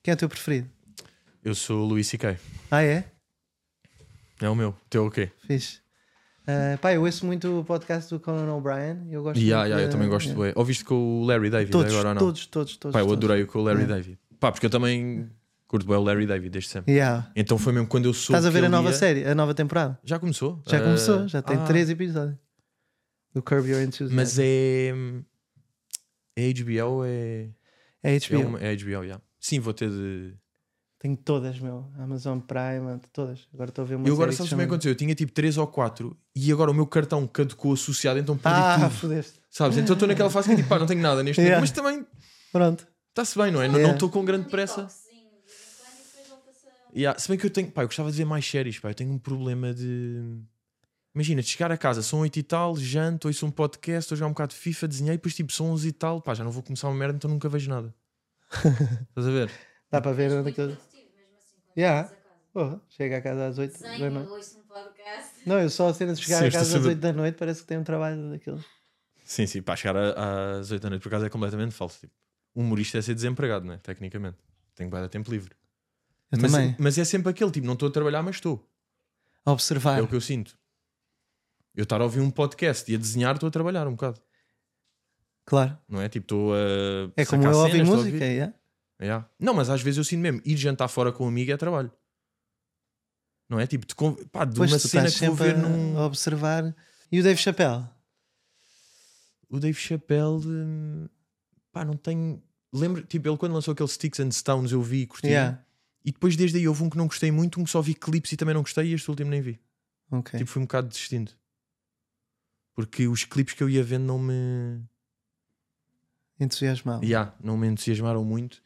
Quem é o teu preferido? Eu sou o Louis C.K. Ah, é? É o meu. Teu o quê? Fixe. Pá, eu ouço muito o podcast do Conan O'Brien. Eu gosto Eu também gosto do Ouviste com o Larry David agora ou não? Todos. Pá, eu adorei com o Larry David. Pá, porque eu também curto bem o Larry David desde sempre. Então foi mesmo quando eu soube. Estás a ver a nova série, a nova temporada? Já começou? Já tem 3 episódios. Do Curb Your Enthusiasm. Mas é HBO? É HBO. É HBO, já. Sim, vou ter de... Tenho todas, meu. Amazon Prime, todas. Agora estou a ver uma Eu agora, série sabes como é que aconteceu? Eu tinha tipo 3 ou 4 e agora o meu cartão caducou associado, então perdi tudo. Fodeste. Sabes? Então estou naquela fase que tipo, pá, não tenho nada neste momento, mas também Pronto. está-se bem, não é? Não estou com grande pressa. Se bem que eu tenho, pá, eu gostava de ver mais séries, pá. Eu tenho um problema de... Imagina, de chegar a casa, são 8 e tal, janto, ouço um podcast, estou a jogar um bocado de FIFA, desenhei, depois tipo são 11 e tal, pá, já não vou começar uma merda, então nunca vejo nada. Estás a ver? Dá para ver onde é que... Chega a casa às 8 da noite. Ouço um podcast. Não, eu só a cena de chegar a casa às 8 da noite parece que tem um trabalho daqueles. Sim, pá, chegar às 8 da noite por acaso é completamente falso. Tipo, o humorista é ser desempregado, não é? Tecnicamente. Tenho bem de tempo livre. Eu também. Mas é sempre aquele tipo, não estou a trabalhar, mas estou a observar. É o que eu sinto. Eu estar a ouvir um podcast e a desenhar, estou a trabalhar um bocado. Claro. Não é? Tipo, estou a... É como eu ouvir música, Não, mas às vezes eu sinto mesmo, ir jantar fora com um amigo é trabalho. Não é? Tipo, de uma cena que vou ver a observar. E o Dave Chappelle? O Dave Chappelle, pá, não tenho... Lembro, tipo, ele quando lançou aquele Sticks and Stones eu vi e curti. E depois desde aí houve um que não gostei muito, um que só vi clipes e também não gostei, e este último nem vi. Tipo, fui um bocado desistindo. Porque os clipes que eu ia vendo não me... entusiasmavam. Não me entusiasmaram muito.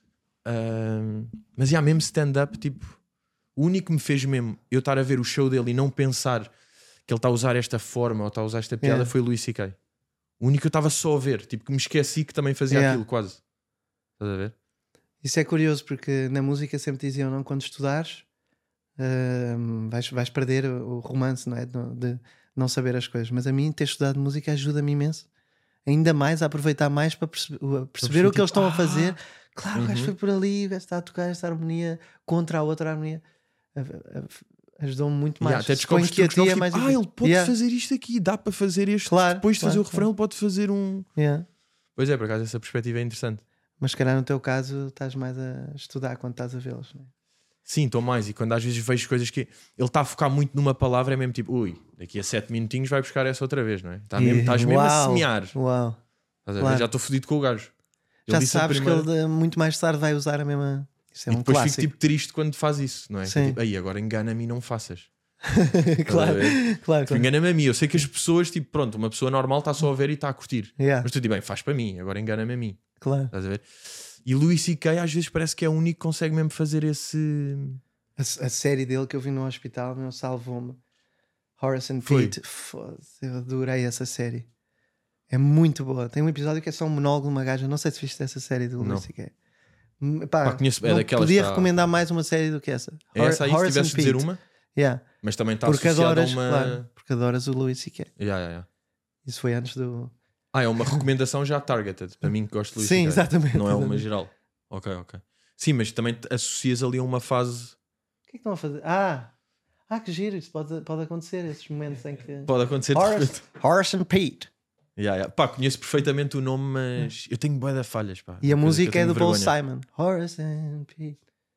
Mas mesmo stand-up, tipo... O único que me fez mesmo eu estar a ver o show dele e não pensar que ele está a usar esta forma ou está a usar esta piada foi o Louis C.K. O único que eu estava só a ver, tipo, que me esqueci que também fazia aquilo, quase. Estás a ver? Isso é curioso porque na música sempre diziam, não, quando estudares vais perder o romance, não é? De não saber as coisas. Mas a mim ter estudado música ajuda-me imenso, ainda mais a aproveitar mais para perceber o que eles estão a fazer. Claro, o gajo foi por ali, o gajo está a tocar esta harmonia contra a outra harmonia. Ajudou-me muito mais. Até descobres que é mais ele pode fazer isto aqui, dá para fazer este. Depois de fazer o refrão, ele pode fazer um. Pois é, por acaso essa perspectiva é interessante. Mas se calhar no teu caso estás mais a estudar quando estás a vê-los, não é? Sim, estou mais. E quando às vezes vejo coisas que ele está a focar muito numa palavra, é mesmo tipo, ui, daqui a 7 minutinhos vai buscar essa outra vez, não é? Estás mesmo a semear. Uau. Já estou fodido com o gajo. Já sabes que ele muito mais tarde vai usar a mesma. Isso é e depois clássico. fico tipo triste quando faz isso, não é? Sim. Tipo, aí agora engana-me e não faças. claro. Engana-me a mim. Eu sei que as pessoas, tipo, pronto, uma pessoa normal está só a ver e está a curtir. Mas tu digo, bem, faz para mim, agora engana-me a mim. Claro. Estás a ver? E Louis C.K. às vezes parece que é o único que consegue mesmo fazer esse. A série dele que eu vi no hospital, meu, salvou-me. Horace and Pete. Eu adorei essa série. É muito boa. Tem um episódio que é só um monólogo de uma gaja. Não sei se viste essa série do Louis C.K. Conheço, não podia recomendar mais uma série do que essa. É essa aí, se tivesse de dizer uma? Mas também está associada a uma... Claro, porque adoras o Louis C.K. Isso foi antes do... É uma recomendação já targeted. Para mim que gosto de Louis C.K. Sim, exatamente. Não é uma geral. Ok. Sim, mas também te associas ali a uma fase... O que é que estão a fazer? Que giro. Isso pode acontecer, esses momentos em que... Pode acontecer. Horace and Pete. Pá, conheço perfeitamente o nome, mas eu tenho bué de falhas, pá. E a música é do Paul Simon. Horace and Pete.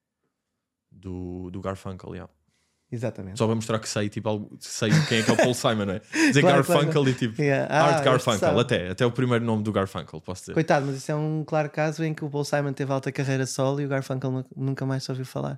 Do Garfunkel, Exatamente. Só para mostrar que sei, tipo, sei quem é que é o Paul Simon, não é? Dizer Garfunkel e tipo Art Garfunkel, até o primeiro nome do Garfunkel, posso dizer. Coitado, mas isso é um claro caso em que o Paul Simon teve alta carreira solo e o Garfunkel nunca mais se ouviu falar.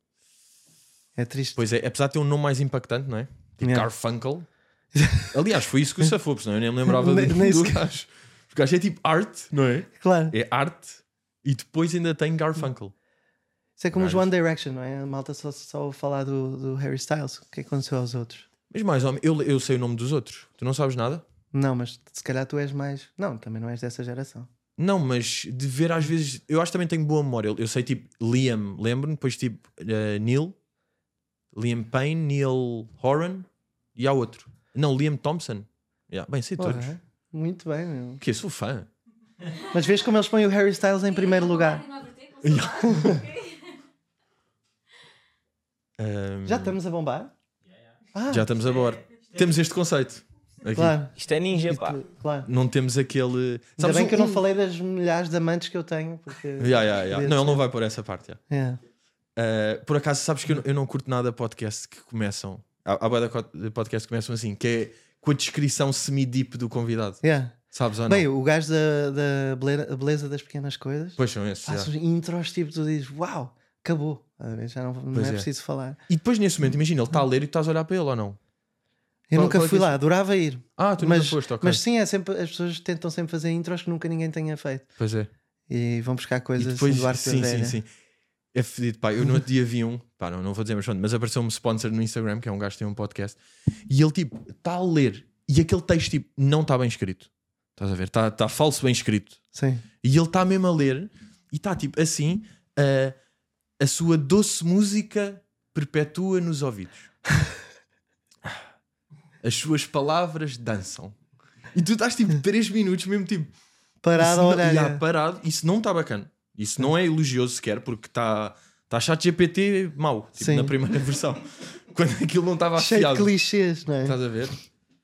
É triste. Pois é, apesar de ter um nome mais impactante, não é? Tipo Garfunkel. Aliás, foi isso que o safou, porque senão eu nem me lembrava do gajo. O gajo é tipo Art, não é? Claro. É Art e depois ainda tem Garfunkel. Isso é como os One Direction, não é? A malta só falar do Harry Styles. O que aconteceu aos outros? Mas mais ou menos, eu sei o nome dos outros. Tu não sabes nada? Não, mas se calhar tu és mais... Não, também não és dessa geração. Não, mas de ver às vezes... Eu acho que também tenho boa memória. Eu sei tipo Liam, lembro-me. Depois tipo Neil. Liam Payne, Neil Horan. E há outro. Não, Liam Thompson. Bem, sei todos. Muito bem, meu. Que sou fã. Mas vês como eles põem o Harry Styles em primeiro lugar. Já estamos a bombar? Já estamos a bordo. Temos este conceito. Aqui. Claro. Isto é ninja, pá. Claro. Não temos aquele. Ainda bem que eu não falei das milhares de amantes que eu tenho. Porque... Não, ele não vai por essa parte. Yeah. Por acaso, sabes que eu não curto nada de podcasts que começam. Há bué de podcasts que começam assim, que é com a descrição semi-deep do convidado. Yeah. Sabes ou não? Bem, o gajo da beleza das pequenas coisas Pois são esses. faz uns intros tipo, tu dizes, uau, acabou. Já não é preciso falar. E depois nesse momento, imagina, ele está a ler e tu estás a olhar para ele ou não? Eu nunca qual é fui que é lá, adorava ir. Tu nunca foste, ok. Mas sim, é sempre, as pessoas tentam sempre fazer intros que nunca ninguém tenha feito. Pois é. E vão buscar coisas E depois, assim do Arco da Velha. sim. É fedido, pá. Eu no outro dia vi pá, não vou dizer mas apareceu-me sponsor no Instagram, que é um gajo que tem um podcast, e ele tipo, está a ler, e aquele texto tipo, não está bem escrito. Estás a ver? Está falso bem escrito. Sim. E ele está mesmo a ler, e está tipo assim, a sua doce música perpetua nos ouvidos. As suas palavras dançam. E tu estás tipo 3 minutos mesmo tipo Parado a olhar. parado. Isso não está bacana. Isso não é elogioso sequer, porque está chat GPT mau, tipo, na primeira versão. Quando aquilo não estava cheio afiado. de clichês, não é? Estás a ver?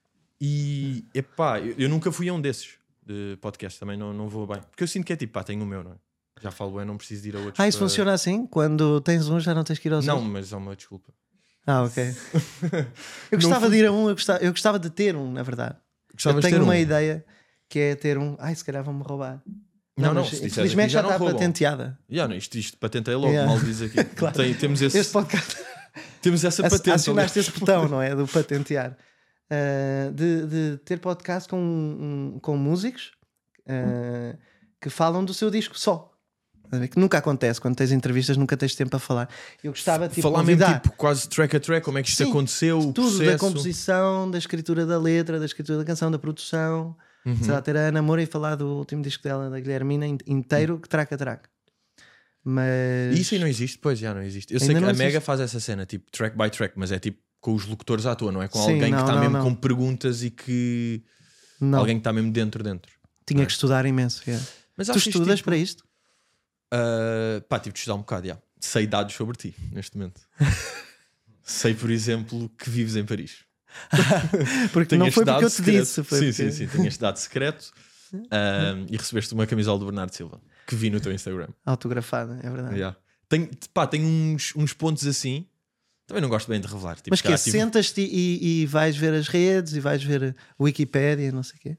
E epá, eu nunca fui a um desses de podcast, também não vou bem. Porque eu sinto que é tipo, pá, tenho o meu, não é? Já falo bem, não preciso de ir a outros. Isso funciona assim? Quando tens um já não tens que ir aos Não, outros? mas é uma desculpa. Ok. Eu gostava de ir a um, eu gostava de ter um, na verdade. Gostavas eu tenho de ter uma um? ideia que é ter um. Se calhar vão-me roubar. Não, mas se disseres infelizmente aqui, já não está roubam. patenteada. Isto patentei logo, Yeah. mal diz aqui. Claro. Temos Este podcast. temos essa patente. Acionaste esse botão, não é? Do patentear. De ter podcast com músicos que falam do seu disco só. Que nunca acontece. Quando tens entrevistas, nunca tens tempo a falar. Eu gostava de falar convidar mesmo tipo quase track a track, como é que isto Sim, aconteceu, o tudo, processo. da composição, da escritura da letra, da escritura da canção, da produção. Sei lá, ter a Ana Moura e falar do último disco dela, da Guilhermina, inteiro, que track a track. Mas E isso aí não existe? Pois já não existe. Eu sei Ainda que não a Mega existe. faz essa cena, tipo track by track, mas é tipo com os locutores à toa, não é? Com Sim, alguém não, que está não, mesmo não. com perguntas e que. não, Alguém que está mesmo dentro. tinha que estudar imenso. Yeah. Mas Tu achas, estudas tipo, para isto? tive de estudar um bocado, já. Sei dados sobre ti neste momento. Sei, por exemplo, que vives em Paris. Porque Tenho não este foi porque dado eu te secreto. disse. Foi Sim. Tenho este dado secreto. E recebeste uma camisola do Bernardo Silva que vi no teu Instagram. Autografada, é verdade. Yeah. Tenho uns pontos assim. Também não gosto bem de revelar. Tipo, Mas que cá, tipo, sentas-te e vais ver as redes e vais ver a Wikipédia, não sei o quê.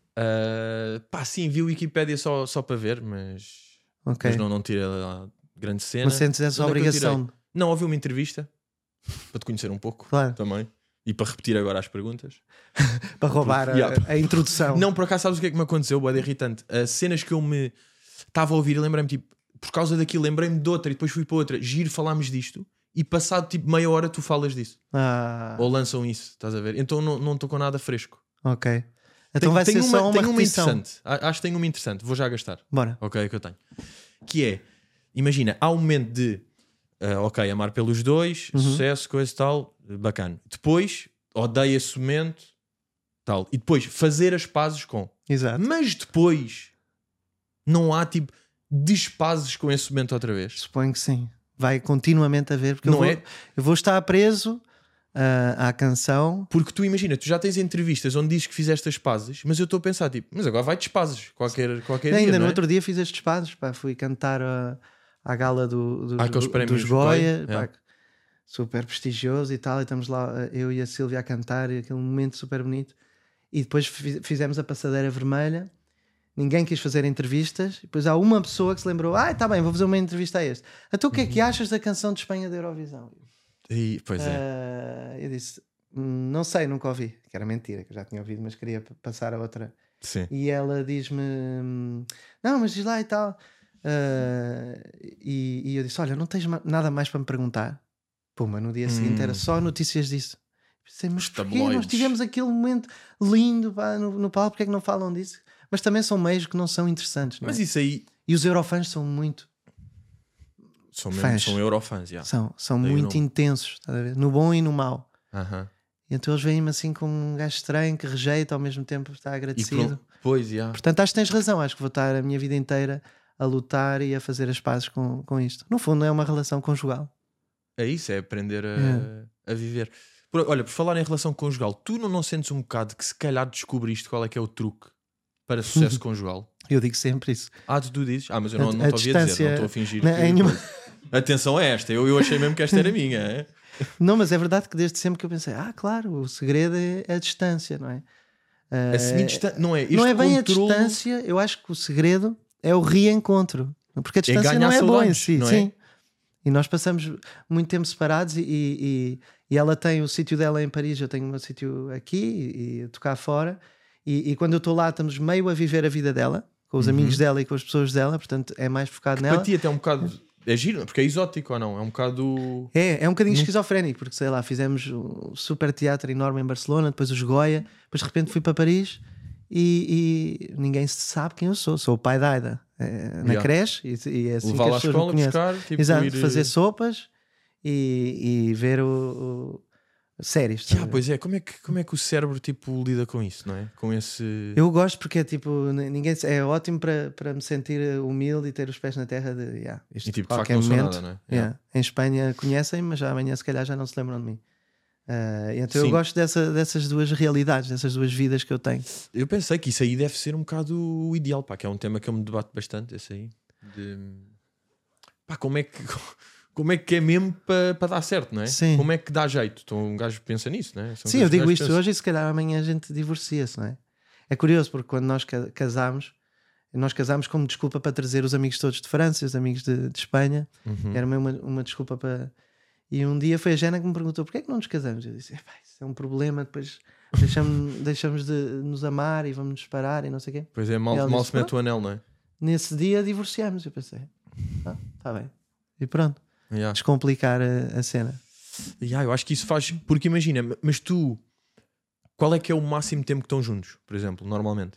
sim, vi o Wikipédia só para ver, mas não tirei lá grande cena. Mas sentes essa Onde é que eu obrigação. tirei? Não, ouvi uma entrevista para te conhecer um pouco Claro. também. E para repetir agora as perguntas. Para roubar a introdução. Não, por acaso sabes o que é que me aconteceu? Bué de irritante. As cenas que eu me estava a ouvir, lembrei-me tipo, por causa daquilo, lembrei-me de outra e depois fui para outra. Giro, falámos disto. E passado tipo meia hora tu falas disso. Ou lançam isso, estás a ver? Então não estou com nada fresco. Ok. Então vai ser só uma repetição. interessante. Acho que tenho uma interessante. Vou já gastar. Bora. Ok, é que eu tenho. Que é, imagina, há um momento de amar pelos dois, sucesso, coisa e tal, bacana. Depois, odeio esse momento, tal. E depois, fazer as pazes com. Exato. Mas depois, não há tipo despazes com esse momento outra vez. Suponho que sim. Vai continuamente haver. Porque Não eu vou estar preso à canção. Porque tu imagina, tu já tens entrevistas onde dizes que fizeste as pazes, mas eu estou a pensar, tipo, mas agora vai despazes qualquer dia. Ainda não no é? outro dia fiz estes espaços. Fui cantar à gala Aqueles prémios dos Goya. Goya, Super prestigioso e tal. E estamos lá, eu e a Sílvia a cantar. E aquele momento super bonito. E depois fizemos a passadeira vermelha. Ninguém quis fazer entrevistas. Depois há uma pessoa que se lembrou: tá bem, vou fazer uma entrevista a este. Então o que é que achas da canção de Espanha da Eurovisão? Pois é. Eu disse: não sei, nunca ouvi. Que era mentira, que eu já tinha ouvido, mas queria passar a outra. Sim. E ela diz-me: não, mas diz lá e tal. E eu disse: olha, não tens nada mais para me perguntar? Puma, no dia seguinte era só notícias disso. Pensei, mas porquê nós tivemos aquele momento lindo no palco? Porque é que não falam disso? Mas também são meios que não são interessantes, não é? Mas isso aí... E os eurofãs são muito... São eurofãs, já. São muito intensos, estás a ver? No bom e no mau. E então eles veem-me assim como um gajo estranho que rejeita, ao mesmo tempo está agradecido. Pois, já. Portanto, acho que tens razão. Acho que vou estar a minha vida inteira a lutar e a fazer as pazes com isto. No fundo, é uma relação conjugal. É isso, é aprender a viver. Olha, por falar em relação conjugal, tu não sentes um bocado que se calhar descobriste qual é que é o truque para sucesso conjugal? Eu digo sempre isso. Tu dizes? Mas eu não te ouvi a dizer, não estou a fingir. Atenção a esta, eu achei mesmo que esta era minha. É? Não, mas é verdade que desde sempre que eu pensei, claro, o segredo é a distância, não é? A semi-distância, não é? Não é bem a distância, eu acho que o segredo é o reencontro, porque a distância não é boa em si. Não é? Sim. E nós passamos muito tempo separados e ela tem o sítio dela em Paris, eu tenho o meu sítio aqui e tocar fora. E quando eu estou lá, estamos meio a viver a vida dela, com os amigos dela e com as pessoas dela, portanto é mais focado nela. Para ti até um bocado é giro, porque é exótico ou não? É um bocado... É um bocadinho esquizofrénico, porque sei lá, fizemos um super teatro enorme em Barcelona, depois os Goya, depois de repente fui para Paris e ninguém sabe quem eu sou. Sou o pai da Aida na creche e é assim levá-la que as à pessoas escola, me buscar, tipo, exato, fazer sopas e ver séries. Pois é, como é que o cérebro tipo lida com isso, não é? Com esse... Eu gosto porque é tipo, ninguém, é ótimo para me sentir humilde e ter os pés na terra de isto e tipo, de qualquer facto não momento. sou nada, não é? Em Espanha conhecem-me, mas já amanhã se calhar já não se lembram de mim. Então Sim. eu gosto dessas duas realidades, dessas duas vidas que eu tenho. Eu pensei que isso aí deve ser um bocado o ideal, pá, que é um tema que eu me debato bastante, esse aí. Pá, como é que é mesmo para dar certo, não é? Sim. Como é que dá jeito? Então um gajo pensa nisso, não é? Sim, eu digo isto hoje e se calhar amanhã a gente divorcia-se, não é? É curioso porque quando nós casámos como desculpa para trazer os amigos todos de França, os amigos de Espanha. Era uma desculpa para... E um dia foi a Jana que me perguntou porquê é que não nos casamos? Eu disse, isso é um problema, depois deixamos de nos amar e vamos nos separar e não sei o quê. Pois é, mal se mete o anel, não é? Nesse dia divorciámos, eu pensei, está bem. E pronto, descomplicar a cena. Eu acho que isso faz, porque imagina, mas tu, qual é que é o máximo tempo que estão juntos, por exemplo, normalmente?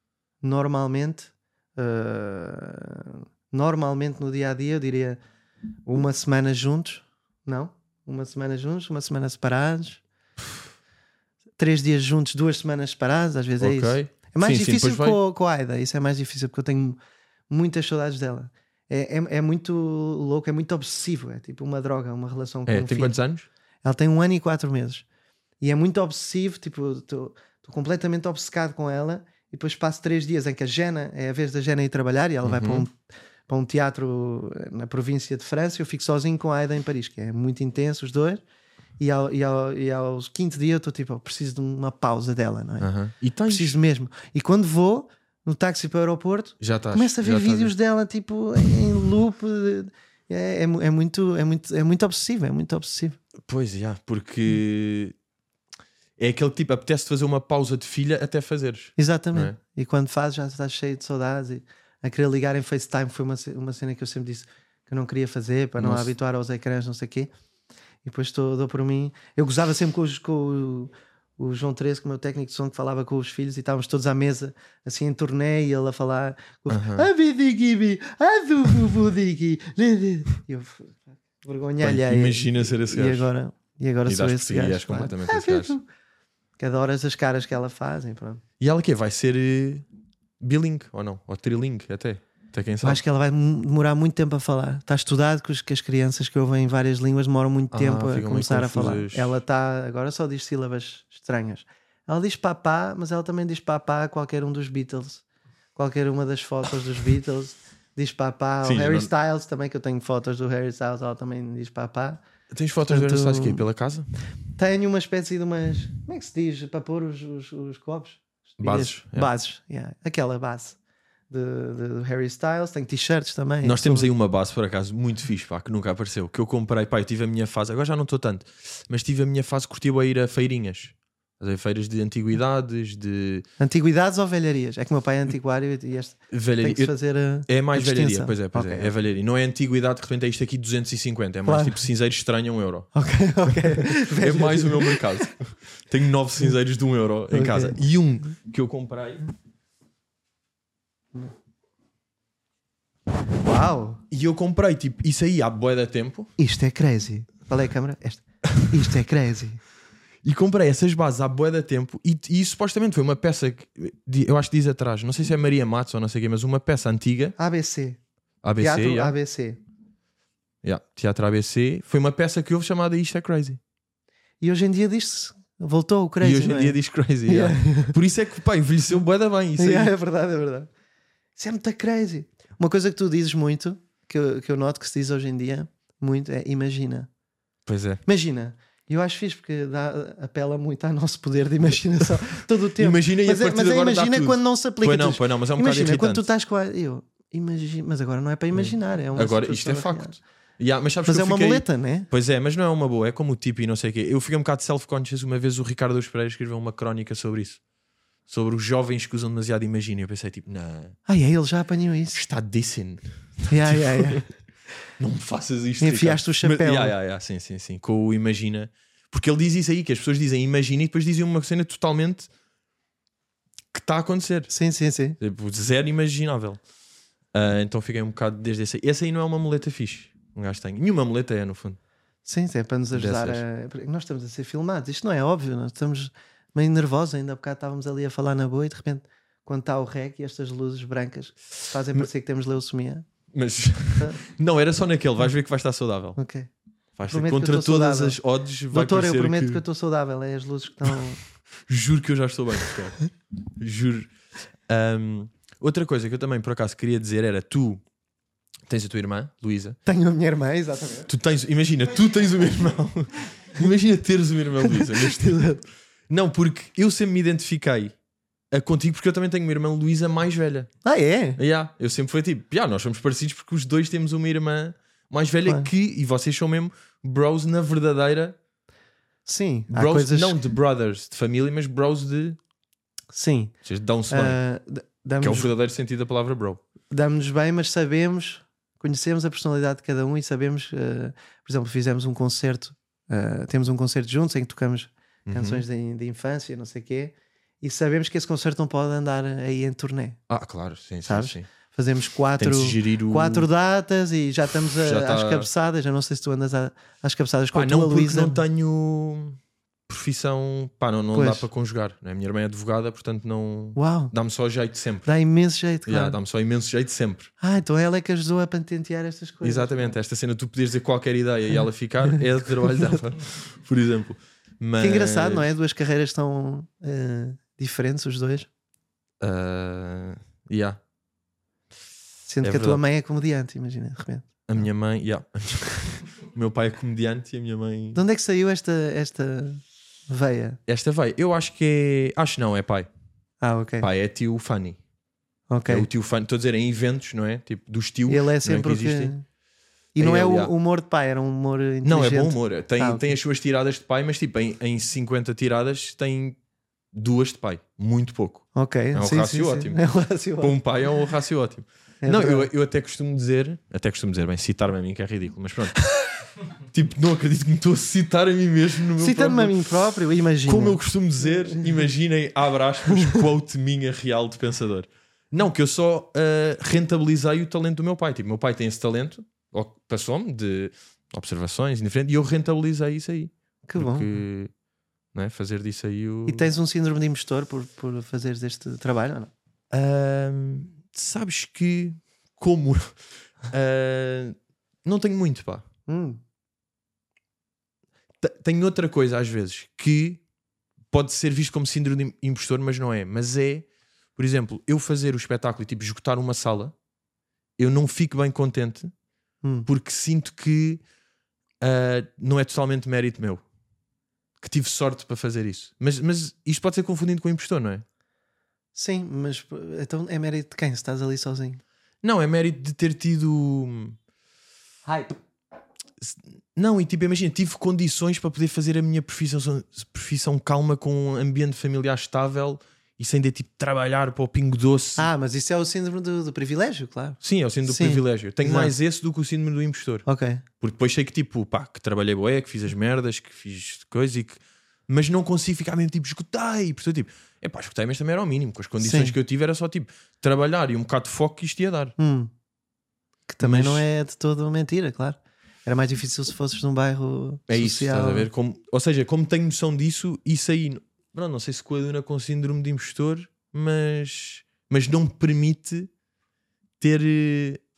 Normalmente no dia a dia eu diria uma semana juntos. Não, uma semana juntos, uma semana separados, 3 dias juntos, 2 semanas separados, às vezes é isso. É mais difícil com a Aida, isso é mais difícil porque eu tenho muitas saudades dela. É muito louco, é muito obsessivo, é tipo uma droga, uma relação com um tem filho. quantos anos? Ela tem 1 ano e 4 meses e é muito obsessivo, tipo, estou completamente obcecado com ela e depois passo 3 dias em que é a vez da Jana ir trabalhar e ela vai para um teatro na província de França. Eu fico sozinho com a Aida em Paris, que é muito intenso os dois, e ao 5º dia eu estou tipo, preciso de uma pausa dela, não é? E preciso mesmo. E quando vou no táxi para o aeroporto, começo a ver vídeos dela tipo em loop. É muito obsessivo, é muito obsessivo. Pois, porque é aquele tipo, apetece fazer uma pausa de filha até fazeres. Exatamente. E quando fazes já estás cheio de saudades e a querer ligar em FaceTime foi uma cena que eu sempre disse que eu não queria fazer para não habituar aos ecrãs, não sei o quê. E depois dou por mim. Eu gozava sempre com o João 13, que é o meu técnico de som, que falava com os filhos e estávamos todos à mesa, assim em turnê, e ele a falar e eu vergonha alheia. Imagina ser esse gajo. E agora sou esse gajo. És completamente esse gajo. Que adoras as caras que ela faz. E ela vai ser bilingue ou não? Ou trilingue até quem sabe? Eu acho que ela vai demorar muito tempo a falar. Está estudado que as crianças que ouvem várias línguas demoram muito tempo a começar a falar. Ela agora só diz sílabas estranhas. Ela diz papá, mas ela também diz papá a qualquer um dos Beatles. Qualquer uma das fotos dos Beatles diz papá. Sim, o Harry Styles também, que eu tenho fotos do Harry Styles, ela também diz papá. Tens fotos do Harry Styles aqui pela casa? Tenho uma espécie de umas... Como é que se diz? Para pôr os copos? Bases. Bases, aquela base de Harry Styles. Tenho t-shirts também. Nós temos aí uma base, por acaso, muito fixe, que nunca apareceu, que eu comprei, eu tive a minha fase, agora já não estou tanto, mas tive a minha fase, curtiu a ir a feirinhas, feiras de antiguidades, Antiguidades ou velharias? É que o meu pai é antiquário e este tem que fazer é mais velharia, pois é, é velharia. Não é antiguidade, de repente é isto aqui 250, é mais tipo cinzeiro estranho €1. É mais o meu mercado. Tenho 9 cinzeiros de €1 em casa. E um que eu comprei. Uau! E eu comprei, tipo, isso aí há bué de tempo. Isto é crazy. Qual é a câmera? Isto é crazy. E comprei essas bases há bué de tempo e supostamente foi uma peça que eu acho que diz atrás, não sei se é Maria Matos ou não sei o quê, mas uma peça antiga. ABC. ABC. Teatro ABC. Teatro ABC. Foi uma peça que houve chamada Isto é Crazy. E hoje em dia diz-se, voltou o Crazy. E hoje em dia diz Crazy. Por isso é que, pá, envelheceu bué da bem. Isso aí. É verdade, é verdade. Isso é muito crazy. Uma coisa que tu dizes muito, que eu noto que se diz hoje em dia muito, é imagina. Pois é. Imagina. Eu acho fixe porque apela muito ao nosso poder de imaginação todo o tempo. Imagina e mas a partir de agora imagina quando não se aplica. Pois não, mas é um bocado imagina irritante. quando tu estás com imagina, mas agora não é para imaginar. É uma agora isto é facto. Mas sabes mas que é uma muleta, né? Pois é, mas não é uma boa. É como o tipo e não sei o quê. Eu fiquei um bocado self-conscious. Uma vez o Ricardo Pereira escreveu uma crónica sobre isso. Sobre os jovens que usam demasiado imagina. Eu pensei tipo, não. Ele já apanhou isso. Está dissing. Não me faças isto. Enfiaste Ricardo. o chapéu. Sim. Com o imagina. Porque ele diz isso aí, que as pessoas dizem imagina e depois dizem uma cena totalmente que está a acontecer. Sim. Tipo, zero imaginável. Então fiquei um bocado desde esse aí. Esse aí não é uma muleta fixe. Um gajo tem. Nenhuma muleta é, no fundo. Sim, é para nos ajudar nós estamos a ser filmados. Isto não é óbvio. Nós estamos meio nervosos. Ainda há bocado estávamos ali a falar na boa e de repente, quando está o rec e estas luzes brancas fazem parecer que temos leucemia. Mas não, era só naquele. Vais ver que vai estar saudável. Ok. Vais ter contra todas as odds. Doutor, eu prometo que eu estou saudável. É as luzes que estão. Juro que eu já estou bem, pessoal. Juro. Outra coisa que eu também por acaso queria dizer era: tu tens a tua irmã, Luísa. Tenho a minha irmã, exatamente. Imagina, tu tens o meu irmão. Imagina teres uma irmã, Luísa. Não, porque eu sempre me identifiquei contigo porque eu também tenho uma irmã, Luísa, mais velha. É? Eu sempre fui tipo, nós somos parecidos porque os dois temos uma irmã mais velha e vocês são mesmo bros na verdadeira. Sim, bros, coisas... não de brothers, de família, mas bros de. Sim. Vocês dão-se bem. Que é o verdadeiro sentido da palavra bro. Damos-nos bem, mas conhecemos a personalidade de cada um e sabemos, por exemplo, fizemos um concerto, temos um concerto juntos em que tocamos canções de infância, não sei o quê, e sabemos que esse concerto não pode andar aí em turnê. Claro, sim. Fazemos quatro datas e já estamos às cabeçadas. Eu não sei se tu andas às cabeçadas com a tua Luísa. Não tenho profissão, não dá para conjugar. Né? A minha irmã é advogada, portanto não. Uau. Dá-me só jeito sempre. Dá imenso jeito, claro. Dá-me só imenso jeito sempre. Então ela é que ajudou a patentear estas coisas. Exatamente, esta cena tu poderes dizer qualquer ideia e ela ficar é de trabalho dela, por exemplo. Mas... Que engraçado, não é? Duas carreiras tão diferentes, os dois. Sendo que a tua mãe é comediante, imagina, de repente. A minha mãe, o meu pai é comediante e a minha mãe. De onde é que saiu esta veia? Esta veia, eu acho que é. Acho não, é pai. Ok. Pai é tio Funny. Ok. É o tio Funny, estou a dizer, em eventos, não é? Tipo, dos tios. Ele é sempre o que. E não é o humor de pai, era um humor inteligente. Não, é bom humor. Tem as suas tiradas de pai, mas tipo, em 50 tiradas tem 2 de pai. Muito pouco. Ok. É um rácio ótimo. É um rácio para um pai é um rácio ótimo. Eu até costumo dizer, bem, citar-me a mim que é ridículo, mas pronto. Tipo, não acredito que me estou a citar a mim mesmo no meu Citando-me a mim próprio, imagina. Como eu costumo dizer, imaginem, abre aspas, quote minha real de pensador. Não, que eu só rentabilizei o talento do meu pai. Tipo, meu pai tem esse talento, passou-me de observações indiferentes, e eu rentabilizei isso aí. Que bom. Não é? Fazer disso aí o... E tens um síndrome de impostor por fazeres este trabalho ou não? Sabes que como não tenho muito, pá. Tenho outra coisa às vezes que pode ser visto como síndrome de impostor, mas não é. Mas é, por exemplo, eu fazer o espetáculo e tipo esgotar uma sala, eu não fico bem contente porque sinto que não é totalmente mérito meu, que tive sorte para fazer isso. Mas isto pode ser confundido com impostor, não é? Sim, mas então é mérito de quem? Se estás ali sozinho? Não, é mérito de ter tido hype. Não, e tipo, imagina, tive condições para poder fazer a minha profissão calma, com um ambiente familiar estável e sem de tipo trabalhar para o pingo doce. Mas isso é o síndrome do privilégio, claro. Sim, é o síndrome do privilégio. Tenho mais esse do que o síndrome do impostor. Ok. Porque depois sei que tipo, que trabalhei bué, que fiz as merdas, que fiz coisas mas não consigo ficar mesmo tipo, escutei. Portanto, tipo, escutei, mas também era ao mínimo. Com as condições que eu tive era só tipo, trabalhar e um bocado de foco que isto ia dar. Que também não é de todo mentira, claro. Era mais difícil se fosses num bairro social. Isso, estás a ver? Ou seja, como tenho noção disso, isso aí, não sei se coaduna com síndrome de impostor, mas não me permite ter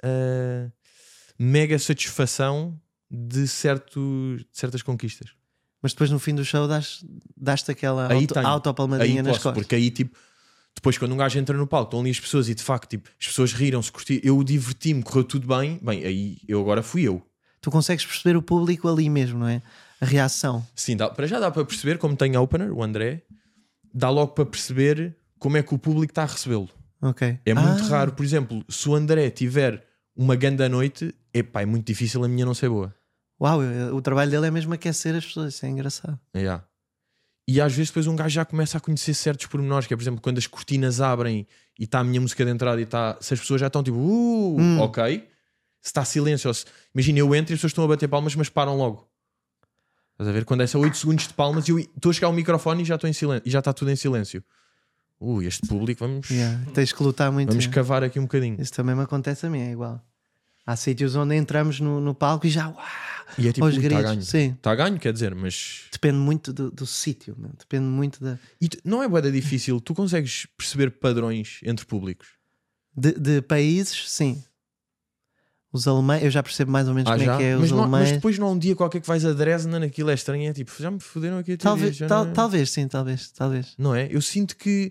mega satisfação de certas conquistas. Mas depois no fim do show daste aquela autopalmadinha nas costas. Porque aí tipo, depois quando um gajo entra no palco, estão ali as pessoas e de facto tipo, as pessoas riram-se, curtiram, eu diverti-me, correu tudo bem, aí eu agora fui eu. Tu consegues perceber o público ali mesmo, não é? A reação. Sim, para já dá para perceber, como tem opener, o André, dá logo para perceber como é que o público está a recebê-lo. Okay. É muito raro, por exemplo, se o André tiver uma grande noite, é muito difícil a minha não ser boa. Uau, o trabalho dele é mesmo aquecer as pessoas, isso é engraçado. Yeah. E às vezes depois um gajo já começa a conhecer certos pormenores, que é por exemplo quando as cortinas abrem e está a minha música de entrada e está, se as pessoas já estão tipo ok, se está silêncio, imagina eu entro e as pessoas estão a bater palmas mas param logo. Estás a ver? Quando é só 8 segundos de palmas e eu estou a chegar ao microfone e já estou em silêncio e já está tudo em silêncio. Este público vamos tens que lutar muito. Vamos cavar aqui um bocadinho. Isso também me acontece a mim, é igual. Há sítios onde entramos no palco e já e é tipo, aos gritos. Está a ganho. Sim. Está a ganho, quer dizer, mas depende muito do sítio, depende muito da. E não é bué difícil, tu consegues perceber padrões entre públicos? De países, sim. Os alemães, eu já percebo mais ou menos como é que é os alemães. Mas depois não há um dia qualquer que vais a Dresden, naquilo é estranho, é tipo, já me foderam aqui a talvez, sim, talvez. Não é? Eu sinto que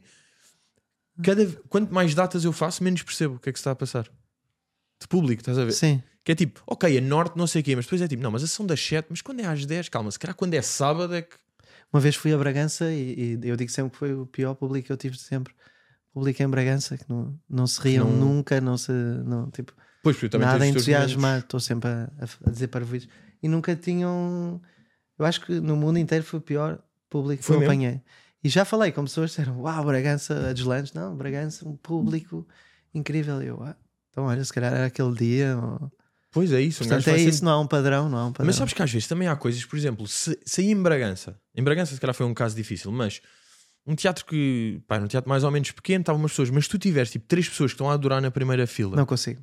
quanto mais datas eu faço, menos percebo o que é que se está a passar. De público, estás a ver? Sim. Que é tipo, ok, a norte não sei o quê, mas depois é tipo, não, mas a são das 7, mas quando é às 10, calma, se calhar quando é sábado é que... Uma vez fui a Bragança e eu digo sempre que foi o pior público que eu tive sempre. Público em Bragança, que não se riam nunca, tipo, pois, nada entusiasmado, estou sempre a dizer para parvoíces. E nunca tinham... Eu acho que no mundo inteiro foi o pior público que eu apanhei. E já falei com pessoas que disseram, uau, Bragança, a deslanche. Não, Bragança, um público incrível. E eu, então olha, se calhar era aquele dia... Pois é isso. Portanto é isso, não há um padrão, Mas sabes que às vezes também há coisas, por exemplo, se aí em Bragança se calhar foi um caso difícil, mas um teatro que, um teatro mais ou menos pequeno, estavam umas pessoas, mas tu tiveres tipo 3 pessoas que estão a adorar na primeira fila. Não consigo.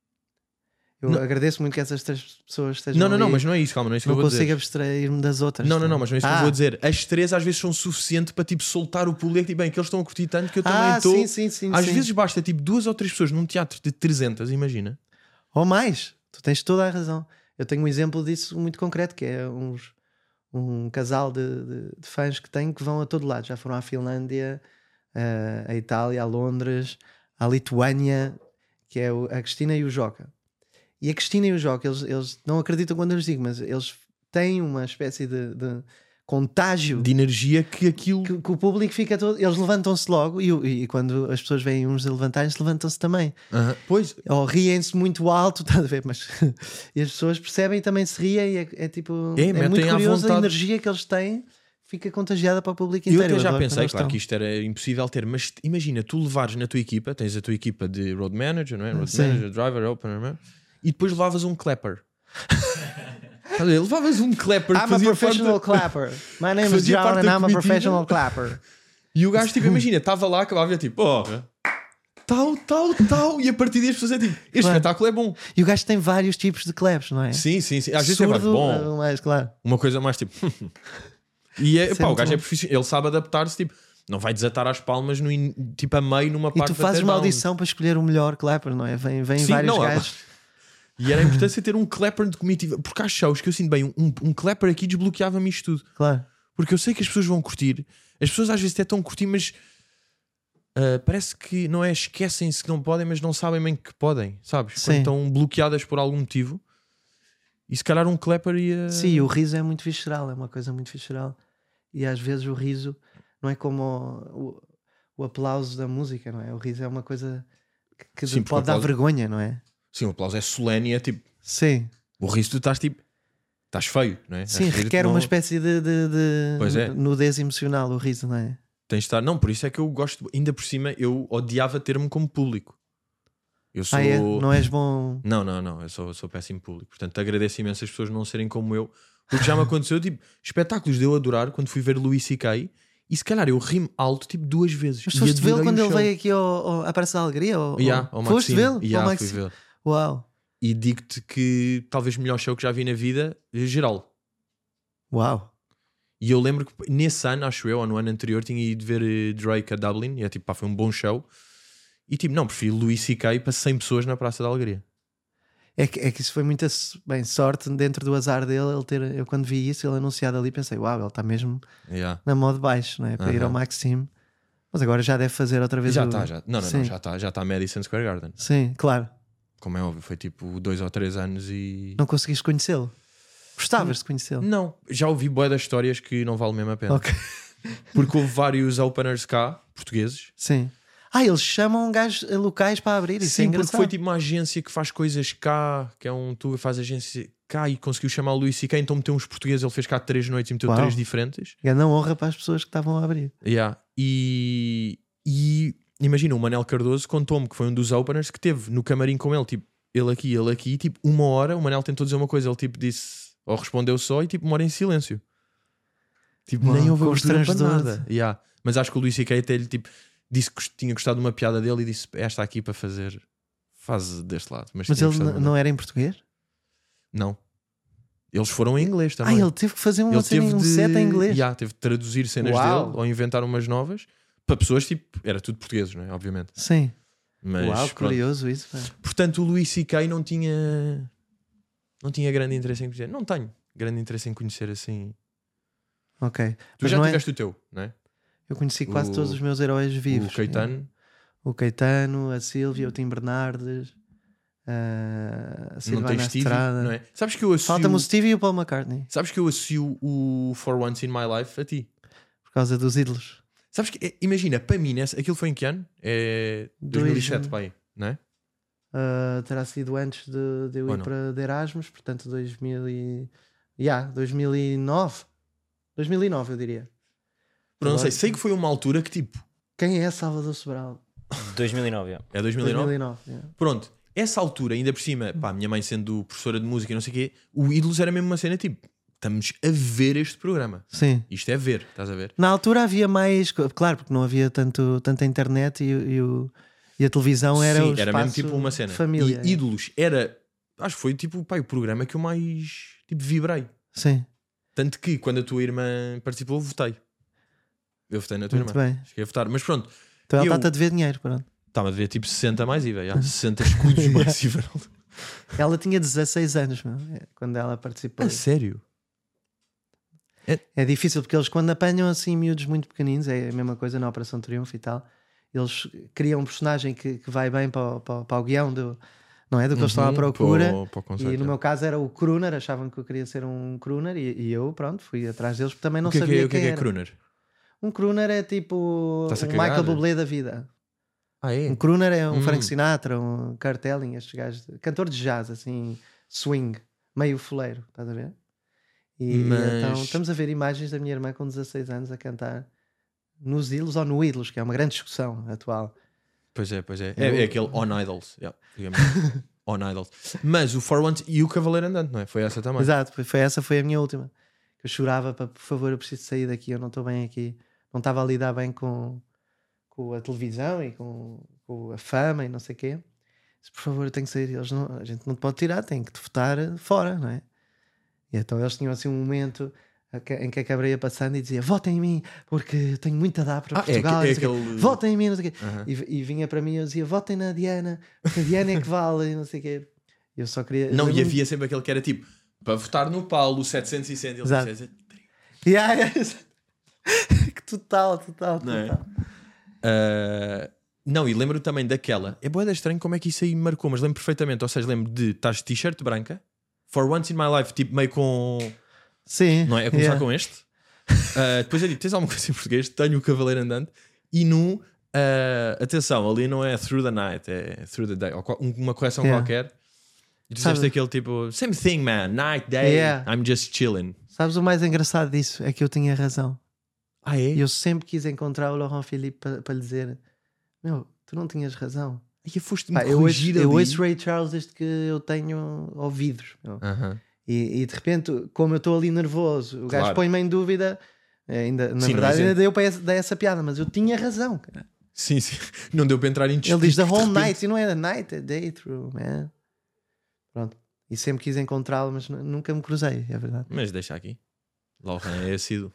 Eu agradeço muito que essas 3 pessoas estejam Não, mas não é isso, calma, não é isso que eu vou dizer. Não consigo abstrair-me das outras. Não, mas não é isso que eu vou dizer. As 3 às vezes são suficiente para tipo soltar o público, tipo, bem, que eles estão a curtir tanto que eu também estou. Sim, às vezes basta tipo 2 ou 3 pessoas num teatro de 300, imagina. Ou mais. Tu tens toda a razão. Eu tenho um exemplo disso muito concreto, que é um casal de fãs que tenho que vão a todo lado. Já foram à Finlândia, à Itália, a Londres, à Lituânia, que é a Cristina e o Joca. E a Cristina e o Joca, eles não acreditam quando eu lhes digo, mas eles têm uma espécie de contágio de energia que aquilo que o público fica todo, eles levantam-se logo e quando as pessoas veem uns a levantarem-se, levantam-se também. Pois. Ou riem-se muito alto, estás a ver? Mas e as pessoas percebem e também se riem, é tipo, é muito curioso a energia que eles têm, fica contagiada para o público inteiro. Eu até já pensei, claro que isto era impossível ter, mas imagina, tu levares na tua equipa, tens a tua equipa de road manager, não é? Road manager, driver, opener, não é? E depois levavas um clapper. Levavas um clapper. I'm a professional clapper. My name is John and I'm a professional clapper. E o gajo, tipo, imagina, estava lá, acabava de tipo, tal. E a partir daí as pessoas é tipo, este espetáculo é bom. E o gajo tem vários tipos de claps, não é? Sim. Às vezes é mais bom. Mais, claro. Uma coisa mais tipo. E o gajo é profissional. Ele sabe adaptar-se, tipo, não vai desatar as palmas tipo a meio numa parte. E tu fazes uma audição para escolher o melhor clapper, não é? Vem vários gajos. E era a importância ter um clapper de comitiva. Porque há shows que eu sinto bem, um clapper aqui desbloqueava-me isto tudo. Claro. Porque eu sei que as pessoas vão curtir. As pessoas às vezes até estão a curtir, mas parece que não é, esquecem-se que não podem, mas não sabem bem que podem, sabes? Quando estão bloqueadas por algum motivo. E se calhar um clapper ia... Sim, o riso é muito visceral, é uma coisa muito visceral. E às vezes o riso não é como o aplauso da música, não é? O riso é uma coisa que pode dar vergonha, não é? Sim, o aplauso é solene e é tipo... Sim. O riso tu estás tipo... Estás feio, não é? Sim, requer uma espécie de nudez emocional, o riso, não é? Tens de estar... Não, por isso é que eu gosto... Ainda por cima, eu odiava ter-me como público. Eu sou... Não és bom... Não. Eu sou péssimo público. Portanto, agradeço imenso as pessoas não serem como eu. Porque já me aconteceu, tipo... Espetáculos de eu adorar quando fui ver Louis C.K. E se calhar eu rimo alto, tipo, 2 vezes. Mas foste vê-lo quando ele veio aqui à Praça da Alegria? Foste vê-lo? Fui vê-lo. Uau. E digo-te que talvez o melhor show que já vi na vida, geral. Uau. E eu lembro que nesse ano, acho eu, ou no ano anterior, tinha ido ver Drake a Dublin. E é tipo, foi um bom show. E tipo, não, prefiro Louis C.K. para 100 pessoas na Praça da Alegria. É que isso foi muita sorte dentro do azar dele. Eu quando vi isso, ele anunciado ali, pensei, uau, ele está mesmo na moda baixo, não é? Para ir ao Maxime. Mas agora já deve fazer outra vez. Já está, já. Não, já está Madison Square Garden. Sim, claro. Como é óbvio, foi tipo 2 ou 3 anos e. Não conseguiste conhecê-lo? Gostavas de conhecê-lo? Não, já ouvi bué das histórias que não vale mesmo a pena. Ok. Porque houve vários openers cá, portugueses. Sim. Eles chamam gajos locais para abrir. Isso é Sim, engraçado. porque foi tipo uma agência que faz coisas cá, que é um tour que faz agência cá e conseguiu chamar o Luís C.K. Então meteu uns portugueses, ele fez cá 3 noites e meteu 3 diferentes. Grande honra para as pessoas que estavam a abrir. E imagina, o Manel Cardoso contou-me que foi um dos openers que teve no camarim com ele, tipo, ele aqui, tipo, 1 hora. O Manel tentou dizer uma coisa, ele tipo disse, ou respondeu só e tipo, 1 hora em silêncio. Tipo, nem houve abertura para nada. Mas acho que o Luís C.K. até lhe tipo disse que tinha gostado de uma piada dele e disse: esta aqui para fazer, faz deste lado. Mas ele não era em português? Não. Eles foram em inglês também. Ele teve que fazer um set em inglês. Teve de traduzir cenas dele ou inventar umas novas para pessoas, tipo, era tudo portugueses, não é? Obviamente. Sim. Mas, uau, curioso isso. Portanto, o Luís C.K. não tinha grande interesse em conhecer. Não tenho grande interesse em conhecer assim. Ok. Tu já tiveste o teu, não é? Eu conheci quase todos os meus heróis vivos. O Caetano. O Caetano, a Sílvia, o Tim Bernardes, a Silvana Estrada. Não é? Sabes que eu associo... Falta-me o Stevie e o Paul McCartney. Sabes que eu associo o For Once in My Life a ti? Por causa dos ídolos. Sabes que, imagina, para mim, aquilo foi em que ano? É 2007, pai, não é? Terá sido antes de eu ir para de Erasmus, portanto 2009. 2009, eu diria. Não sei que foi uma altura que tipo... Quem é Salvador Sobral? 2009, É 2009? 2009, Pronto, essa altura, ainda por cima, pá, minha mãe sendo professora de música e não sei o quê, o Ídolos era mesmo uma cena tipo, estamos a ver este programa. Sim. Isto é ver, estás a ver? Na altura havia mais, claro, porque não havia tanta internet e a televisão era o espaço. Era mesmo tipo uma cena. Família, e Ídolos era, acho que foi tipo, pá, o programa que eu mais tipo vibrei. Sim. Tanto que quando a tua irmã participou, votei. Eu votei na tua Muito irmã. bem. Cheguei a votar, mas pronto. Então ela está-te a dever dinheiro, pronto. Estava a dever tipo 60 mais IVA, 60 escudos mais IVA. Ela tinha 16 anos, quando ela participou. A sério? É difícil porque eles, quando apanham assim miúdos muito pequeninos, é a mesma coisa na Operação Triunfo e tal. Eles criam um personagem que vai bem para o guião não é? Do que eles estão à procura. Para o conceito, e no meu caso era o crooner, achavam que eu queria ser um crooner e eu, pronto, fui atrás deles porque também não sabia quem era. O que é crooner? Um crooner é tipo um Michael Bublé da vida. É? Um crooner é um Frank Sinatra, um Kurt Elling, estes gajos, cantor de jazz, assim, swing, meio fuleiro, estás a ver? Então estamos a ver imagens da minha irmã com 16 anos a cantar nos Ídolos ou no Ídolos, que é uma grande discussão atual. Pois é. É aquele On Idols. On Idols. Mas o For Once e o Cavaleiro Andante, não é? Foi essa também. Exato, foi a minha última. Eu chorava para, por favor, eu preciso sair daqui, eu não estou bem aqui. Não estava a lidar bem com a televisão e com a fama e não sei o quê. Disse, por favor, eu tenho que sair. A gente não te pode tirar, tem que te votar fora, não é? E então eles tinham assim um momento em que a cabra ia passando e dizia: votem em mim, porque eu tenho muito a dar para Portugal. Votem em mim, não sei o quê. E vinha para mim e eu dizia: votem na Diana, porque a Diana é que vale, e não sei o quê. Eu só queria. Não, e havia sempre aquele que era tipo: para votar no Paulo 760, ele dizia: total. Não é? Não, e lembro também daquela. É boa, estranho como é que isso aí me marcou, mas lembro perfeitamente. Ou seja, lembro de estás de t-shirt branca, For Once in My Life, tipo meio com. Sim. Não é? A começar com este. Depois eu digo: tens alguma coisa em português? Tenho o Cavaleiro Andante. E no. Atenção, ali não é Through the Night, é Through the Day. Ou uma correção qualquer. E tu disseste aquele tipo: Same thing, man. Night, day. I'm just chilling. Sabes o mais engraçado disso? É que eu tinha razão. Ah, é? Eu sempre quis encontrar o Laurent Philippe para lhe dizer: meu, tu não tinhas razão. E foste-me corrigir ali. Eu ouço Ray Charles desde que eu tenho ouvidos. E de repente, como eu estou ali nervoso, o gajo põe-me em dúvida. Ainda, na verdade, ainda deu para dar essa piada, mas eu tinha razão, cara. Sim. Não deu para entrar em disputa. Ele diz the whole night, e não é the night, é day through, man. Pronto. E sempre quis encontrá-lo, mas nunca me cruzei, é verdade. Mas deixa aqui. Laurent é assíduo.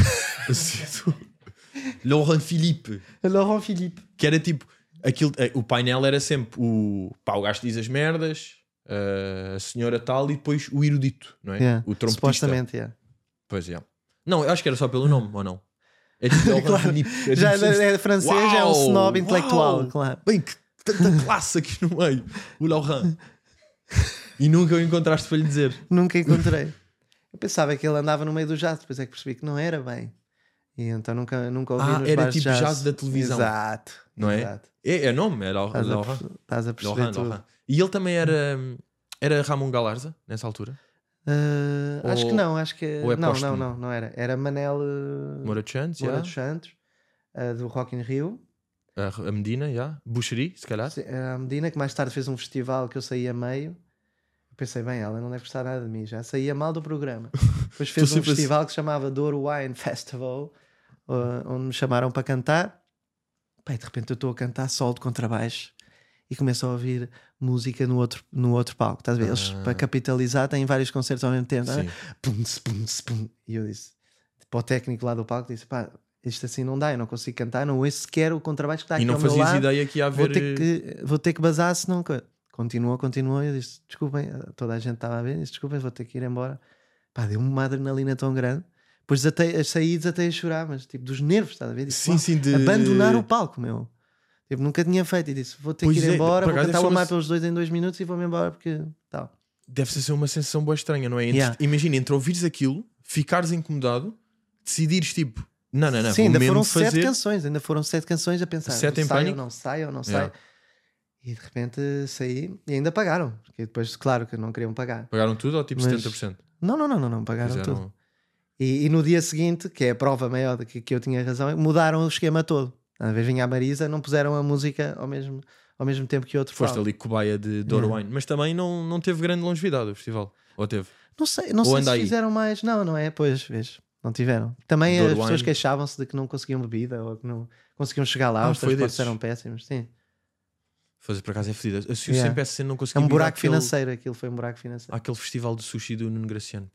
Laurent Philippe. Laurent Philippe. Que era tipo, aquilo, o painel era sempre o gajo diz as merdas, a senhora tal e depois o erudito, não é? O trompetista. Supostamente, Pois é. Não, eu acho que era só pelo nome, ou não? É tipo claro. Já é francês, uau, é um snob intelectual, uau, claro. Bem, que tanta classe aqui no meio. O Laurent. E nunca o encontraste para lhe dizer? Nunca encontrei. Eu pensava que ele andava no meio do jazz, depois é que percebi que não era bem. E então nunca ouvi nos era bares tipo jazz da televisão. Exato. Não é? Exato. É nome, era Laurent. Estás a perceber tudo. E ele também era Ramon Galarza, nessa altura? Acho que não, acho que é não era. Era Manel Moura dos Santos, do Rock in Rio. A Medina, Buxeri, se calhar. A Medina, que mais tarde fez um festival que eu saí a meio. Eu pensei, bem, ela não deve gostar nada de mim, já saía mal do programa. Depois fez um festival que se chamava Douro Wine Festival, onde me chamaram para cantar. Pai, de repente eu estou a cantar solo de contrabaixo e começo a ouvir música no outro palco. Estás a ver? Eles, para capitalizar, têm vários concertos ao mesmo tempo. Pum, pum, pum. E eu disse, para o técnico lá do palco, disse, pá, isto assim não dá, eu não consigo cantar, não ouço sequer o contrabaixo que está aqui ao meu lado. E não fazias ideia que ia haver... Vou ter que bazar, senão... Continuou, eu disse, desculpem, toda a gente estava a ver, disse, desculpem, vou ter que ir embora. Pá, deu-me uma adrenalina tão grande. Depois saí desatei a chorar, mas tipo, dos nervos, estás a ver? Disse, sim, abandonar o palco, meu. Tipo, nunca tinha feito, e disse, vou ter que ir embora, vou cantar o mais pelos 2 em 2 minutos e vou-me embora, porque tal. Deve ser uma sensação boa estranha, não é? Imagina, entre ouvires aquilo, ficares incomodado, decidires tipo, não. Sim, ainda foram 7 canções a pensar, sai ou não sai. E de repente saí e ainda pagaram, porque depois, claro que não queriam pagar. Pagaram tudo ou tipo 70%? Não, pagaram tudo. E no dia seguinte, que é a prova maior de que eu tinha razão, mudaram o esquema todo. Às vezes vinha a Marisa, não puseram a música ao mesmo tempo que outro. Foste ali cobaia de Douro Wine, mas também não teve grande longevidade o festival, ou teve? Não sei se fizeram mais. Não é? Pois, vês, não tiveram. Também as pessoas queixavam-se de que não conseguiam bebida ou que não conseguiam chegar lá, os transportes eram péssimos. Sim. Fazer por acaso é fedido. Se o CPSC não conseguiu. É um buraco financeiro, aquilo foi um buraco financeiro. Aquele festival de sushi do Nuno Graciano.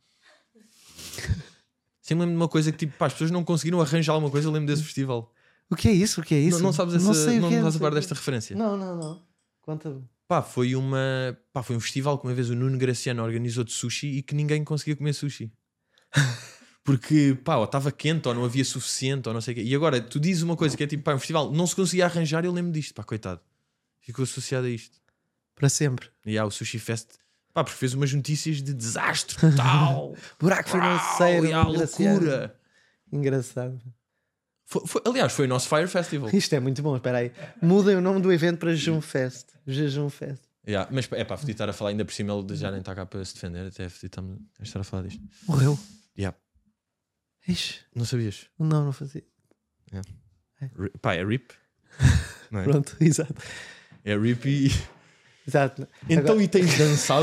Sempre lembro de uma coisa que tipo, pá, as pessoas não conseguiram arranjar alguma coisa. Eu lembro desse festival. O que é isso? Não sabes essa, não estás a par desta referência? Não. Conta-me. Foi um festival que uma vez o Nuno Graciano organizou de sushi e que ninguém conseguia comer sushi. Porque, ou estava quente, ou não havia suficiente, ou não sei o quê. E agora, tu dizes uma coisa que é tipo, um festival, não se conseguia arranjar, eu lembro disto, coitado. Ficou associado a isto. Para sempre. E o Sushi Fest, porque fez umas notícias de desastre total. Buraco financeiro. Loucura. Engraçado. Aliás, foi o nosso Fire Festival. Isto é muito bom, espera aí. Mudem o nome do evento para Jejum Fest. Mas é para a estar a falar, ainda por cima ele já nem está cá para se defender. Até estamos a estar a falar disto. Morreu? Ixi. Não sabias? Não fazia. É RIP. Não é? Pronto, exato. É RIP e... Exato. Então, agora... e tens dançado?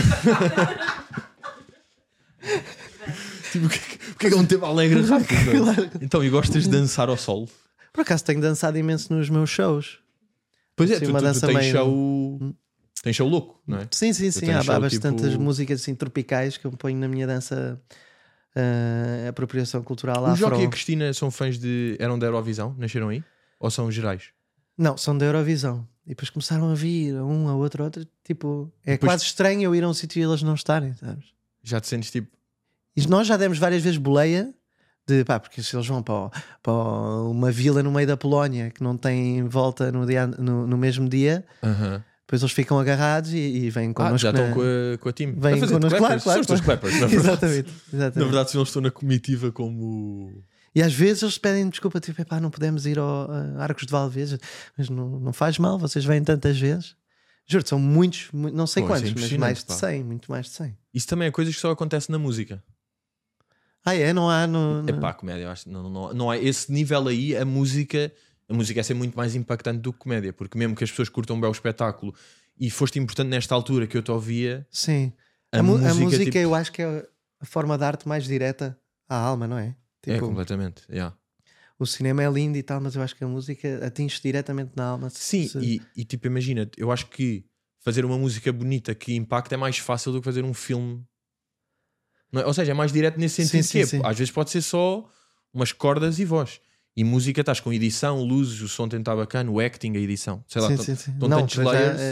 Tipo, porque é que é um tema alegre rápido? Claro. Então, e gostas de dançar ao sol? Por acaso tenho dançado imenso nos meus shows. Pois é, tu tens show... Tens show louco, não é? Sim. Há bastantes músicas assim, tropicais que eu ponho na minha dança apropriação cultural afro. O Joque e a Cristina são fãs eram da Eurovisão? Nasceram aí? Ou são gerais? Não, são da Eurovisão. E depois começaram a vir a outro. Tipo, depois... quase estranho eu ir a um sítio e eles não estarem, sabes? Já te sentes tipo... E nós já demos várias vezes boleia porque se eles vão para uma vila no meio da Polónia que não tem volta no mesmo dia, depois eles ficam agarrados e vêm connosco. Já estão com a time. Vêm connosco, claro. São os teus clappers, na verdade. Exatamente. Na verdade, se eles estão na comitiva como... E às vezes eles pedem desculpa, tipo, não podemos ir ao Arcos de Valdevez, mas não faz mal, vocês vêm tantas vezes. Juro, são muitos, não sei quantos, mas mais de 100, muito mais de 100. Isso também é coisas que só acontece na música. Não há comédia, eu acho, não há esse nível aí. A música é ser muito mais impactante do que comédia, porque mesmo que as pessoas curtam um belo espetáculo e foste importante nesta altura que eu te ouvia. Sim, a música tipo... eu acho que é a forma de arte mais direta à alma, não é? Tipo, completamente. O cinema é lindo e tal, mas eu acho que a música atinge diretamente na alma. Sim, e tipo, imagina, eu acho que fazer uma música bonita que impacta é mais fácil do que fazer um filme. Não é? Ou seja, é mais direto nesse sentido. Sim. Às vezes pode ser só umas cordas e voz. E música estás com edição, luzes, o som tem que estar bacana, o acting, a edição. Sei lá, estão tantos layers.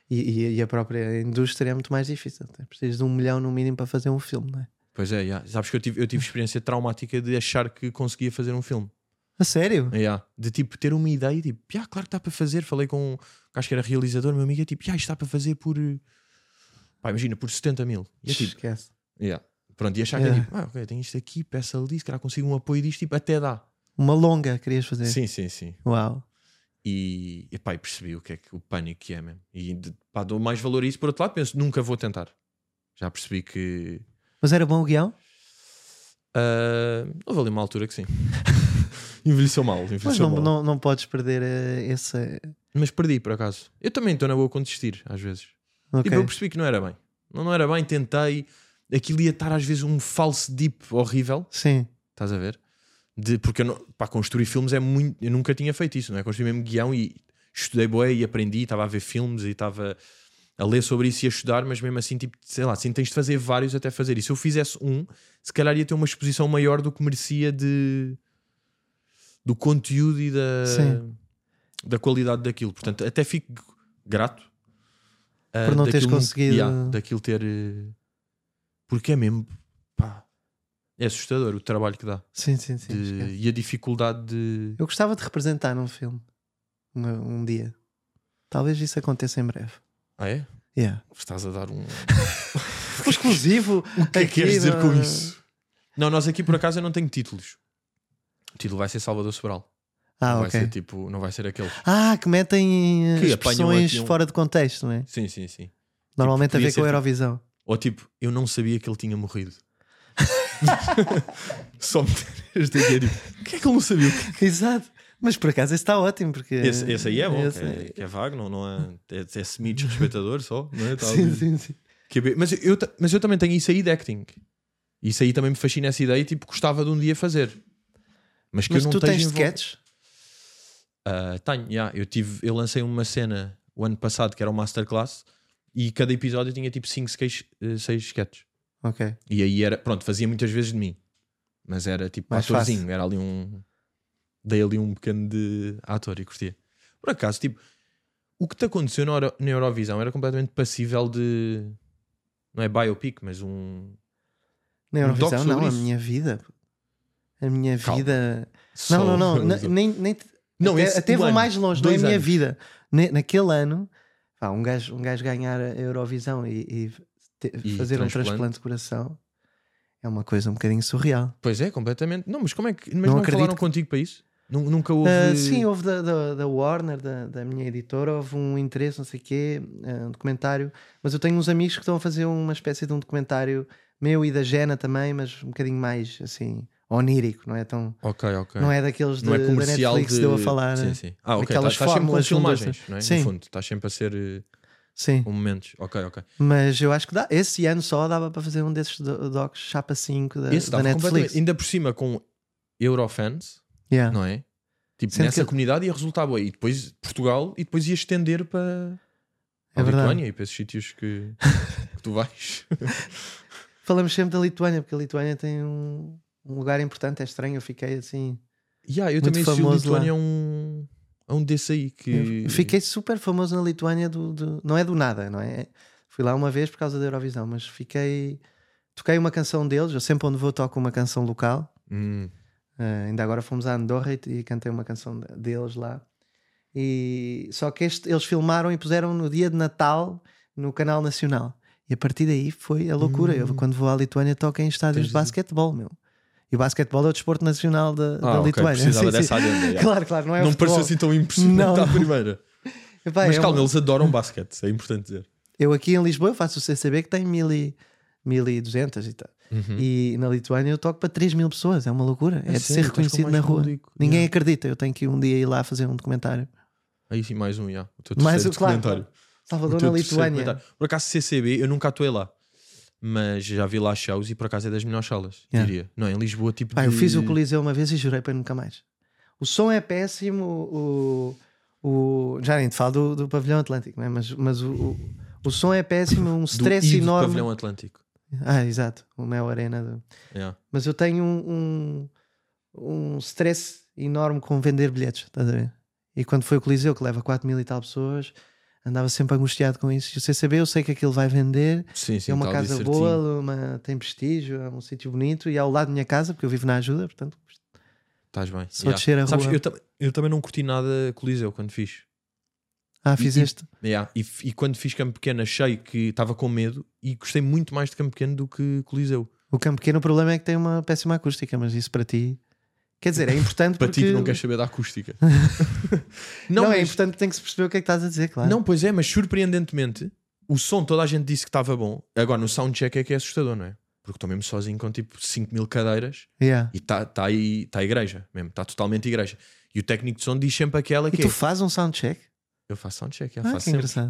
E a própria indústria é muito mais difícil. Precisas de 1 milhão no mínimo para fazer um filme, não é? Pois é, yeah. Sabes que eu tive experiência traumática de achar que conseguia fazer um filme. A sério? Yeah. De tipo ter uma ideia e tipo, claro que está para fazer. Falei com um acho que era realizador, meu amigo, é tipo, isto está para fazer por imagina, por 70 mil. E é tipo, esquece. Yeah. Pronto, e achar que é tipo, ok, tenho isto aqui, peço ali, se calhar consigo um apoio disto, tipo, até dá. Uma longa querias fazer? Sim. Uau. E percebi o que é que o pânico que é mesmo. E dou mais valor a isso. Por outro lado, penso, nunca vou tentar. Já percebi que. Mas era bom o guião? Houve ali uma altura que sim. Envelheceu mal. Mas não podes perder esse. Mas perdi, por acaso. Eu também estou na boa com desistir, às vezes. Okay. Tipo, eu percebi que não era bem. Não era bem, tentei. Aquilo ia estar às vezes um falso deep horrível. Sim. Estás a ver? Porque para construir filmes é muito. Eu nunca tinha feito isso, não é? Construí mesmo guião e estudei bué e aprendi, estava a ver filmes e estava a ler sobre isso e a estudar, mas mesmo assim, tipo, sei lá, assim tens de fazer vários até fazer isso. Se eu fizesse se calhar ia ter uma exposição maior do que merecia do conteúdo e da qualidade daquilo. Portanto, até fico grato por não teres conseguido daquilo ter. Porque é mesmo. Pá, é assustador o trabalho que dá. Sim. E a dificuldade de. Eu gostava de representar num filme um dia. Talvez isso aconteça em breve. Ah, é? Yeah. Estás a dar um exclusivo. O que é que queres dizer com isso? Não, nós aqui por acaso eu não tenho títulos. O título vai ser Salvador Sobral. Não vai ser tipo, não vai ser aquele. Que metem expressões fora de contexto, não é? Sim. Normalmente tipo, a ver com a Eurovisão. Ou tipo, eu não sabia que ele tinha morrido. Só meter este aqui é tipo, o que é que ele não sabia? Exato. Mas por acaso esse está ótimo porque esse aí é bom, que é vago, não é semi-desrespeitador só, não é? Sim. Mas eu também tenho isso aí de acting. Isso aí também me fascina essa ideia e tipo, gostava de um dia fazer. Mas eu não tu tens sketches? Tenho, eu lancei uma cena o ano passado que era um masterclass e cada episódio tinha tipo 5, 6 sketches. Ok. E aí era, pronto, fazia muitas vezes de mim, mas era tipo atorzinho, era ali dei ali um pequeno de ator e curtia. Por acaso, tipo, o que te aconteceu na Eurovisão era completamente passível de, não é biopic, mas na Eurovisão não, a minha vida. A minha vida. Não. Nem até vou mais longe, não é a minha vida. Naquele ano, um gajo ganhar a Eurovisão e fazer um transplante de coração é uma coisa um bocadinho surreal. Pois é, completamente. Não, mas como é que. Mas não falaram contigo para isso? Nunca houve. Sim, houve da Warner, da minha editora, houve um interesse, não sei o quê, um documentário. Mas eu tenho uns amigos que estão a fazer uma espécie de um documentário meu e da Jenna também, mas um bocadinho mais assim, onírico, não é tão. Ok. Não é daqueles não é comercial da Netflix que deu a falar. Sim. Ok, aquelas estás sempre com fórmulas filmagens, não é? Sim. No fundo, estás sempre a ser. Sim. Momentos. Ok. Mas eu acho que esse ano só dava para fazer um desses docs Chapa 5 da Netflix. Ainda por cima com Eurofans, não é? Tipo, sendo nessa comunidade ia resultar bem. E depois Portugal, e depois ia estender para a Lituânia e para esses sítios que tu vais. Falamos sempre da Lituânia, porque a Lituânia tem um lugar importante. É estranho, eu fiquei assim. Eu também assisti a Lituânia a um desse aí que. Eu fiquei super famoso na Lituânia não é do nada, não é? Fui lá uma vez por causa da Eurovisão, mas toquei uma canção deles. Eu sempre onde vou toco uma canção local. Ainda agora fomos a Andorra e cantei uma canção deles lá. Só que eles filmaram e puseram no dia de Natal no canal nacional. E a partir daí foi a loucura. Eu quando vou à Lituânia toco em estádios de basquetebol, meu. E o basquetebol é o desporto nacional da Lituânia. Precisava dessa agenda. Claro, não é. Não pareceu assim tão impressionante à primeira. Mas calma, eles adoram basquete, é importante dizer. Eu aqui em Lisboa eu faço o CCB que tem 1.200 e tal. E na Lituânia eu toco para 3.000 pessoas. É uma loucura. É de ser reconhecido na rua. Ninguém acredita. Eu tenho que um dia ir lá fazer um documentário. Aí sim, mais um, o teu mais terceiro documentário. Claro. Salvador na Lituânia. Por acaso CCB eu nunca atuei lá, mas já vi lá shows e por acaso é das melhores salas, diria. Não, em Lisboa tipo eu fiz o Coliseu uma vez e jurei para nunca mais. O som é péssimo. Já nem te falo do Pavilhão Atlântico, não é? Mas o som é péssimo, um stress enorme. Do Pavilhão Atlântico. Exato, o Mel Arena. Mas eu tenho um stress enorme com vender bilhetes, estás a ver? E quando foi o Coliseu, que leva 4.000 e tal pessoas, andava sempre angustiado com isso. E o CCB eu sei que aquilo vai vender, Sim, é uma casa boa, tem prestígio, é um sítio bonito e é ao lado da minha casa, porque eu vivo na Ajuda, portanto estás bem. Só descer a rua. Sabes, eu também não curti nada Coliseu quando fiz. Fizeste? E quando fiz Campo Pequeno achei que estava com medo e gostei muito mais de Campo Pequeno do que Coliseu. O Campo Pequeno, o problema é que tem uma péssima acústica, mas isso para ti... Quer dizer, é importante para porque... ti que não queres saber da acústica. não, é importante que tem que se perceber o que é que estás a dizer, claro. Não, pois é, mas surpreendentemente o som toda a gente disse que estava bom. Agora no soundcheck é que é assustador, não é? Porque estou mesmo sozinho com tipo 5.000 cadeiras e está aí a igreja mesmo, está totalmente igreja. E o técnico de som diz sempre aquela que tu fazes um soundcheck? Eu faço soundcheck, que faço engraçado.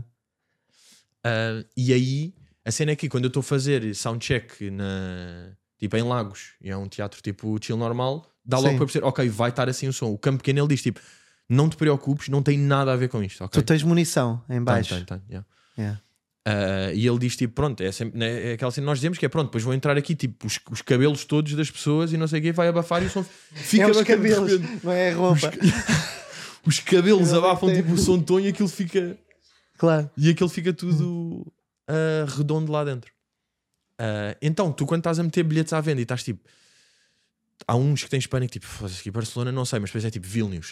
E aí a cena é que quando eu estou a fazer soundcheck tipo em Lagos, e é um teatro tipo chill normal, dá logo para perceber, ok, vai estar assim o som. O Campo Pequeno ele diz tipo, não te preocupes, não tem nada a ver com isto, okay? Tu tens munição em baixo. Tem, yeah. E ele diz tipo, pronto, é sempre, né, é aquela cena que nós dizemos que é pronto, depois vão entrar aqui tipo os cabelos todos das pessoas e não sei o quê, vai abafar e o som fica os cabelos, não é a roupa. Os cabelos abafam tipo o som de tom e aquilo fica... Claro. E aquilo fica tudo redondo lá dentro. Então, tu quando estás a meter bilhetes à venda e estás tipo... Há uns que tens pânico, tipo, aqui Barcelona não sei, mas depois é tipo Vilnius.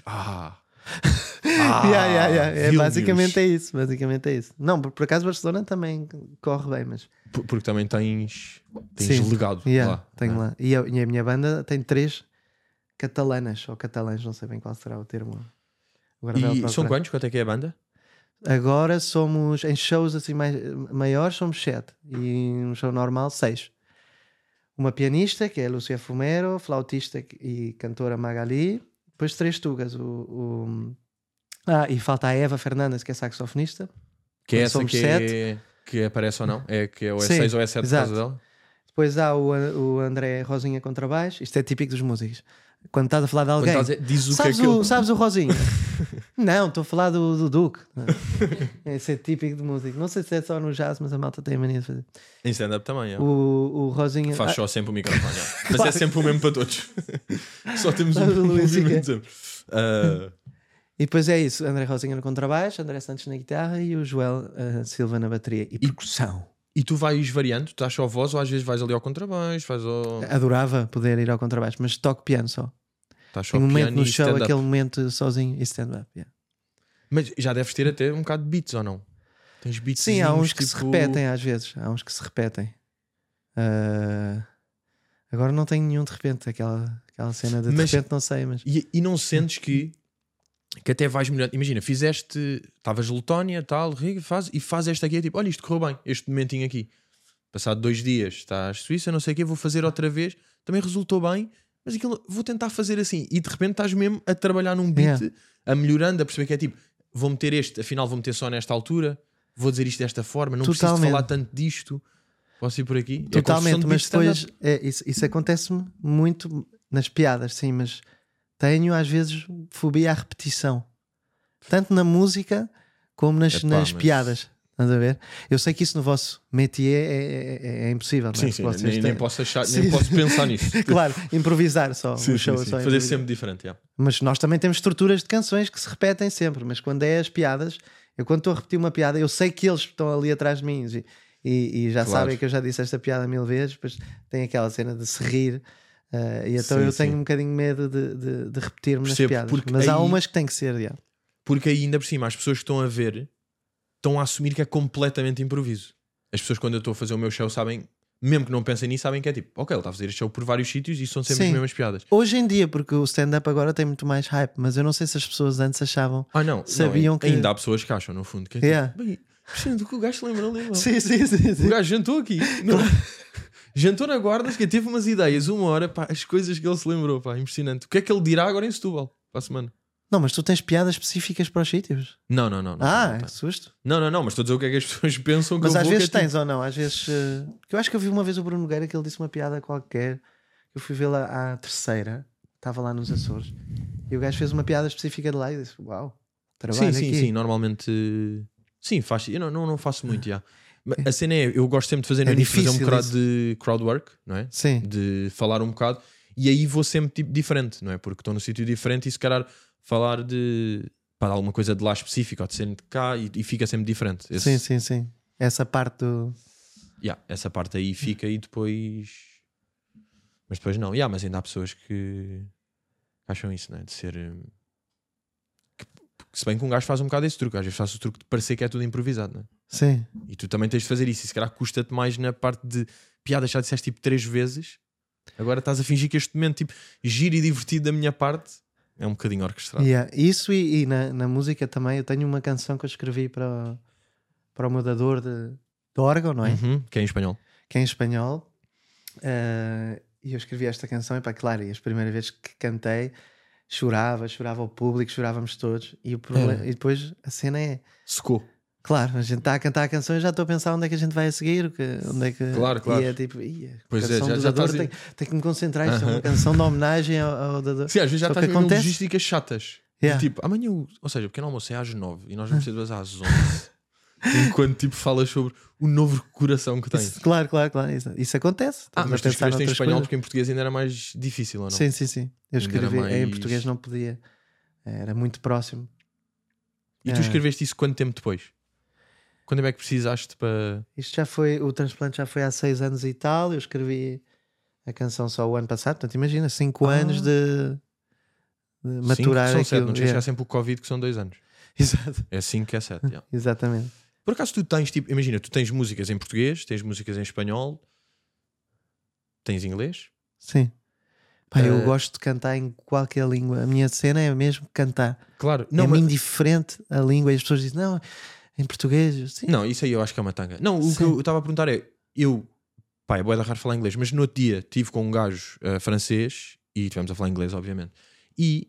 Basicamente é isso. Não, por acaso Barcelona também corre bem, mas... Porque também tens legado lá. Tenho lá. E a minha banda tem 3 catalanas, ou catalãs, não sei bem qual será o termo. E são quantos? Quanto é que é a banda? Agora somos, em shows assim maiores, somos 7. E um show normal, 6. Uma pianista, que é a Lúcia Fumero, flautista e cantora Magali, depois 3 tugas. E falta a Eva Fernandes, que é saxofonista. Que é essa que aparece ou não? É que é o E6 ou E7 por causa dela? Depois há o André Rosinha contrabaixo. Isto é típico dos músicos. Quando estás a falar de alguém, sabes o Rosinha? Não, estou a falar do Duque. Esse é típico de músico. Não sei se é só no jazz, mas a malta tem a mania de fazer. Em stand-up também, o Rosinha faz só sempre o microfone, mas claro. É sempre o mesmo para todos. Só temos um movimento sempre. E depois é isso: André Rosinha no contrabaixo, André Santos na guitarra e o Joel Silva na bateria e percussão. E tu vais variando? Tu estás só voz ou às vezes vais ali ao contrabaixo? Adorava poder ir ao contrabaixo, mas toco piano só. Tem um momento no show, aquele momento sozinho e stand-up. Mas já deves ter até um bocado de beats ou não? Tens beats? Sim, há uns que se repetem às vezes. Agora não tenho nenhum de repente. Aquela cena de repente não sei. Mas... E não sentes que até vais melhor? Imagina, estavas Letónia, tal, faz esta aqui, é tipo, olha, isto correu bem, este momentinho aqui. Passado 2 dias estás Suíça, não sei o quê, vou fazer outra vez, também resultou bem, mas aquilo vou tentar fazer assim. E de repente estás mesmo a trabalhar num beat, a melhorando, a perceber que é tipo, vou meter este, afinal vou meter só nesta altura, vou dizer isto desta forma, não preciso de falar tanto disto, posso ir por aqui. Totalmente, mas depois isso acontece-me muito nas piadas, sim, mas tenho às vezes fobia à repetição, tanto na música como nas piadas. Estás a ver? Eu sei que isso no vosso métier é impossível. Sim, nem posso achar, nem posso pensar nisso. Claro, improvisar só. Sim, show sim. Só fazer sempre diferente. Mas nós também temos estruturas de canções que se repetem sempre. Mas quando é as piadas, eu quando estou a repetir uma piada, eu sei que eles estão ali atrás de mim e já sabem que eu já disse esta piada 1000 vezes. Depois tem aquela cena de se rir. E então eu tenho um bocadinho medo de repetir-me nas piadas. Mas há umas que têm que ser. Porque aí ainda por cima, as pessoas que estão a ver estão a assumir que é completamente improviso. As pessoas, quando eu estou a fazer o meu show, sabem, mesmo que não pensem nisso, sabem que é tipo, ok, ele está a fazer este show por vários sítios e são sempre as mesmas piadas. Hoje em dia, porque o stand-up agora tem muito mais hype, mas eu não sei se as pessoas antes achavam. Sabiam que. Ainda há pessoas que acham, no fundo, que é tipo, bem, do que o gajo se lembra, não lembra. Sim. O gajo jantou aqui. Jantou na Guardas, que teve umas ideias, 1 hora, pá, as coisas que ele se lembrou, pá, impressionante. O que é que ele dirá agora em Setúbal, para a semana? Não, mas tu tens piadas específicas para os sítios? Não. Que susto. Não, mas estou a dizer o que é que as pessoas pensam que mas eu às vou. Vezes tens ou não, às vezes. Eu acho que eu vi uma vez o Bruno Nogueira que ele disse uma piada qualquer. Eu fui vê-la à terceira, estava lá nos Açores, e o gajo fez uma piada específica de lá e disse: uau, trabalho aqui. Sim, normalmente. Sim, faz. Eu não faço muito já. A cena é, eu gosto sempre de fazer no início, fazer um bocado de crowdwork, não é? Sim. De falar um bocado, e aí vou sempre tipo diferente, não é? Porque estou num sítio diferente e se calhar falar de para alguma coisa de lá específica ou de ser de cá e fica sempre diferente. Sim. Essa parte do... Essa parte aí fica e depois... Mas depois não. Mas ainda há pessoas que acham isso, né? De ser... Se bem que um gajo faz um bocado esse truque. Às vezes faz o truque de parecer que é tudo improvisado, né? Sim. E tu também tens de fazer isso. E se calhar custa-te mais na parte de piadas, já disseste tipo 3 vezes. Agora estás a fingir que este momento tipo giro e divertido da minha parte é um bocadinho orquestrado. Isso e na música também. Eu tenho uma canção que eu escrevi para o meu dador de órgão, não é? Que é em espanhol. Que é em espanhol. E eu escrevi esta canção e pá, claro, e as primeiras vezes que cantei chorava o público, chorávamos todos. E depois a cena é... Secou. Claro, a gente está a cantar a canção e já estou a pensar onde é que a gente vai a seguir, onde é que... Claro. E é tipo, pois a canção do dador, tem que me concentrar, isto é uma canção de homenagem ao dador. Sim, às vezes já estás com logísticas chatas. Yeah. Tipo, amanhã, ou seja, o pequeno almoço é às 9 e nós vamos ter 2 às 11. Enquanto tipo falas sobre o novo coração que tens. Claro. Isso acontece. Mas tu escreveste em espanhol porque em português ainda era mais difícil, ou não? Sim. Eu escrevi em português, não podia. Era muito próximo. E tu escreveste isso quanto tempo depois? Quando é que precisaste para... Isto já foi, o transplante já foi há 6 anos e tal. Eu escrevi a canção só o ano passado. Portanto, imagina, 5 anos de maturar. 5 são 7, não chegar sempre o Covid, que são 2 anos. Exato. É 5 que é 7. Exatamente. Por acaso tu tens, tipo, imagina, tu tens músicas em português, tens músicas em espanhol, tens inglês? Sim. Pá, eu gosto de cantar em qualquer língua. A minha cena é mesmo cantar. Claro. Não, é indiferente a língua. E as pessoas dizem, não, em português. Sim. Não, isso aí eu acho que é uma tanga. Não, o que eu estava a perguntar é, é bué de raro falar inglês, mas no outro dia estive com um gajo francês e estivemos a falar inglês, obviamente. E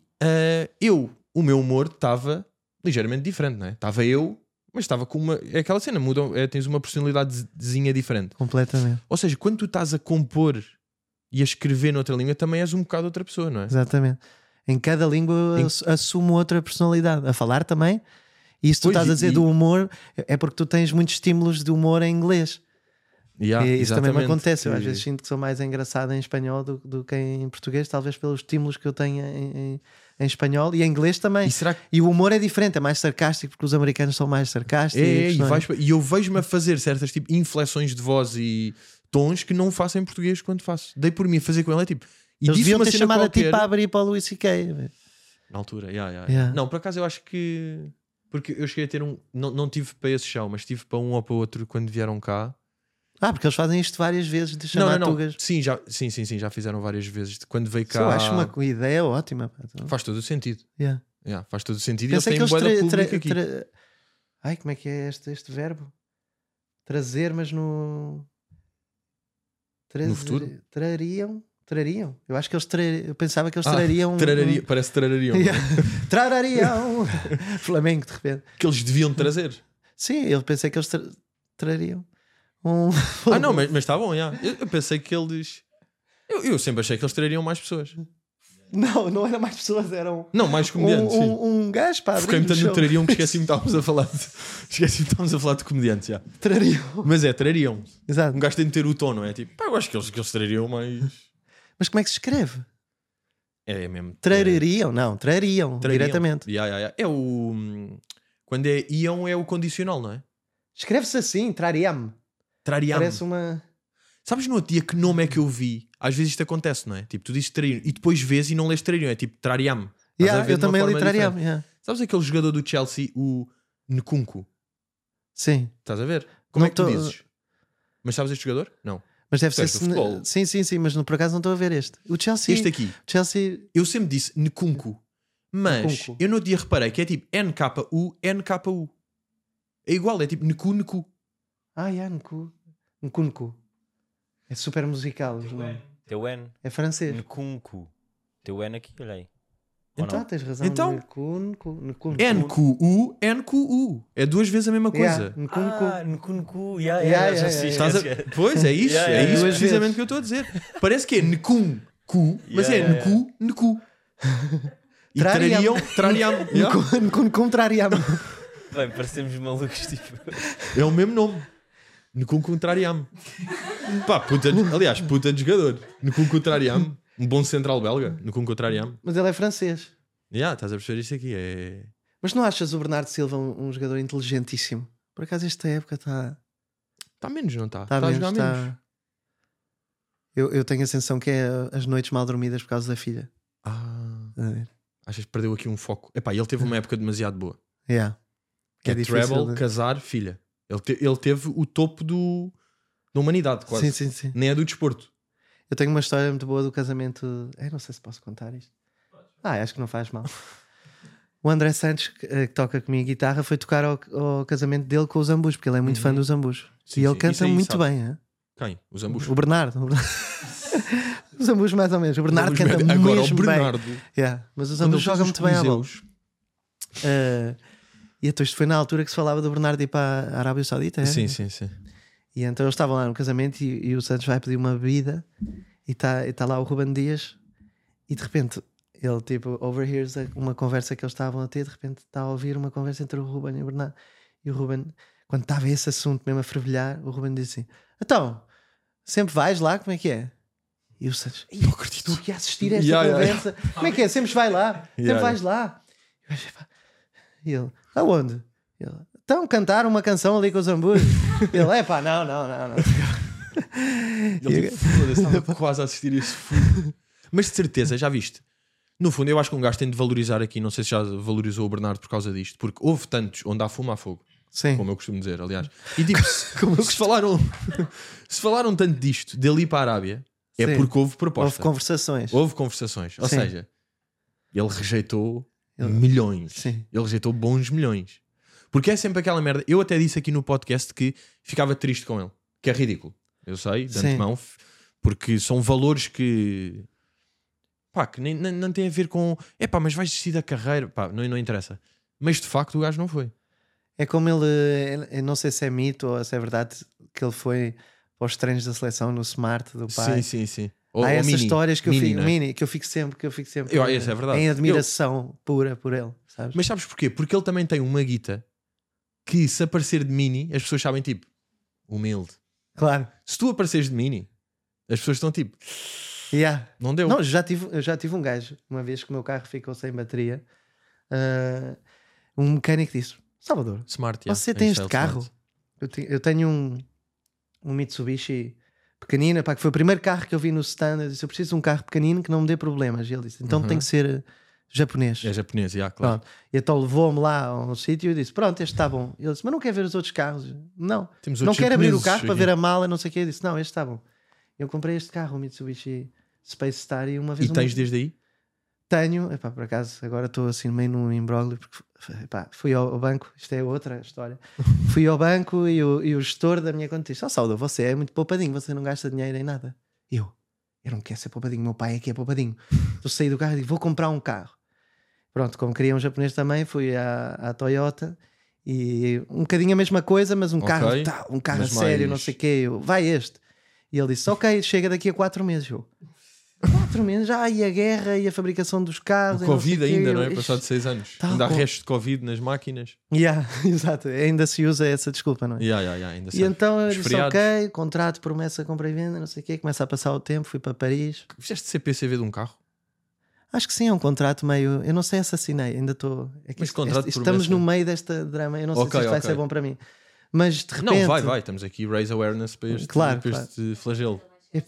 o meu humor estava ligeiramente diferente, não é? Estava eu... Mas estava com uma... É aquela cena, tens uma personalidadezinha diferente. Completamente. Ou seja, quando tu estás a compor e a escrever noutra língua, também és um bocado outra pessoa, não é? Exatamente. Em cada língua assumo outra personalidade. A falar também. E se tu estás a dizer do humor, é porque tu tens muitos estímulos de humor em inglês. E isso também me acontece. Eu às vezes sinto que sou mais engraçado em espanhol do que em português, talvez pelos estímulos que eu tenho em espanhol e em inglês também. E o humor é diferente, é mais sarcástico porque os americanos são mais sarcásticos. E eu vejo-me a fazer certas tipo inflexões de voz e tons que não faço em português quando faço. Dei por mim a fazer com ela tipo. E eles deviam ter chamado qualquer... a tipo a abrir para o Luís C.K. Na altura, Não, por acaso eu acho que. Porque eu cheguei a ter um. Não tive para esse show, mas tive para um ou para outro quando vieram cá. Porque eles fazem isto várias vezes de chamar tugas. Sim, já fizeram várias vezes. Quando veio cá. Eu acho uma ideia ótima. Faz todo o sentido. Faz todo o sentido. Pensei e eles têm um público aqui. Ai, como é que é este verbo? Trazer, mas no futuro? Trariam. Eu acho que eles eu pensava que eles trariam. Parece trarariam. Trarariam. Flamengo, de repente. Que eles deviam trazer. Sim, eu pensei que eles trariam. Não, mas está bom, eu pensei que eles... Eu sempre achei que eles trariam mais pessoas. Não eram mais pessoas, eram... Não, mais comediantes, um gajo para abrir. Fiquei-me tanto no trariam que esqueci-me que estávamos a falar de comediantes, Trariam. Mas trariam. Exato. Um gajo tem de ter o tom, não é? Tipo, eu acho que eles trariam mais... Mas como é que se escreve? É mesmo. Trariam, não, trariam. Diretamente. É o... Quando é iam é o condicional, não é? Escreve-se assim, trariam. Parece uma... Sabes no outro dia que nome é que eu vi? Às vezes isto acontece, não é? Tipo, tu dizes trariam e depois vês e não lês trariam. É tipo trariam. Eu também li trariam. Sabes aquele jogador do Chelsea, o Nkunku? Sim. Estás a ver? Como é que tu dizes? Mas sabes este jogador? Não. Mas deve ser... Sim, mas por acaso não estou a ver este. O Chelsea... Este aqui. Chelsea... Eu sempre disse Nkunku. Mas eu no outro dia reparei que é tipo NKU, NKU. É igual, é tipo Nku. Nkunku. É super musical. Teu N. É francês. Nkunku. Teu N aqui, olha aí. Então, tens razão. Então, Nkunku. NQU. É 2 vezes a mesma coisa. Nkunku. Pois, é isso. É isso precisamente que eu estou a dizer. Parece que é Nkunku, mas é Nku. E trariam. Nkunku trariam. Bem, parecemos malucos, tipo. É o mesmo nome. Nkunku trariam. Pá, puta de jogador. Nkunku trariam. Um bom central belga. Nkunku trariam. Mas ele é francês. Estás a perceber isto aqui? Mas não achas o Bernardo Silva um jogador inteligentíssimo? Por acaso esta época está... Está menos, não está? Está Está a menos, jogar menos. Eu tenho a sensação que é as noites mal dormidas por causa da filha. Achas que perdeu aqui um foco? Epá, ele teve uma época demasiado boa. Yeah. Que é treble, casar, filha. Ele teve o topo da humanidade, quase. Sim. Nem é do desporto. Eu tenho uma história muito boa do casamento. Eu não sei se posso contar isto. Acho que não faz mal. O André Santos, que toca comigo guitarra, foi tocar ao casamento dele com o Zambus, porque ele é muito fã do Zambus. Sim, e ele sim. canta muito bem. Hein? Quem? O Zambus? O Bernardo. O Zambus mais ou menos. O Bernardo canta agora, mesmo o Bernardo, bem. Yeah. Mas o Zambus joga muito bem à bola. E então isto foi na altura que se falava do Bernardo ir para a Arábia Saudita. Sim. E então eles estavam lá no casamento e o Santos vai pedir uma bebida e está lá o Ruben Dias e de repente ele tipo overhears uma conversa que eles estavam a ter. De repente está a ouvir uma conversa entre o Ruben e o Bernardo. E o Ruben, quando estava esse assunto mesmo a fervilhar, o Ruben disse assim: então, sempre vais lá? Como é que é? E o Santos: não acredito, estou aqui a assistir a esta conversa. Como é que é? Sempre vai lá? Sempre vais lá? E ele: aonde? Ele: então, cantar uma canção ali com os Zambus. Ele: não. Ele estava quase a assistir isso. Mas de certeza, já viste? No fundo, eu acho que um gajo tem de valorizar aqui. Não sei se já valorizou o Bernardo por causa disto, porque houve tantos onde há fumo, há fogo. Sim. Como eu costumo dizer, aliás. E tipo, se falaram tanto disto, dele ir para a Arábia, é Sim. porque houve proposta. Houve conversações. Ou Sim. seja, ele rejeitou milhões. Sim. Ele rejeitou bons milhões. Porque é sempre aquela merda. Eu até disse aqui no podcast que ficava triste com ele, que é ridículo. Eu sei, de antemão, porque são valores que nem não tem a ver com mas vais desistir da carreira, não interessa. Mas de facto o gajo não foi. É como ele, eu não sei se é mito ou se é verdade, que ele foi para os treinos da seleção no Smart do pai. Sim. Há essas mini, histórias que mini, que eu fico sempre isso é verdade. em admiração pura por ele, sabes? Mas sabes porquê? Porque ele também tem uma guita que, se aparecer de mini, as pessoas sabem tipo humilde. Claro. Se tu apareceres de mini, as pessoas estão tipo não deu. Não, eu já tive um gajo, uma vez que o meu carro ficou sem bateria, um mecânico disse: Salvador, Smart, você tem este carro? Eu tenho um Mitsubishi pequenino, que foi o primeiro carro que eu vi no stand. Eu disse: eu preciso de um carro pequenino que não me dê problemas. E ele disse: então tem que ser japonês. É japonês, claro. Pronto. E então levou-me lá a um sítio e disse: pronto, este está bom. E ele disse: mas não quer ver os outros carros? Não, não quer abrir o carro para ver a mala, não sei o quê. Eu disse: não, este está bom. Eu comprei este carro, o Mitsubishi Space Star, e uma vez... E tens desde aí? Tenho, por acaso agora estou assim meio num imbróglio, porque fui ao banco, isto é outra história. Fui ao banco e o gestor da minha conta disse: Salvador, você é muito poupadinho, você não gasta dinheiro em nada. Eu não quero ser poupadinho, meu pai é que é poupadinho. Então saí do carro e digo: vou comprar um carro. Pronto, como queria um japonês também, fui à Toyota e um bocadinho a mesma coisa, mas um carro a sério, não sei o quê. Vai este. E ele disse: ok, chega daqui a 4 meses. 4 meses já, e a guerra e a fabricação dos carros. O Covid ainda, não é? Passado 6 anos. Ainda há restos de Covid nas máquinas. Exato, ainda se usa essa desculpa, não é? Ainda e então eu disse: ok, contrato, promessa, compra e venda, não sei o quê. Começa a passar o tempo, fui para Paris. Fizeste CPCV de um carro? Acho que sim, é um contrato meio... Eu não sei se assinei, ainda estou... Estamos no meio desta drama, eu não sei se isto vai ser bom para mim. Mas de repente... Não, vai, estamos aqui raise awareness para este, este flagelo.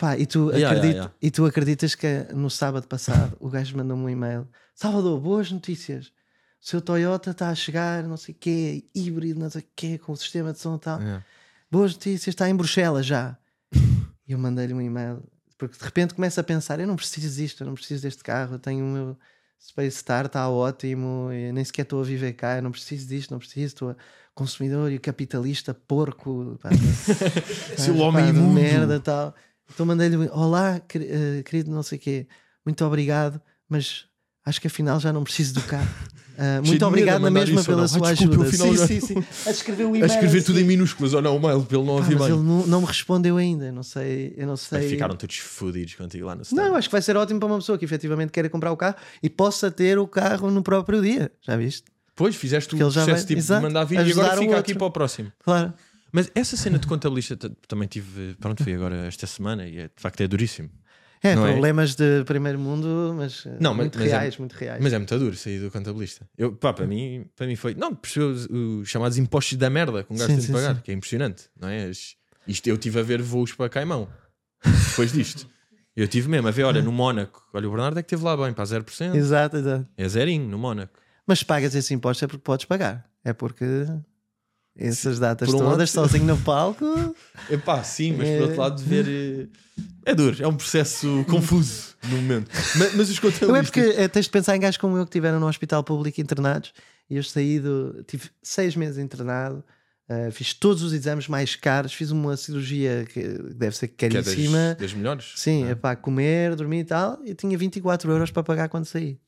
E tu acreditas que no sábado passado o gajo mandou-me um e-mail: Salvador, boas notícias, o seu Toyota está a chegar, não sei o quê, híbrido, não sei o quê, com o sistema de som e tal. Boas notícias, está em Bruxelas já. E eu mandei-lhe um e-mail, porque de repente começo a pensar: eu não preciso disto, eu não preciso deste carro, eu tenho o meu Space Star, está ótimo, eu nem sequer estou a viver cá, eu não preciso disto, não preciso, estou a consumidor e capitalista porco, seu homem imundo, merda, tal. Então mandei-lhe: olá, querido, não sei o quê, muito obrigado, mas acho que afinal já não preciso do carro. Muito obrigado na mesma pela sua ajuda. Sim. A escrever o e-mail. A escrever tudo em minúsculas ou não, o mail, pelo não ouvir bem. Mas ele não me respondeu ainda. Eu não sei. Ficaram todos fodidos contigo lá no stand. Não, acho que vai ser ótimo para uma pessoa que efetivamente queira comprar o carro e possa ter o carro no próprio dia. Já viste? Pois, fizeste o processo tipo de mandar vir e agora fica aqui para o próximo. Claro. Mas essa cena de contabilista também tive, fui agora esta semana e de facto é duríssimo. É, Não é? problemas de primeiro mundo, mas Não, muito mas reais, muito reais. Mas é muito duro sair do contabilista. Para mim foi. Não, percebeu os chamados impostos da merda que um gajo Sim, tem de sim, pagar, sim. que é impressionante, não é? Isto eu tive a ver voos para Caimão depois disto. Eu tive mesmo a ver, olha, no Mónaco, olha, o Bernardo é que esteve lá bem, para 0%. Exato, exato. É zerinho no Mónaco. Mas se pagas esse imposto é porque podes pagar. É porque essas datas Por um todas, lado, sozinho no palco. Epá, sim, mas por outro lado, ver. É duro, é um processo confuso no momento. Mas os Não é contabilistas. porque tens de pensar em gajos como eu que estiveram no hospital público internados e eu tive 6 meses internado, fiz todos os exames mais caros, fiz uma cirurgia que deve ser Que é caríssima. das melhores. Sim, não é? é para comer, dormir e tal, e tinha 24 euros para pagar quando saí.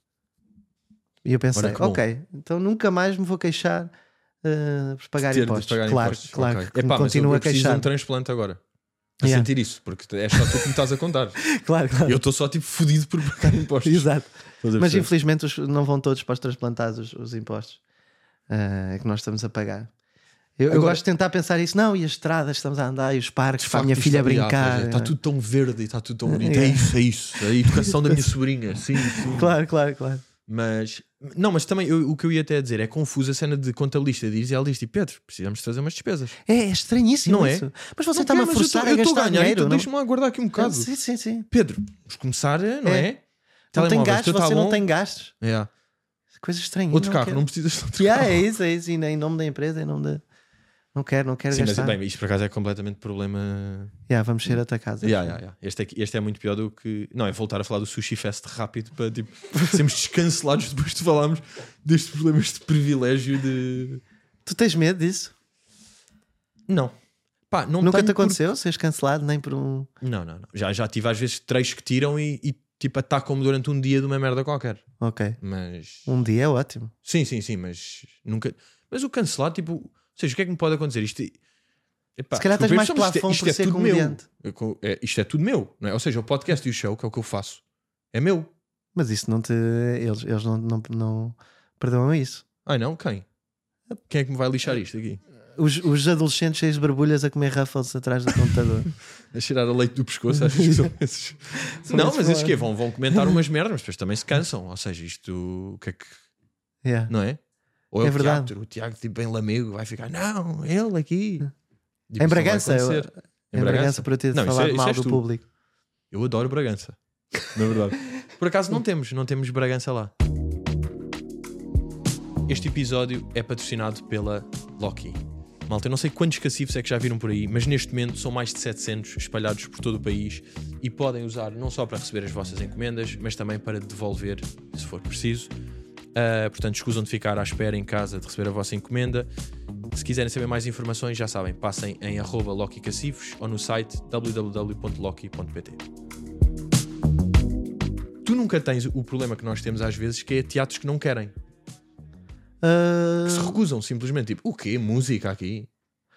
E eu pensei, Ora, que bom. ok, então nunca mais me vou queixar por pagar Ter de impostos. pagar Claro, impostos. claro, Ok. que Epá, me mas continuo eu a preciso de queixar. um transplante agora. A Yeah. sentir isso, porque é só tu que me estás a contar. Claro, claro. Eu estou só tipo fodido por pagar impostos. Exato. Estás a Mas perceber? infelizmente não vão todos para os transplantados os impostos que nós estamos a pagar. Eu Agora- gosto de tentar pensar isso. Não, e as estradas que estamos a andar, e os parques De para a facto, minha isto filha está- brincar. Está tudo tão verde e está tudo tão bonito. É. É isso. A educação da minha sobrinha. Sim, sim. Claro, claro, claro. Mas, não, mas também o que eu ia até dizer é confusa a cena de contabilista diz e ela diz tipo, Pedro, precisamos de fazer umas despesas. É estranhíssimo Não é? isso. Mas você Não está-me a quero, mas forçar eu a estou gastar ganhar, dinheiro. então não? deixa-me lá guardar aqui um bocado. Sim, sim, sim. Pedro, vamos começar, não é? Não tem Telemóveis, gastos, teu tá você não bom? tem gastos. É. Coisas estranhas. Outro carro, quero. não precisas de outro Yeah, carro. é isso. Em nome da empresa, em nome de. Não quero Sim, mas gastar. bem, isto por acaso é completamente problema. Vamos ser atacados. Este é muito pior do que. Não, é voltar a falar do Sushi Fest rápido para tipo sermos descancelados depois de falarmos destes problemas de privilégio de. Tu tens medo disso? Não. Pá, não Nunca tenho te aconteceu seres cancelado nem por um. Não. Já tive às vezes três que tiram e tipo atacam-me durante um dia de uma merda qualquer. Ok. Mas. Um dia é ótimo. Sim, mas nunca. Mas o cancelar, tipo. Ou seja, o que é que me pode acontecer? Epá, Se calhar tens desculpa, mais isto plafond por ser tudo comediante. meu. Isto é tudo meu, não é? Ou seja, o podcast e o show, que é o que eu faço, é meu. Mas isso não te. Eles não perdoam isso. Ai não? Quem? Quem é que me vai lixar isto aqui? Os adolescentes cheios de barbulhas a comer Ruffles atrás do computador. A cheirar a leite do pescoço, achas que são esses? Não, esses mas esses falar. que vão comentar umas merdas, mas depois também se cansam. Ou seja, isto. O que é que. Yeah. Não é? Ou É o verdade. Tiago, tipo bem lamego, vai ficar, não, ele aqui. Tipo, Em isso não vai Bragança, acontecer. Em Bragança, por eu ter Não, isso falado é- isso mal és do tu. público. Eu adoro Bragança, na verdade. Por acaso não temos Bragança lá. Este episódio é patrocinado pela Loki. Malta, eu não sei quantos cacifes é que já viram por aí, mas neste momento são mais de 700 espalhados por todo o país e podem usar não só para receber as vossas encomendas, mas também para devolver, se for preciso. Portanto, escusam de ficar à espera em casa de receber a vossa encomenda. Se quiserem saber mais informações, já sabem, passem em @LokiCacifes ou no site www.loki.pt. Tu nunca tens o problema que nós temos às vezes, que é teatros que não querem, que se recusam simplesmente, tipo, o quê? Música aqui?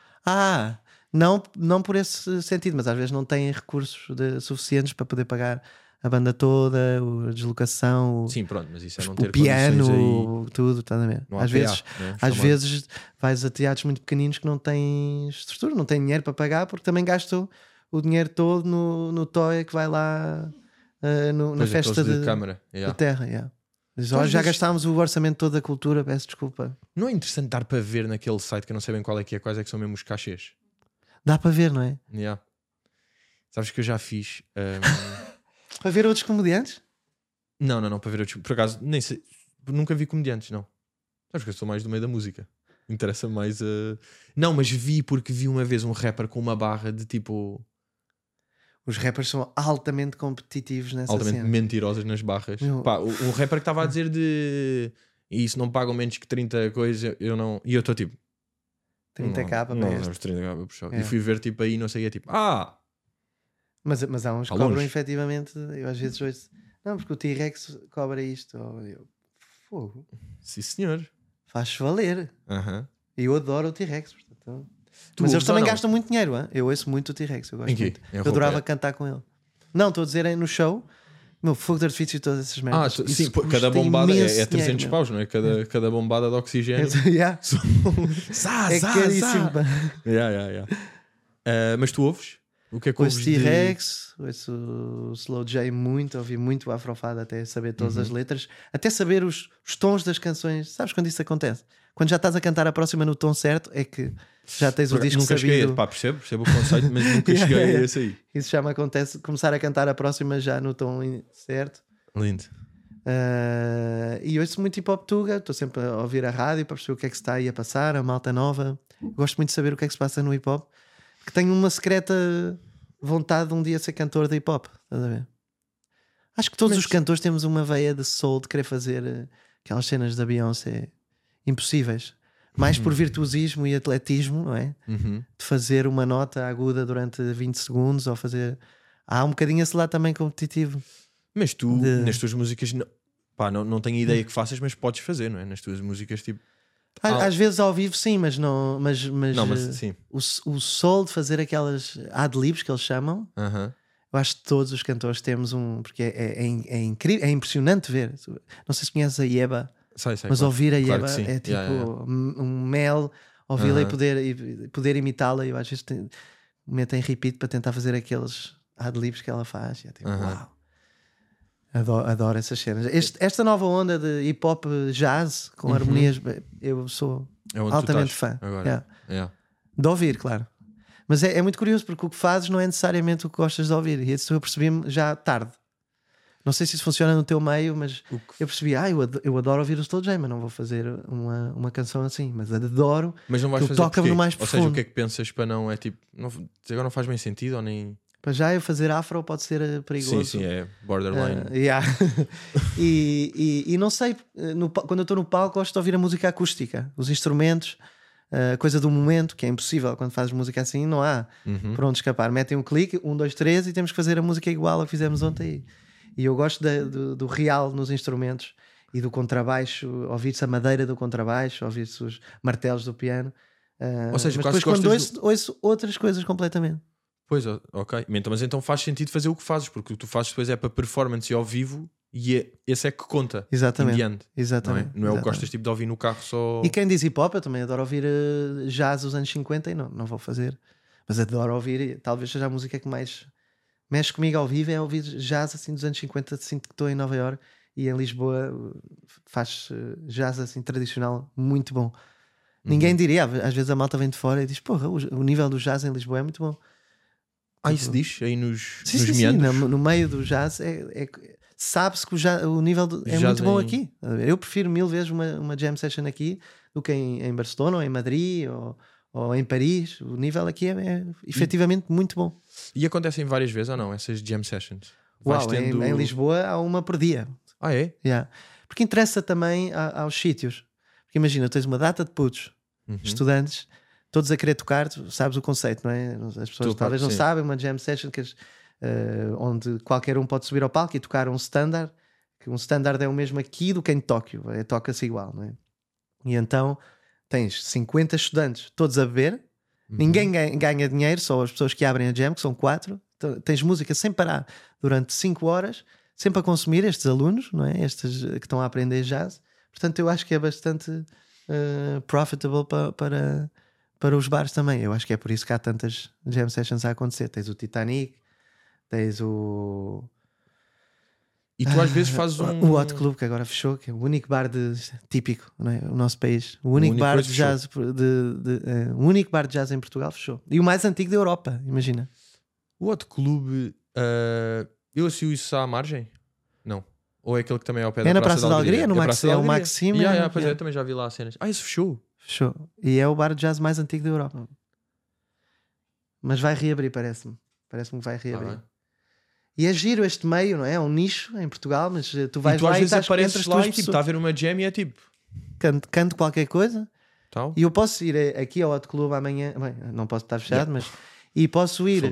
Não por esse sentido, mas às vezes não têm recursos suficientes para poder pagar a banda toda, a deslocação, Sim, pronto, mas isso é não ter o piano, condições tudo, estás a ver? Não há Às PA, vezes, né? às Chamado. vezes vais a teatros muito pequeninos que não têm estrutura, não têm dinheiro para pagar, porque também gastam o dinheiro todo no toy que vai lá na Pois, festa aqueles de câmara. da Yeah. terra. Yeah. Diz, Então, "Olha, às já vezes- gastámos o orçamento todo da cultura, peço desculpa." Não é interessante dar para ver naquele site que eu não sei bem qual é que é, quais é que são mesmo os cachês? Dá para ver, não é? Yeah. Sabes que eu já fiz. Para ver outros comediantes? Não, para ver outros. Por acaso, nem sei. Nunca vi comediantes, não. Sabes que eu sou mais do meio da música. Interessa mais a. Não, mas vi porque vi uma vez um rapper com uma barra de tipo. Os rappers são altamente competitivos nessa Altamente cena. mentirosas nas barras. Meu- Pá, o rapper que estava a dizer de. E se não pagam menos que 30 coisas, eu não. E eu estou tipo. 30k para não, este. não, 30k por show. É. E fui ver tipo aí, não sei o que, tipo. Mas há uns que Ao cobram longe. efetivamente. Eu às vezes ouço, não, porque o T-Rex cobra isto. Ou eu, fogo, Sim, senhor. faz valer. Aham. E eu adoro o T-Rex. Portanto. Tu Mas eles ouves também ou não? gastam muito dinheiro. Hein? Eu ouço muito o T-Rex. Eu gosto Em quê? muito. Em Eu roupa, adorava é? cantar com ele. Não, estou a dizer no show. Meu, fogo de artifício e todas essas merdas. Isso Sim, pô, cada custa bombada imenso é 300 dinheiro, paus, não é? Cada bombada de oxigênio. meu. Yeah. Zá, É zá, caríssimo. zá. Yeah. Mas tu ouves? O que é que ouço ouves de... T-Rex, ouço o Slow J muito, ouvi muito o Afrofado até saber todas as letras, até saber os tons das canções. Sabes quando isso acontece? Quando já estás a cantar a próxima no tom certo, é que já tens o disco Nunca cheguei, sabido. pá, percebo o conceito, mas nunca cheguei a esse aí. Isso já me acontece, começar a cantar a próxima já no tom certo. Lindo. E ouço muito hip hop tuga, estou sempre a ouvir a rádio para perceber o que é que se está aí a passar, a malta nova. Gosto muito de saber o que é que se passa no hip hop, que tenho uma secreta vontade de um dia ser cantor de hip hop. Estás a ver? Acho que todos os cantores temos uma veia de soul de querer fazer aquelas cenas da Beyoncé impossíveis, mais por virtuosismo e atletismo, não é? De fazer uma nota aguda durante 20 segundos ou fazer. Há um bocadinho esse lado também competitivo. Mas tu, nas tuas músicas, não tenho ideia que faças, mas podes fazer, não é? Nas tuas músicas, tipo. Às vezes ao vivo, sim, mas não. Mas sim. O soul de fazer aquelas ad-libs que eles chamam. Eu acho que todos os cantores temos um. Porque é incrível, é impressionante ver. Não sei se conheces a Yeba. Sei, Mas claro. ouvir a Claro Yeba que sim. é tipo um mel, ouvi-la e poder imitá-la. Eu às vezes meto em repeat para tentar fazer aqueles ad-libs que ela faz. E é tipo, uau, adoro essas cenas. Esta nova onda de hip hop jazz com harmonias, eu sou altamente fã. Agora. De ouvir, claro. Mas é muito curioso porque o que fazes não é necessariamente o que gostas de ouvir. E isso eu percebi-me já tarde. Não sei se isso funciona no teu meio, mas eu percebi, eu adoro ouvir o Slow J, mas não vou fazer uma canção assim. Mas adoro, mas não vais que toca-me no mais Ou profundo. seja, o que é que pensas para não, é tipo, agora não faz bem sentido ou nem... Para já eu fazer afro pode ser perigoso. Sim, é borderline. E não sei, quando eu estou no palco gosto de ouvir a música acústica, os instrumentos, a coisa do momento, que é impossível quando fazes música assim, não há por onde escapar. Metem um clique, 1, 2, 3 e temos que fazer a música igual ao que fizemos ontem. E eu gosto do real nos instrumentos e do contrabaixo, ouvir-se a madeira do contrabaixo, ouvir-se os martelos do piano. Ou seja, mas depois quando ouço outras coisas completamente. Pois, ok. Mas então faz sentido fazer o que fazes, porque o que tu fazes depois é para performance e ao vivo e esse é que conta. Exatamente. Não é o que gostas tipo, de ouvir no carro só. E quem diz hip hop, eu também adoro ouvir jazz dos anos 50 e não vou fazer. Mas adoro ouvir, talvez seja a música que mais mexe comigo ao vivo, é ouvir jazz assim dos anos 50. Sinto que estou em Nova Iorque e em Lisboa faz jazz assim tradicional muito bom. Ninguém diria, às vezes a malta vem de fora e diz, porra, o nível do jazz em Lisboa é muito bom. Isso diz aí nos sim, meandros? No meio do jazz sabe-se que o nível é muito bom aqui. Eu prefiro 1000 vezes uma jam session aqui do que em Barcelona ou em Madrid ou em Paris. O nível aqui é efetivamente muito bom. E acontecem várias vezes ou não, essas jam sessions? Em Lisboa há uma por dia. É? Porque interessa também aos sítios. Porque imagina, tens uma data de putos, estudantes, todos a querer tocar, tu sabes o conceito, não é? As pessoas talvez não sabem, uma jam session onde qualquer um pode subir ao palco e tocar um standard, que um standard é o mesmo aqui do que em Tóquio, toca-se igual, não é? E então tens 50 estudantes todos a beber, ninguém ganha dinheiro, só as pessoas que abrem a jam, que são 4, tens música sem parar durante 5 horas, sempre a consumir estes alunos, não é? Estes que estão a aprender jazz. Portanto, eu acho que é bastante profitable para os bares também. Eu acho que é por isso que há tantas jam sessions a acontecer. Tens o Titanic, tens o... E tu às vezes fazes o Hot Club, que agora fechou, que é o único bar típico, não é? O nosso país. O único bar de jazz o único bar de jazz em Portugal fechou. E o mais antigo da Europa, imagina. O Hot Club, eu associo isso à margem? Não. Ou é aquele que também é ao pé da Praça da Alegria? No Maxime, é o Maxime. Pois é, também já vi lá as cenas. Isso fechou? Fechou. E é o bar de jazz mais antigo da Europa. Mas vai reabrir, parece-me. Parece-me que vai reabrir. E é giro este meio, não é? É um nicho em Portugal, mas tu vais lá e estás apareces lá e tipo, está a ver uma jam e é tipo... Canto qualquer coisa. Tal. E eu posso ir aqui ao Hot Club amanhã. Bem, não posso estar fechado, mas... E posso ir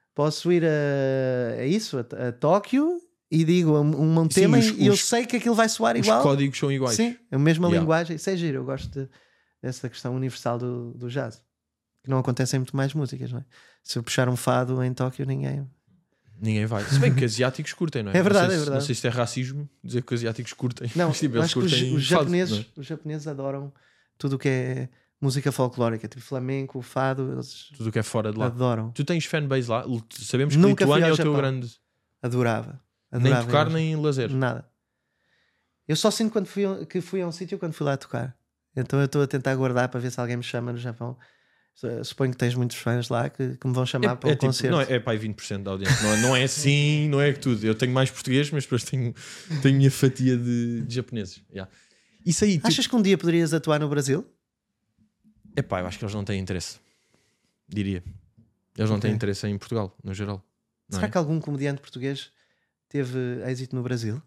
a isso, a Tóquio... E digo um tema e eu sei que aquilo vai soar igual. Os códigos são iguais. Sim, é a mesma linguagem. Isso é giro. Eu gosto dessa questão universal do jazz. Que não acontece em muito mais músicas, não é? Se eu puxar um fado em Tóquio, ninguém vai. Se bem que asiáticos curtem, não é? É verdade, Não sei se é racismo dizer que os asiáticos curtem. Não, tipo, acho que os japoneses adoram tudo o que é música folclórica, tipo flamenco, fado, eles Tudo o que é fora de lá. adoram. Tu tens fanbase lá? Sabemos que Nunca fui Lituânia ao é o teu Japão. grande. Adorava. Nem Adorava tocar, eles. nem lazer. Nada. Eu só sinto que fui a um sítio quando fui lá tocar. Então eu estou a tentar guardar para ver se alguém me chama no Japão. Suponho que tens muitos fãs lá que me vão chamar para o tipo, concerto. não, é pá, 20% da audiência. Não é assim, não é que tudo. Eu tenho mais português, mas depois tenho minha fatia de japoneses. Yeah. Isso aí, Achas que um dia poderias atuar no Brasil? eu acho que eles não têm interesse. Diria. Eles não têm interesse em Portugal, no geral. Não Será é? que algum comediante português teve êxito no Brasil?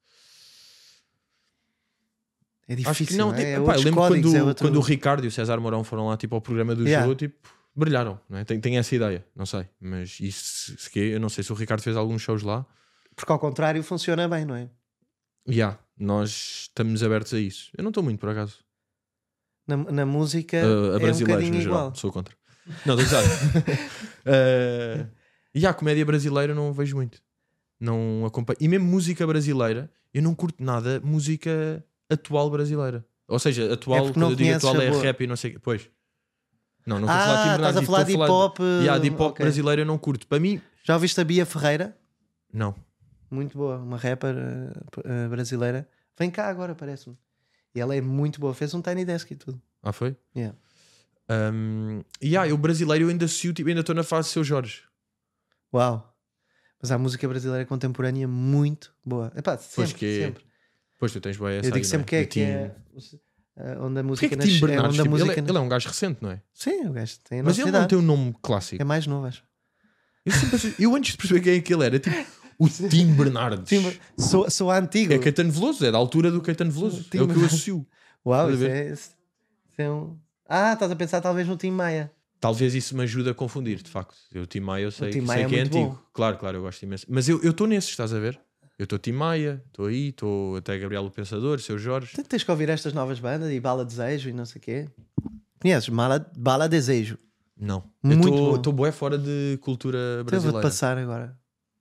É difícil, Acho que não. não é? É Epá, eu outros lembro códigos, quando o Ricardo e o César Mourão foram lá tipo, ao programa do Yeah. jogo, tipo, brilharam. Não é? Tenho essa ideia, não sei. Mas isso, eu não sei se o Ricardo fez alguns shows lá. Porque ao contrário funciona bem, não é? Nós estamos abertos a isso. Eu não estou muito, por acaso. Na música A é um brasileiros, bocadinho no geral. igual. Sou contra. Não, estou a E a comédia brasileira não vejo muito. Não acompanho. E mesmo música brasileira, eu não curto nada música atual brasileira. Ou seja, atual, porque quando não eu digo conheces atual a é boa. rap e não sei o quê. Pois. Não estou a falar de Tim Estás a Bernardes, falar de estou hip hop. de hip hop ok. brasileiro eu não curto. Para mim, Já ouviste a Bia Ferreira? não. Muito boa, uma rapper brasileira. Vem cá agora, parece-me. E ela é muito boa, fez um Tiny Desk e tudo. Ah, foi? Yeah. Eu brasileiro eu ainda associo, tipo, ainda estou na fase Seu Jorge. Uau! Mas há música brasileira contemporânea muito boa. Epá, sempre, Pois que é. sempre. Pois tu tens bem essa Eu digo aí, sempre não é? que é onde a Porquê música que Tim Bernardes, onde a tipo, música ele é um gajo recente, não é? Sim, o gajo tem a Mas nossa ele não idade. tem um nome clássico. É mais novo, acho. Eu antes de perceber quem é que ele era, tipo, o Tim Bernardes. Sou antigo. É Caetano Veloso, é da altura do Caetano Veloso. Tim É o que eu Bernardes. associo. Uau, Estás a isso é um... estás a pensar talvez no Tim Maia. Talvez isso me ajude a confundir, de facto. O Tim Maia eu sei, Tim sei Maia é que é muito antigo. bom. Claro, eu gosto imenso. Mas eu estou nesses, estás a ver? Eu estou Tim Maia, estou aí, estou até Gabriel o Pensador, Seu Jorge. Tens que ouvir estas novas bandas e Bala Desejo e não sei o quê. Conheces? Bala Desejo. Não. Muito eu bom. estou bué fora de cultura Então eu brasileira. vou-te passar agora.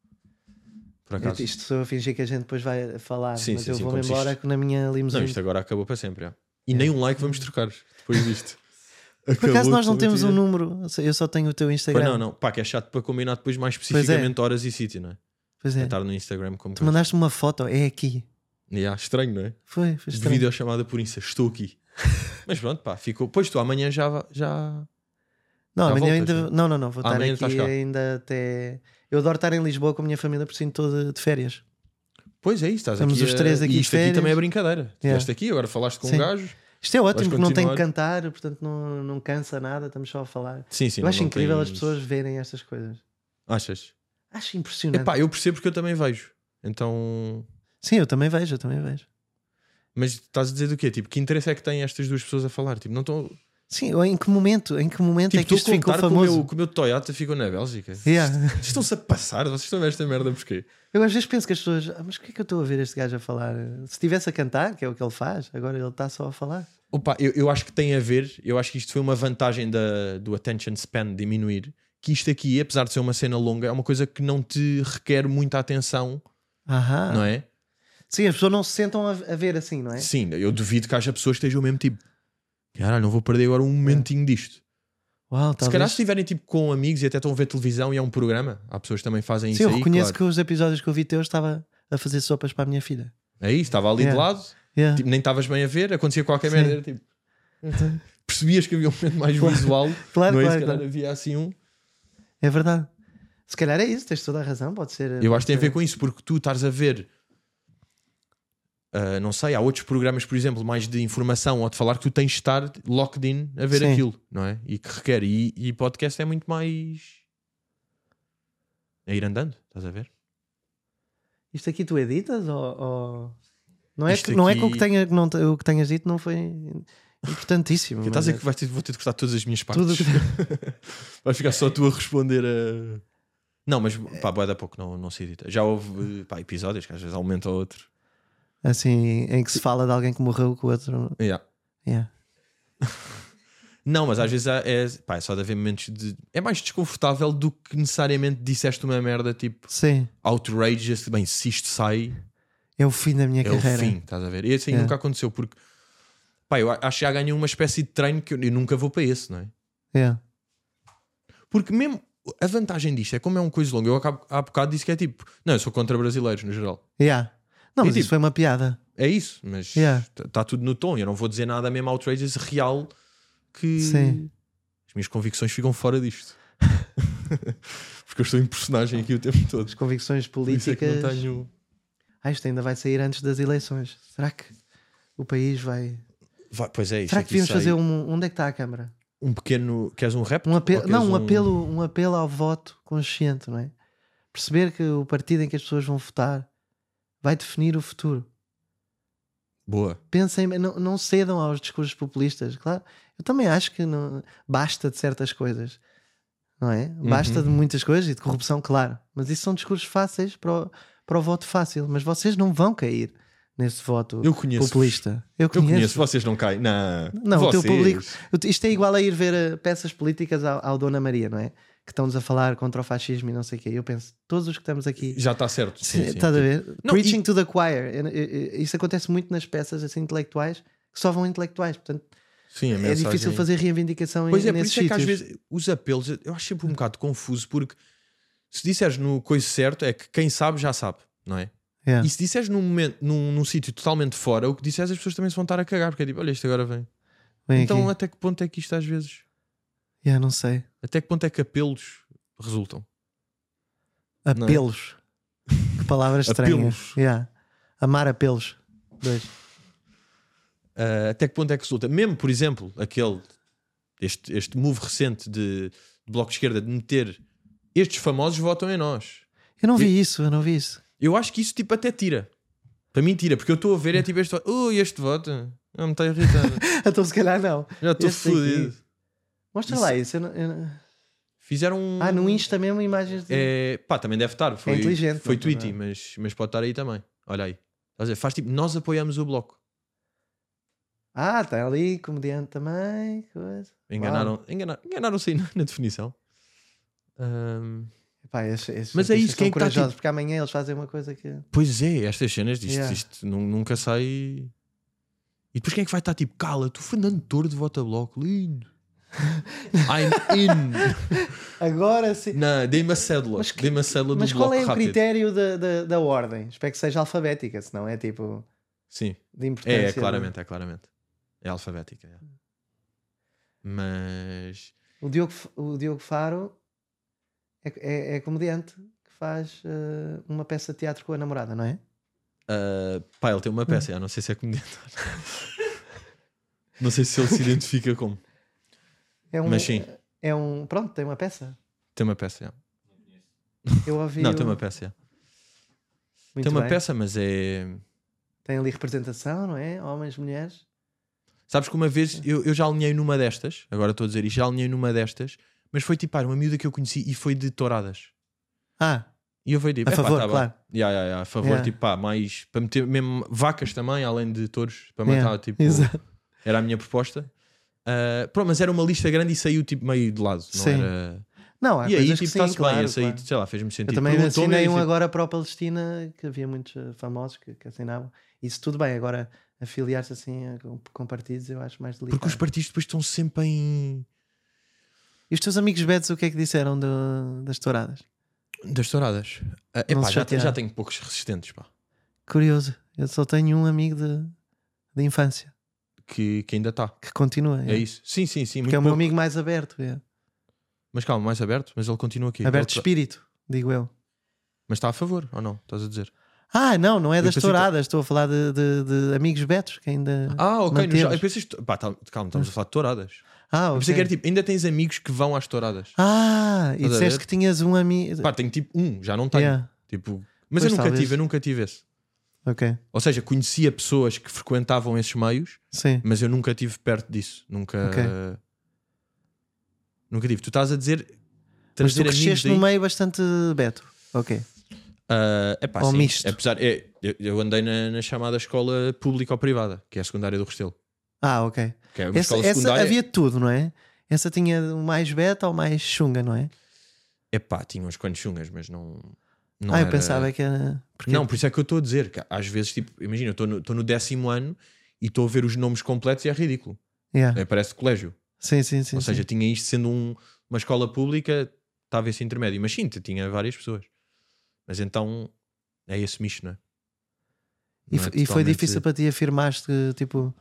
Por acaso. Isto sou eu a fingir que a gente depois vai falar. Sim, mas sim, eu sim, vou-me como se embora na minha Não, limusine. isto agora acabou para sempre. Já. E nem um like vamos trocar depois disto. Por acaso nós não temos um número. Eu só tenho o teu Instagram. Não. Pá, que é chato para combinar depois mais especificamente horas e sítio, não é? Pois é. Estar no Instagram como Tu mandaste-me uma foto. É aqui. estranho, não é? Foi estranho. Videochamada por Insta, estou aqui. Mas pronto, pá, ficou. Pois tu amanhã já Não, já amanhã voltas, ainda. Não. Vou estar amanhã aqui estás cá. ainda até. Eu adoro estar em Lisboa com a minha família por cima toda de férias. Pois é isso, estás Estamos aqui. os três aqui e de isto aqui férias. também é brincadeira. Yeah. Estiveste aqui, agora falaste com Sim. um gajo. Isto é ótimo Vais porque não tem que continuar. cantar, portanto não cansa nada, estamos só a falar. Sim, Eu acho não incrível tens- as pessoas verem estas coisas. Achas? Acho impressionante. Epá, eu percebo porque eu também vejo. Então. Sim, eu também vejo. Mas estás a dizer do quê? Tipo, que interesse é que têm estas duas pessoas a falar? Tipo, não estão. Sim, em que momento é Tipo, que estou isto a ficou contar famoso? que o meu Toyota ficou na Bélgica. Yeah. Vocês estão-se a passar, vocês estão a ver esta merda porquê? Eu às vezes penso que as pessoas, mas o que é que eu estou a ver este gajo a falar? Se estivesse a cantar, que é o que ele faz, agora ele está só a falar. Opa, eu acho que tem a ver, eu acho que isto foi uma vantagem do attention span diminuir, que isto aqui, apesar de ser uma cena longa, é uma coisa que não te requer muita atenção, Aham. não é? Sim, as pessoas não se sentam a ver assim, não é? Sim, eu duvido que haja pessoas que estejam mesmo tipo, caralho, não vou perder agora um momentinho disto. Uau, Se talvez. calhar se estiverem tipo com amigos e até estão a ver televisão e é um programa, há pessoas que também fazem Sim, isso eu aí, reconheço claro. que os episódios que eu vi teus estava a fazer sopas para a minha filha. É isso, estava ali de Yeah. lado, Yeah. tipo, nem estavas bem a ver, acontecia qualquer Sim. merda, era tipo... Percebias que havia um momento mais visual, Claro, não é? claro, Se calhar claro. havia assim um. É verdade. Se calhar é isso, tens toda a razão, pode ser. Eu acho que tem a ver com isso, porque tu estás a ver, não sei, há outros programas, por exemplo, mais de informação ou de falar que tu tens de estar locked in a ver Sim. aquilo, não é? E que requer. E podcast é muito mais. É ir andando, estás a ver? Isto aqui tu editas ou... Não é Isto que, não é aqui- que o que tenhas dito não foi importantíssimo. Que estás a mas dizer que vou ter de cortar todas as minhas partes. tudo o que... Vais ficar só tu a responder a. Não, mas pá, bué da pouco não se edita. Já houve pá, episódios que às vezes aumenta outro. Assim, em que se fala de alguém que morreu com o outro. Yeah. Yeah. Não, mas às vezes é só de haver momentos de. É mais desconfortável do que necessariamente disseste uma merda tipo Sim, outrageous. Bem, se isto sai, é o fim da minha é o carreira. fim, estás a ver? E assim É. nunca aconteceu porque Pá, eu acho que já ganhei uma espécie de treino que eu nunca vou para esse, não é? Yeah. Porque mesmo a vantagem disto é como é uma coisa longa. Eu há bocado disse que é tipo, não, eu sou contra brasileiros no geral. Yeah. Não, E mas tipo, isso foi uma piada. É isso, mas Yeah. está tudo no tom. Eu não vou dizer nada mesmo outrageous real que Sim. as minhas convicções ficam fora disto. Porque eu estou em personagem aqui o tempo todo. As convicções Por isso é que políticas. não tenho... Isto ainda vai sair antes das eleições. Será que o país vai. Pois é, isto Será que aqui devíamos sai fazer onde é que está a Câmara? um pequeno... Queres um rap? Um apelo, não, um apelo ao voto consciente, não é? Perceber que o partido em que as pessoas vão votar vai definir o futuro. Boa. Pensem, não cedam aos discursos populistas. Claro, eu também acho que não, basta de certas coisas, não é? Basta de muitas coisas e de corrupção, claro. Mas isso são discursos fáceis para o voto fácil. Mas vocês não vão cair nesse voto populista. Eu conheço. Vocês não caem. Não, vocês. o teu público. Isto é igual a ir ver peças políticas ao Dona Maria, não é? Que estão-nos a falar contra o fascismo e não sei o quê. Eu penso, todos os que estamos aqui. Já está certo. Sim, Estás a ver? Preaching to the choir. Isso acontece muito nas peças assim, intelectuais, que só vão intelectuais. Portanto, sim, é difícil fazer reivindicação pois é, por nesses isso é que às sítios. vezes os apelos eu acho sempre um bocado confuso, porque se disseres no coisa certo é que quem sabe já sabe, não é? Yeah. E se disseres num momento, num sítio totalmente fora, o que disseres as pessoas também se vão estar a cagar, porque é tipo, olha, isto agora vem. Vem Então aqui. até que ponto é que isto às vezes... Não sei. Até que ponto é que apelos resultam? Apelos. Que palavras estranhas. Apelos. Amar apelos. 2. Até que ponto é que resulta? Mesmo, por exemplo, este move recente de Bloco de Esquerda de meter estes famosos votam em nós. Eu não vi isso. Eu acho que isso tipo até tira. Para mim tira, porque eu estou a ver é tipo este voto. Este voto não me está irritando. Então se calhar não. Já estou Este aqui. fodido. Mostra Isso- lá isso. Fizeram No Insta mesmo imagens de... pá, também deve estar. Foi, inteligente, Foi não é? tweety, mas pode estar aí também. Olha aí. Estás a ver? Faz tipo, nós apoiamos o Bloco. Está ali, comediante também. Coisa. Enganaram-se aí na definição. Pá, esses Mas é artistas isso, quem são é que tá, corajosos, tipo- porque amanhã eles fazem uma coisa que... Pois é, estas cenas disto, Yeah. isto nunca sai. E depois quem é que vai estar tipo, cala-te, o Fernando Tordo vota Bloco, lindo. I'm in. Agora sim. Não, dei-me a cédula. Mas que- Dei-me a cédula do Mas Bloco qual é o rápido. critério da ordem? Espero que seja alfabética, senão é tipo Sim, de importância. é claramente. É alfabética. É. Mas O Diogo Faro é comediante que faz uma peça de teatro com a namorada, não é? pá, ele tem uma peça, não sei se é comediante. Não sei se ele se identifica como. Mas sim. Pronto, tem uma peça. Tem uma peça, é. Eu ouvi. Não, tem uma peça, é. Muito Tem uma bem. peça, mas é. Tem ali representação, não é? Homens, mulheres. Sabes que uma vez eu já alinhei numa destas, agora estou a dizer isto, já alinhei numa destas, mas foi tipo, uma miúda que eu conheci e foi de touradas. E eu fui tipo, A favor, tá claro. bem. A favor, Yeah. tipo, mais para meter mesmo vacas também, além de touros, para matar, Yeah, tipo, exato. era a minha proposta. Pronto, mas era uma lista grande e saiu tipo meio de lado, não Sim. era? Não, há E aí, coisas tipo, que sim, está-se claro, bem, esse aí, claro. sei lá, fez-me sentido. Eu também Perguntou-me, assinei eu um disse, agora para a Palestina, que havia muitos famosos que assinavam. Isso tudo bem, agora afiliar-se assim com partidos eu acho mais delicado. porque os partidos depois estão sempre em... E os teus amigos betos o que é que disseram das touradas? Das touradas. Não se Já chatearam. tenho poucos resistentes, pá. Curioso, eu só tenho um amigo de infância Que ainda está. que continua. É isso. Sim, Porque muito é o meu pouco. amigo mais aberto. Mas calma, mais aberto, mas ele continua aqui. Aberto de Ele- espírito, digo eu. Mas está a favor, ou não? Estás a dizer? Não é das pensei que- touradas, estou a falar de amigos betos que ainda. Ok. mantemos. Eu pensei... Pá, calma, estamos a falar de touradas. Eu pensei Ok. que era tipo, ainda tens amigos que vão às touradas. E Estás a disseste ver? que tinhas um amigo. Pá, tenho tipo já não tenho. Yeah. Tipo, mas Pois, eu talvez. nunca tive esse. Ok, Ou seja, conhecia pessoas que frequentavam esses meios, sim. mas eu nunca tive perto disso. Nunca. Ok. Nunca tive. Tu estás a dizer. Mas tu ter amigos cresceste daí? num meio bastante beto. Ok. Epá, Ou sim. misto. Apesar, eu andei na chamada escola pública ou privada, que é a secundária do Restelo. Ok. Que é uma Essa escola secundária. havia de tudo, não é? Essa tinha o mais beta ou mais chunga, não é? Epá, tinha uns quantos chungas, mas não. Não Eu era... pensava que era. Porque... Não, por isso é que eu estou a dizer que às vezes, tipo, imagina, eu estou no 10º ano e estou a ver os nomes completos e é ridículo. Yeah. Parece colégio. Sim. Ou seja, tinha isto sendo uma escola pública, estava esse intermédio. Mas sim, tinha várias pessoas. Mas então é esse misto, não é? E foi totalmente... difícil para ti afirmar-te, tipo...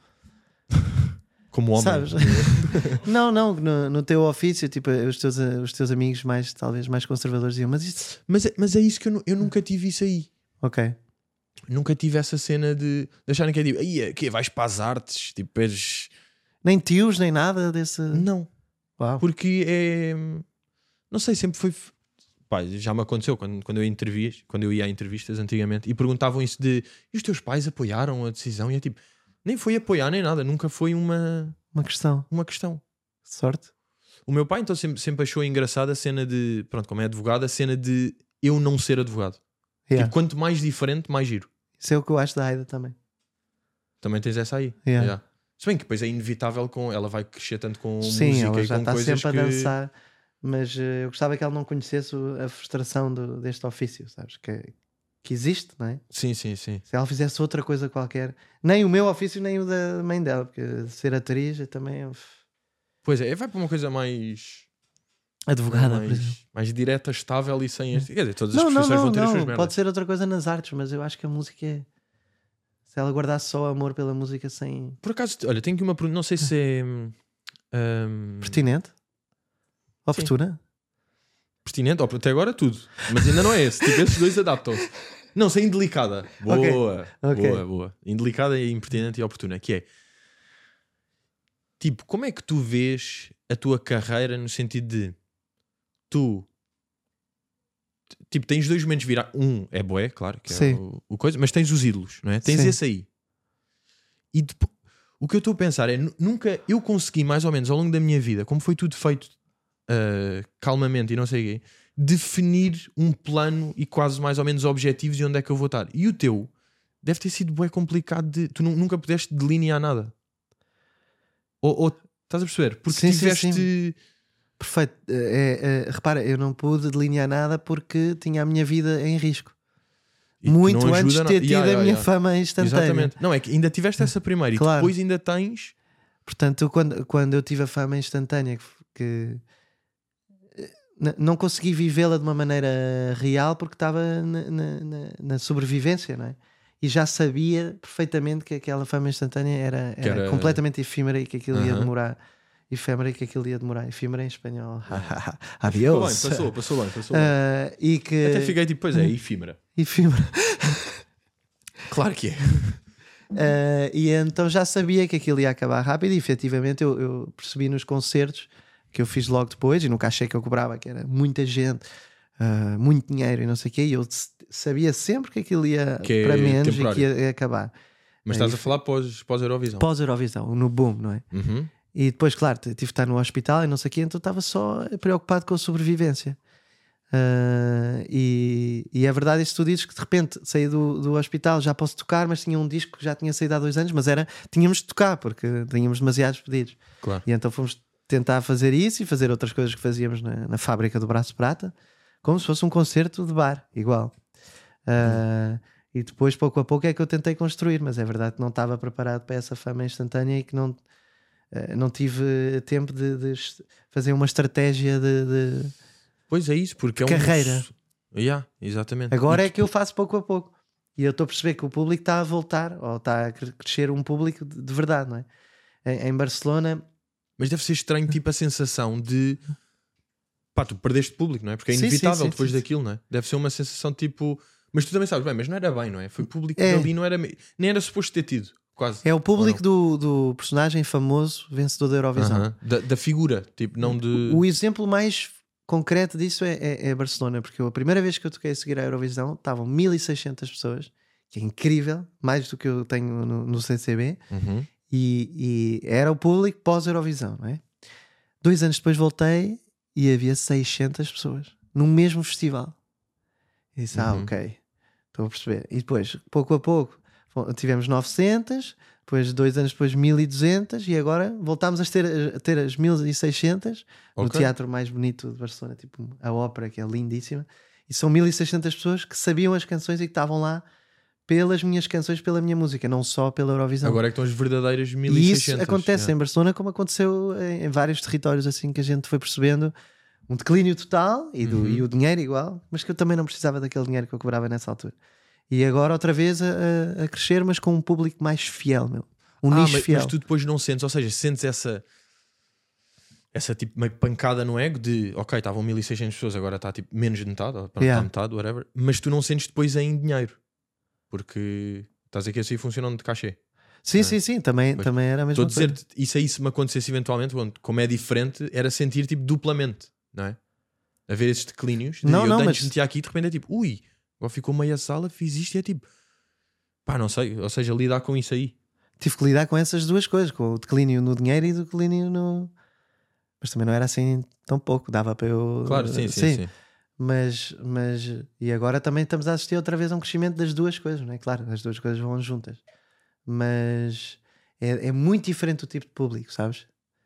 Como homem. Sabes? não, no teu ofício, tipo, os teus amigos talvez mais conservadores diziam, mas isto... Mas é isso que eu nunca tive isso aí. Ok. Nunca tive essa cena de acharem que é tipo, aí que vais para as artes, tipo, és... Nem tios, nem nada desse... Não. Uau. Porque é... Não sei, sempre foi... Pá, já me aconteceu quando eu ia a entrevistas antigamente e perguntavam isso de, e os teus pais apoiaram a decisão? E é tipo, nem foi apoiar nem nada, nunca foi uma questão. Sorte. O meu pai então sempre achou engraçada a cena de, pronto, como é advogado, a cena de eu não ser advogado. Yeah. Tipo, quanto mais diferente, mais giro. Isso é o que eu acho da Aida também. Também tens essa aí. Yeah. Yeah. Se bem que depois é inevitável, ela vai crescer tanto com Sim, música ela e já com está coisas sempre que... a dançar, mas eu gostava que ela não conhecesse a frustração deste ofício, sabes? Que existe, não é? Sim. Se ela fizesse outra coisa qualquer, nem o meu ofício, nem o da mãe dela, porque ser atriz também... Pois é, vai para uma coisa mais... Advogada, por exemplo. Mais direta, estável e sem... Quer dizer, todas as profissões vão ter as suas merdas. Pode ser outra coisa nas artes, mas eu acho que a música é... Se ela guardasse só amor pela música sem... Por acaso, olha, tenho aqui uma pergunta, não sei se é... Pertinente? Oportuna? Pertinente, até agora tudo. Mas ainda não é esse. Tipo, esses dois adaptam-se. Não, sei indelicada. Boa. Indelicada e impertinente e oportuna. Que é... Tipo, como é que tu vês a tua carreira no sentido de... Tu... Tipo, tens dois momentos virar. Um é bué, claro, que é o coisa, mas tens os ídolos, não é? Tens esse aí. E depois, o que eu estou a pensar é, nunca eu consegui, mais ou menos, ao longo da minha vida, como foi tudo feito calmamente e não sei o quê, definir um plano e quase mais ou menos objetivos e onde é que eu vou estar. E o teu deve ter sido bué complicado de... Tu nunca pudeste delinear nada. Ou estás a perceber? Porque tiveste... Sim. Perfeito. Repara, eu não pude delinear nada porque tinha a minha vida em risco. E muito antes de ter tido a minha fama instantânea. Exatamente. Não, é que ainda tiveste essa primeira e depois ainda tens... Portanto, quando eu tive a fama instantânea, que não consegui vivê-la de uma maneira real porque estava na sobrevivência, não é? E já sabia perfeitamente que aquela fama instantânea era completamente efímera e que aquilo ia demorar. Efêmera e que aquilo ia demorar. Efímera em espanhol. Adiós. Passou bem. E que... Até fiquei tipo, pois é, efímera. Efímera. Claro que é. E então já sabia que aquilo ia acabar rápido e efetivamente eu percebi nos concertos que eu fiz logo depois e no cachê que eu cobrava, que era muita gente, muito dinheiro e não sei o quê, e eu sabia sempre que aquilo ia para menos temporário. E que ia acabar. Mas estás a falar pós-Eurovisão? Pós-Eurovisão, no boom, não é? Uhum. E depois, claro, tive de estar no hospital e não sei o quê, então estava só preocupado com a sobrevivência. E é verdade isso que tu dizes, que de repente saí do hospital, já posso tocar, mas tinha um disco que já tinha saído há 2 anos, mas tínhamos de tocar porque tínhamos demasiados pedidos. Claro. E então fomos tentar fazer isso e fazer outras coisas que fazíamos na fábrica do Braço de Prata, como se fosse um concerto de bar, igual. E depois, pouco a pouco, é que eu tentei construir, mas é verdade que não estava preparado para essa fama instantânea e que não tive tempo de fazer uma estratégia de Pois é isso, porque carreira. Exatamente. Agora é que eu faço pouco a pouco. E eu estou a perceber que o público está a voltar, ou está a crescer um público de verdade, não é? Em Barcelona... Mas deve ser estranho, tipo, a sensação de... Pá, tu perdeste público, não é? Porque é inevitável depois daquilo, não é? Deve ser uma sensação tipo... Mas tu também sabes, bem, mas não era bem, não é? Foi público dali, não era... Nem era suposto ter tido. Quase. É o público do personagem famoso vencedor da Eurovisão. Da figura, tipo, não de... O exemplo mais concreto disso é Barcelona, porque a primeira vez que eu toquei a seguir à Eurovisão estavam 1600 pessoas, que é incrível, mais do que eu tenho no CCB, e era o público pós-Eurovisão, não é? 2 anos depois voltei e havia 600 pessoas no mesmo festival. E disse, ok, estou a perceber. E depois, pouco a pouco, tivemos 900, depois 2 anos depois 1200 e agora voltámos a ter as 1600 no teatro mais bonito de Barcelona, tipo a ópera, que é lindíssima, e são 1600 pessoas que sabiam as canções e que estavam lá pelas minhas canções, pela minha música, não só pela Eurovisão. Agora é que estão as verdadeiras E 1600. isso acontece em Barcelona, como aconteceu em vários territórios, assim, que a gente foi percebendo um declínio total e o dinheiro igual, mas que eu também não precisava daquele dinheiro que eu cobrava nessa altura. E agora outra vez a crescer, mas com um público mais fiel, meu. Um nicho fiel. Mas tu depois não sentes, ou seja, sentes essa tipo meio pancada no ego de ok, estavam 1600 pessoas, agora está tipo menos de metade, ou está metade, whatever, mas tu não sentes depois em dinheiro, porque estás aqui assim funcionando de cachê. Sim, também era a mesma coisa. Estou a dizer, isso aí se me acontecesse eventualmente, como é diferente, era sentir tipo duplamente, não é? A ver esses declínios. Mas metia aqui e de repente é tipo, ui, agora ficou meia sala, fiz isto e é tipo, pá, não sei, ou seja, lidar com isso aí. Tive que lidar com essas duas coisas, com o declínio no dinheiro e o declínio no... Mas também não era assim tão pouco, dava para eu... Claro, sim. Mas e agora também estamos a assistir outra vez a um crescimento das duas coisas, não é? Claro, as duas coisas vão juntas. Mas é muito diferente o tipo de público, sabes?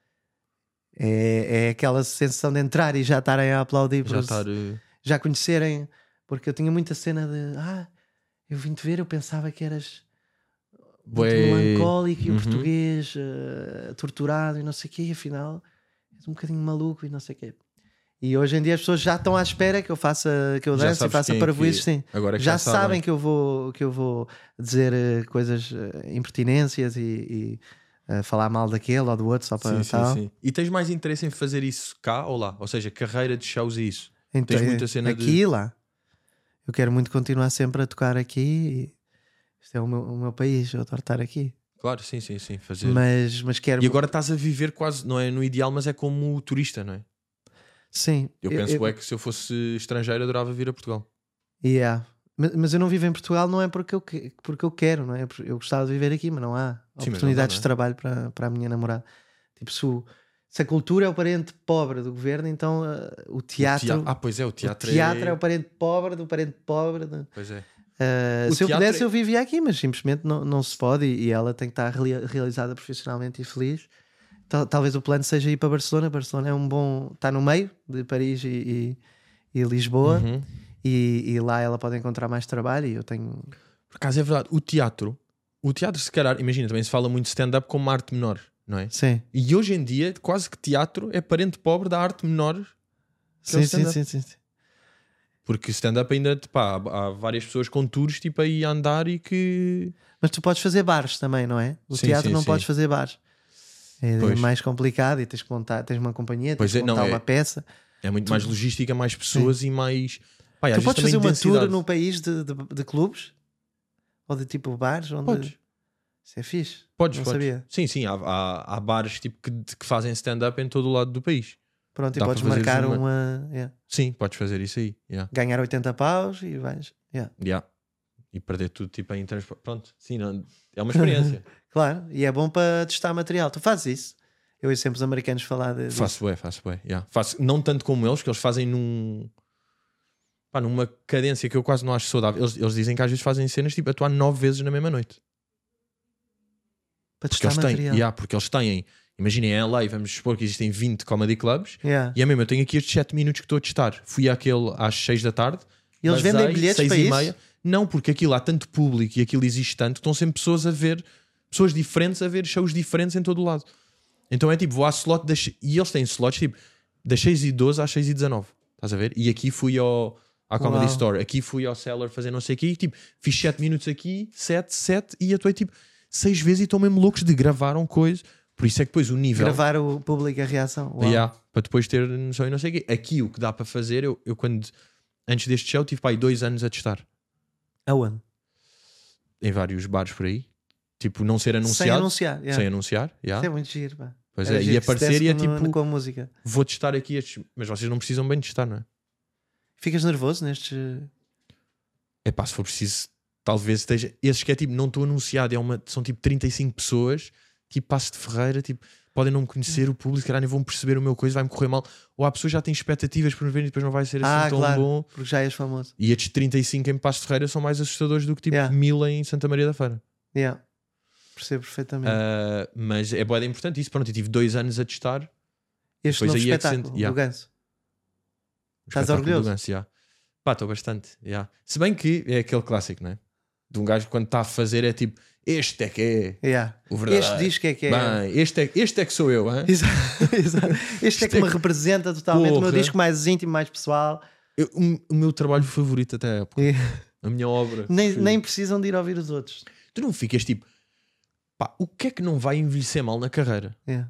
É aquela sensação de entrar e já estarem a aplaudir, já conhecerem, porque eu tinha muita cena de eu vim-te ver, eu pensava que eras muito melancólico e o português torturado e não sei o quê, e afinal és um bocadinho maluco e não sei o quê. E hoje em dia as pessoas já estão à espera que eu dance e faça parvoíces, sim. Agora já sabem que eu vou dizer coisas, impertinências e falar mal daquele ou do outro só para tal. Sim. E tens mais interesse em fazer isso cá ou lá? Ou seja, carreira de shows e isso? Então, tens muita cena aqui e lá. Eu quero muito continuar sempre a tocar aqui. E isto é o meu país, eu adoro estar aqui. Claro, sim. Fazer. Mas quero... E agora estás a viver quase, não é no ideal, mas é como turista, não é? Sim. Eu penso que se eu fosse estrangeiro adorava vir a Portugal. Mas eu não vivo em Portugal não é porque eu quero, não é? Eu gostava de viver aqui, mas não há oportunidades de trabalho para a minha namorada. Tipo, se a cultura é o parente pobre do governo, então o teatro... Pois é, o teatro é o parente pobre do parente pobre. Pois é. Se eu pudesse eu vivia aqui, mas simplesmente não se pode, e ela tem que estar realizada profissionalmente e feliz. Talvez o plano seja ir para Barcelona. Barcelona é um bom... Está no meio de Paris e Lisboa. E lá ela pode encontrar mais trabalho. E eu tenho... Por acaso é verdade, o teatro se calhar, imagina, também se fala muito de stand-up como uma arte menor, não é? Sim. E hoje em dia quase que teatro é parente pobre da arte menor. Sim. Porque stand-up ainda, há várias pessoas com tours tipo aí a andar e que... Mas tu podes fazer bares também, não é? O teatro não podes fazer bares. É mais complicado e tens uma companhia, tens que montar uma peça. É muito mais logística, mais pessoas e mais... tu podes fazer uma tour no país de clubes? Ou de tipo bares? Podes. Isso é fixe. Podes. Sabia. Sim, há bares tipo, que fazem stand-up em todo o lado do país. Pronto, e podes marcar uma... Sim, podes fazer isso aí. Ganhar 80 paus e vais... E perder tudo tipo em transporte. Pronto, sim, não, é uma experiência. Claro, e é bom para testar material. Tu fazes isso? Eu ouço sempre os americanos falar disso. Faço bué. Faço, não tanto como eles, que eles fazem numa cadência que eu quase não acho saudável. Eles dizem que às vezes fazem cenas tipo atuar 9 vezes na mesma noite. Para testar material. Porque eles têm, imaginem, em LA, vamos supor que existem 20 comedy clubs, e é mesmo, eu tenho aqui estes 7 minutos que estou a testar. Fui àquele às 6 da tarde. E eles vendem bilhetes para isso? Não, porque aquilo há tanto público e aquilo existe tanto, estão sempre pessoas diferentes a ver shows diferentes em todo o lado. Então é tipo, vou à slot e eles têm slots tipo das 6h12 às 6h19. Estás a ver? E aqui fui à Comedy Store, aqui fui ao Cellar fazer não sei o quê, e tipo, fiz 7 minutos aqui, 7, e atuei tipo 6 vezes e estão mesmo loucos de gravaram coisas. Por isso é que depois o nível... Gravar o público, a reação. Para depois ter noção e não sei o quê. Aqui o que dá para fazer, eu quando... Antes deste show tive 2 anos a testar. Aonde? Em vários bares por aí. Tipo, não ser anunciado. Sem anunciar. Isso é muito giro, pá. Pois é, e aparecer e é tipo... Com a música. Vou testar aqui estes... Mas vocês não precisam bem de testar, não é? Ficas nervoso nestes... Se for preciso, talvez esteja... Esses que é tipo, não estou anunciado. São tipo 35 pessoas. Tipo, Passos de Ferreira, tipo... Podem não me conhecer o público, caralho, nem vão perceber o meu coisa, vai-me correr mal. Ou há pessoas que já têm expectativas para me ver e depois não vai ser assim tão bom. Porque já és famoso. E estes 35 em Passos de Ferreira são mais assustadores do que tipo 1000 em Santa Maria da Feira. Percebo perfeitamente. Mas é boa, importante isso. Pronto, eu tive 2 anos a testar. Este novo espetáculo do Ganso. Estás orgulhoso? Estou bastante. Se bem que é aquele clássico, não é? de um gajo que quando está a fazer é tipo, este é que é Yeah. o verdadeiro. Este diz que é que é. Bem, este é que sou eu, hein? Exato. Este é que me representa totalmente. O meu Porra. disco mais íntimo, mais pessoal. O meu trabalho favorito até a época. E A minha obra. nem precisam de ir ouvir os outros. Tu não ficas tipo, pá, o que é que não vai envelhecer mal na carreira? Yeah.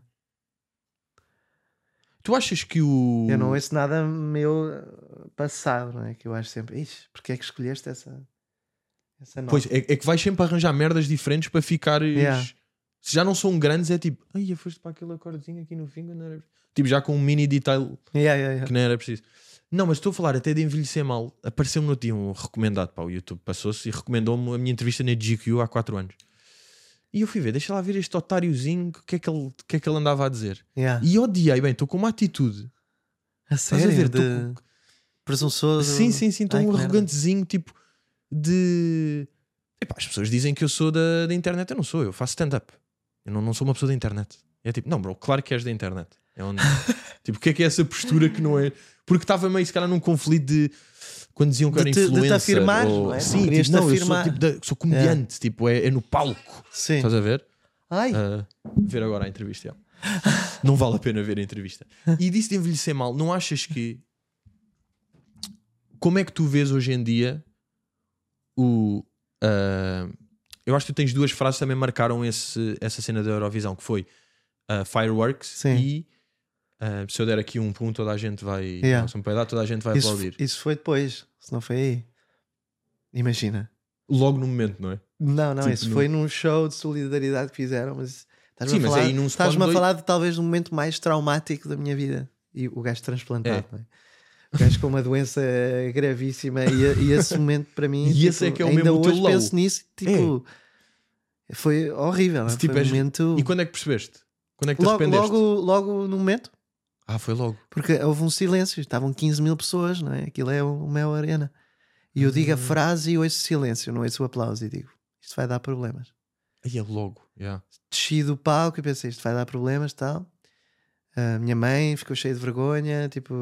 Tu achas que o. Eu não ouço nada meu passado, não é? Que eu acho sempre, ixi, porque é que escolheste essa nota? Pois, é que vais sempre arranjar merdas diferentes para ficares. Yeah. Se já não são grandes, é tipo, ai, foste para aquele acordezinho aqui no fim, não era. Tipo, já com um mini detail Yeah. que não era preciso. Não, mas estou a falar até de envelhecer mal. Apareceu-me no dia um recomendado, pá, o YouTube passou-se e recomendou-me a minha entrevista na GQ há 4 anos. E eu fui ver, deixa lá ver este otáriozinho, o que é que ele andava a dizer. Yeah. E odiei, bem, estou com uma atitude. A Estás sério? a ver? De presunçoso. Sim, estou Ai, um que merda. arrogantezinho, tipo, de. Epá, as pessoas dizem que eu sou da internet, eu não sou, eu faço stand-up. Eu não sou uma pessoa da internet. É tipo, não, bro, claro que és da internet. É onde. Tipo, o que é essa postura que não é. Porque estava meio, se calhar, num conflito de. Quando diziam que eu era De te influencer. afirmares, ou... não é? Sim, Querias-te tipo, não, eu afirmar. sou, tipo, sou comediante, tipo, é no palco. Sim. Estás a ver? Ai. Ver agora a entrevista. é. Não vale a pena ver a entrevista. E disse de envelhecer mal, não achas que. Como é que tu vês hoje em dia o. Eu acho que tu tens 2 frases que também marcaram essa cena da Eurovisão, que foi Fireworks. Sim. E se eu der aqui um pum, toda a gente vai. Yeah. Se me peidar, toda a gente vai aplaudir. Isso foi depois, se não foi aí. Imagina. Logo no momento, não é? Não, Tipo, isso foi num show de solidariedade que fizeram, mas Sim, mas aí num estás-me spawn a dois- falar de talvez do momento mais traumático da minha vida. E o gajo transplantado, não é? O gajo com uma doença gravíssima e esse momento para mim, E esse é que é o ainda mesmo o teu hoje low. penso nisso, tipo, foi horrível. Não é? Tipo, Foi um momento... E quando é que percebeste? Quando é que te logo, arrependeste? logo no momento, Foi logo. porque houve um silêncio, estavam 15 mil pessoas, não é? Aquilo é o Mel Arena. E eu digo a frase e ouço silêncio, não ouço o aplauso e digo, isto vai dar problemas. Aí é logo. Yeah. Desci do palco e pensei, isto vai dar problemas e tal. A minha mãe ficou cheia de vergonha, tipo,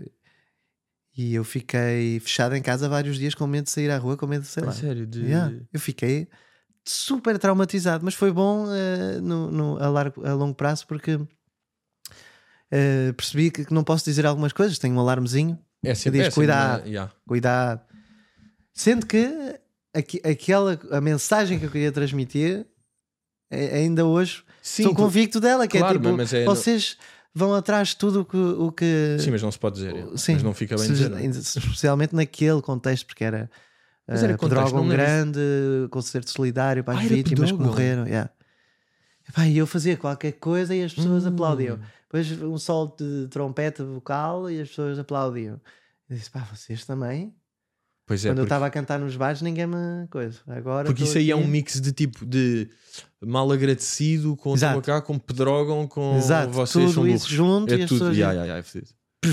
e eu fiquei fechado em casa vários dias com medo de sair à rua, com medo de, sei lá. Sério? Yeah. Eu fiquei super traumatizado, mas foi bom a longo prazo porque percebi que não posso dizer algumas coisas, tenho um alarmezinho É que sempre, diz cuidado, yeah. cuidado. Sendo que a mensagem que eu queria transmitir ainda hoje Sim, sou convicto dela, que claro, é tipo, mas é- vocês vão atrás de tudo o que Sim, mas não se pode dizer. sim, Mas não fica bem dizer. Não é? especialmente naquele contexto, porque era Mas era contexto, Pedrógão não lembro. grande, concerto solidário para as era vítimas que Pedrógão. morreram. Yeah. Epá, e eu fazia qualquer coisa e as pessoas aplaudiam. Depois um solo de trompete vocal e as pessoas aplaudiam. Eu disse, pá, vocês também. Pois é, Quando eu porque, estava a cantar nos bares, ninguém me coisa. Agora porque estou isso aí é aqui. um mix de tipo de mal agradecido com Exato. cá, com Pedrógão, com Exato, vocês tudo são isso burros. junto É e as tudo. pessoas- É fedido.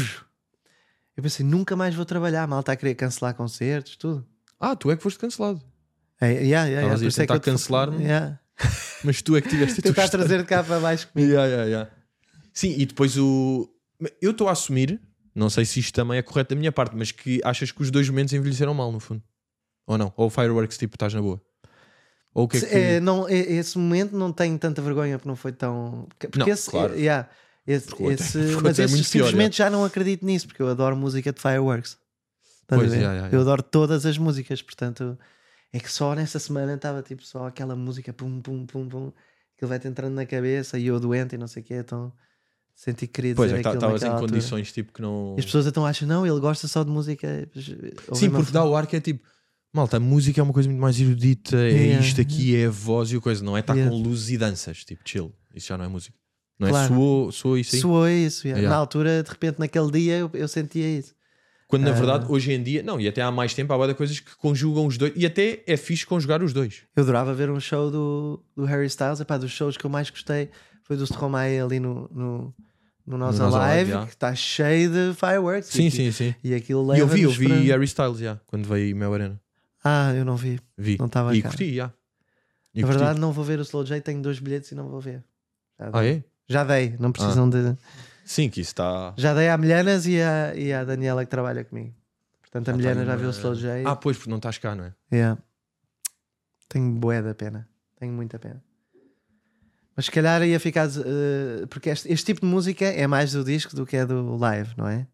Eu pensei, nunca mais vou trabalhar. Mal está a querer cancelar concertos, tudo. Tu é que foste cancelado. Por Estavas a isso é que tentar eu te- cancelar-me. Yeah. Mas tu é que tiveste a tua Tentar história. trazer de cá para baixo comigo. Yeah. Sim, e depois o. Eu estou a assumir, não sei se isto também é correto da minha parte, mas que achas que os 2 momentos envelheceram mal, no fundo. Ou não? Ou o Fireworks, tipo, estás na boa. Ou o que é que. Não, esse momento não tenho tanta vergonha porque não foi tão. Porque Não, esse, claro. esse, Porque mas é esse muito pior, simplesmente já não acredito nisso porque eu adoro música de Fireworks. Estás a Pois, ver? Eu adoro todas as músicas, portanto é que só nessa semana estava tipo só aquela música pum pum pum pum que ele vai-te entrando na cabeça e eu doente e não sei o que, então senti que queria Pois dizer é, que aquilo estavas em naquela altura. condições tipo que não. E as pessoas então acham, não, ele gosta só de música. Sim, porque dá o ar que é tipo, malta, a música é uma coisa muito mais erudita, é Yeah. isto aqui, é a voz e a coisa, não é estar Yeah. com luzes e danças, tipo chill. Isso já não é música. Não Claro. é? Soou isso aí. Soou isso. Yeah. Na altura, de repente, naquele dia, eu sentia isso. Quando na verdade, hoje em dia, não, e até há mais tempo, há várias coisas que conjugam os dois, e até é fixe conjugar os dois. Eu adorava ver um show do Harry Styles. Epá, dos shows que eu mais gostei foi do Stromae ali no Nós Nós Alive, Alive, que está cheio de fireworks. Sim, sim. E aquilo E eu leva-nos vi para... Harry Styles, quando veio Mel Arena. Eu não vi. Vi. Não estava E cá. curti, já. E Na curti. verdade, não vou ver o Slow J. Tenho 2 bilhetes e não vou ver. É? Já dei. Não precisam de... Sim, que isso está... Já dei à Milhanas e à Daniela que trabalha comigo. Portanto, a Milhana já viu o Slow J. Pois, porque não estás cá, não é? Yeah. Tenho bué da pena. Tenho muita pena. Mas se calhar ia ficar. Porque este tipo de música é mais do disco do que é do live, não é?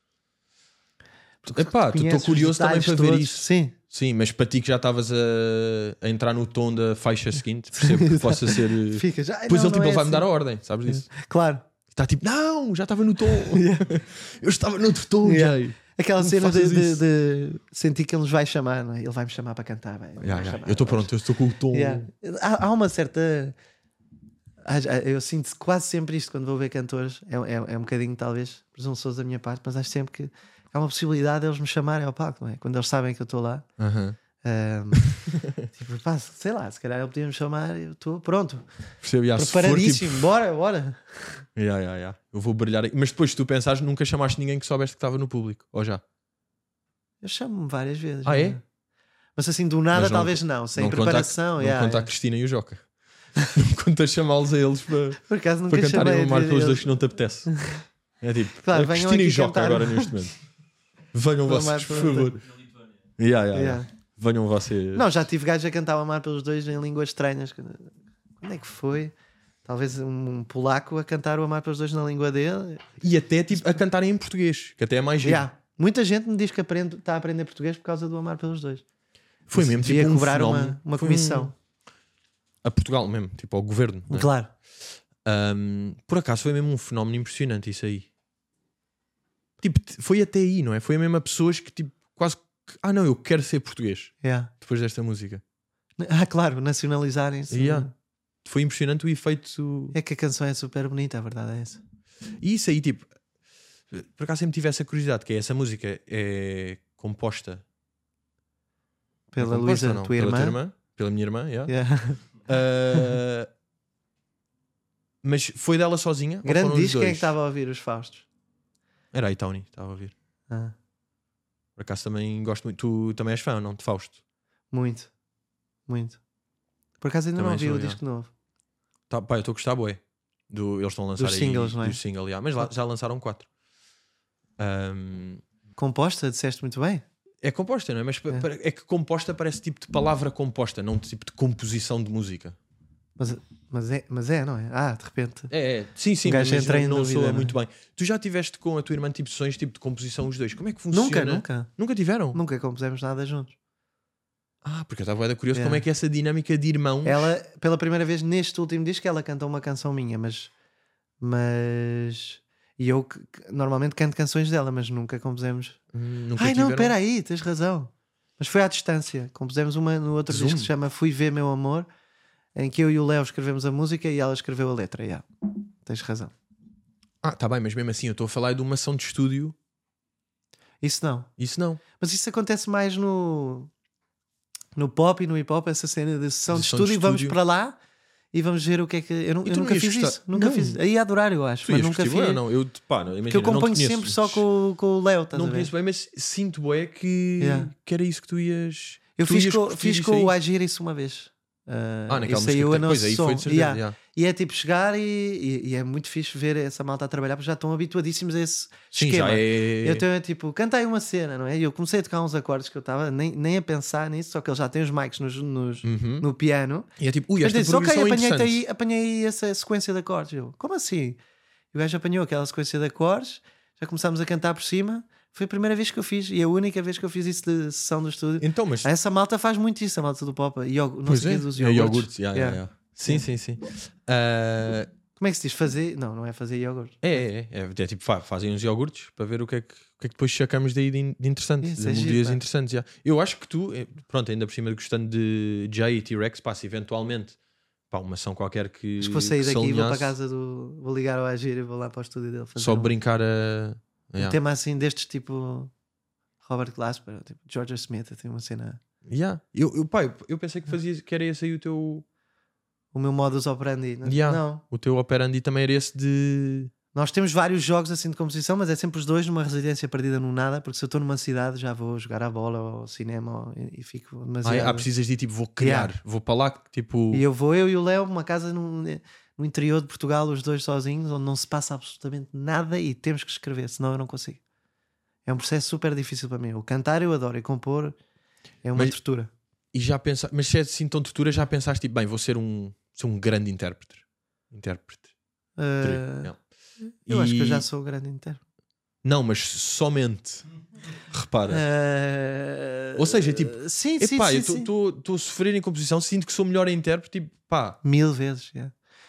Epá, estou curioso também para ver isso. Sim. Sim, mas para ti que já estavas a entrar no tom da faixa seguinte, percebo que possa ser. Fica já. Depois não, ele, tipo, não é ele vai assim. mudar a ordem, sabes disso? Claro. Está tipo, não, já estava no tom. Eu estava noutro tom, Yeah. Jay. Aquela Não cena faças de sentir que ele nos vai chamar, não é? Ele vai me chamar para cantar. Bem, Eu estou pronto, eu estou com o tom. Yeah. Há uma certa. Eu sinto quase sempre isto quando vou ver cantores. É um bocadinho, talvez, presunçoso da minha parte, mas acho sempre que há uma possibilidade de eles me chamarem ao palco, não é? Quando eles sabem que eu estou lá. Tipo, pá, sei lá, se calhar ele podia me chamar e eu estou pronto. Percebo, se preparadíssimo, for, tipo... bora. Eu vou brilhar. Mas depois, se tu pensares, nunca chamaste ninguém que soubeste que estava no público, ou já? Eu chamo-me várias vezes. Ah, é? Mas assim, do nada, Mas não, talvez não, sem não preparação. Não conta a Cristina e o Joca. Não conta a chamá-los a eles Por acaso nunca para cantarem chamei uma marca pelos eles. dois que não te apetece. É tipo, Claro, a Cristina e Joca cantar. agora neste momento. Venham Vou vocês, mais por para favor. Yeah. Venham vocês. Não, já tive gajos a cantar o Amar pelos Dois em línguas estranhas. Quando é que foi? Talvez um polaco a cantar o Amar pelos Dois na língua dele. E até tipo, a cantarem em português, que até é mais giro. Muita gente me diz que está a aprender português por causa do Amar pelos Dois. Foi Isso mesmo devia tipo cobrar fenómeno. uma Foi comissão. A Portugal mesmo, tipo ao governo. Não é? Claro. Por acaso foi mesmo um fenómeno impressionante isso aí. Tipo, foi até aí, não é? Foi mesmo a pessoas que tipo quase que, não, eu quero ser português depois desta música. Claro, nacionalizarem-se. Foi impressionante o efeito. É que a canção é super bonita, a verdade é essa. E isso aí, tipo, por acaso sempre tive essa curiosidade, que é essa música é composta pela Luísa, tua irmã. Pela minha irmã, mas foi dela sozinha? Grande disco, quem é que estava a ouvir os Faustos? Era a Tony, estava a ouvir. Por acaso também gosto muito. Tu também és fã, não? De Fausto? Muito. Por acaso ainda também não ouvi o disco novo. Pá, eu estou a gostar, bué. Eles estão a lançar dos singles, aí, não é? Dos singles, mas já lançaram 4. Composta, disseste muito bem. É composta, não é? Mas é que composta parece tipo de palavra composta, não de tipo de composição de música. Mas é, não é? De repente. Sim, mas não soa não é? muito bem. Tu já tiveste com a tua irmã tipo sessões tipo de composição os dois? Como é que funciona? Nunca tiveram? Nunca compusemos nada juntos. Porque eu estava curioso como é que é essa dinâmica de irmãos. Ela, pela primeira vez neste último disco, ela canta uma canção minha, mas e eu normalmente canto canções dela, mas nunca compusemos. Nunca não, espera aí, tens razão. Mas foi à distância. Compusemos uma no outro disco que se chama Fui Ver Meu Amor, em que eu e o Léo escrevemos a música e ela escreveu a letra. Tens razão. Tá bem, mas mesmo assim eu estou a falar de uma ação de estúdio. Isso não. Mas isso acontece mais no pop e no hip hop, essa cena de sessão de estúdio. Vamos para lá e vamos ver o que é que. Eu nunca fiz isso. Nunca fiz. Aí ia adorar, eu acho. Mas nunca fiz. Não, porque eu componho sempre só com o Léo. Não conheço bem, mas sinto que era isso que tu ias. Eu fiz com o Agir isso uma vez. Naquela saiu a nossa som. Foi de certeza, E é tipo chegar e é muito fixe ver essa malta a trabalhar, porque já estão habituadíssimos a esse esquema. Então é tipo, cantei uma cena, não é? E eu comecei a tocar uns acordes que eu estava nem a pensar nisso, só que ele já tem os mics no piano. E é tipo, esta disse, progressão apanhei essa sequência de acordes. Eu, como assim? E o gajo apanhou aquela sequência de acordes, já começámos a cantar por cima. Foi a primeira vez que eu fiz e a única vez que eu fiz isso de sessão do estúdio. Então, mas... Essa malta faz muito isso, a malta do pop. Não sei dos iogurtes. Sim. Como é que se diz? Fazer? Não é fazer iogurte. É tipo, fazem uns iogurtes para ver o que é que depois sacamos daí de interessante, de melodias interessantes. Eu acho que tu, pronto, ainda por cima gostando de Jay e T-Rex, se eventualmente uma ação qualquer que. Acho que vou sair daqui e vou para a casa vou ligar ao Agir e vou lá para o estúdio dele. Só brincar a. Um tema assim destes tipo Robert Glasper, tipo George Smith, tem uma cena. Eu pensei que era esse aí o meu modus operandi. Não. O teu operandi também era esse de. Nós temos vários jogos assim de composição, mas é sempre os dois numa residência perdida no nada, porque se eu estou numa cidade já vou jogar à bola ou ao cinema e fico demasiado. Precisas de tipo, vou criar, vou para lá, tipo. E eu e o Léo, uma casa no interior de Portugal, os dois sozinhos, onde não se passa absolutamente nada e temos que escrever, senão eu não consigo. É um processo super difícil para mim. O cantar eu adoro e compor é uma tortura. E já pensa, mas se é assim tão tortura, já pensaste tipo, bem, vou ser um grande intérprete. Não. Eu acho que eu já sou grande intérprete. Não, mas somente. Repara. Ou seja, tipo, sim, epá, sim, eu estou a sofrer em composição, sinto que sou melhor em intérprete, tipo, pá. 1000 vezes, yeah.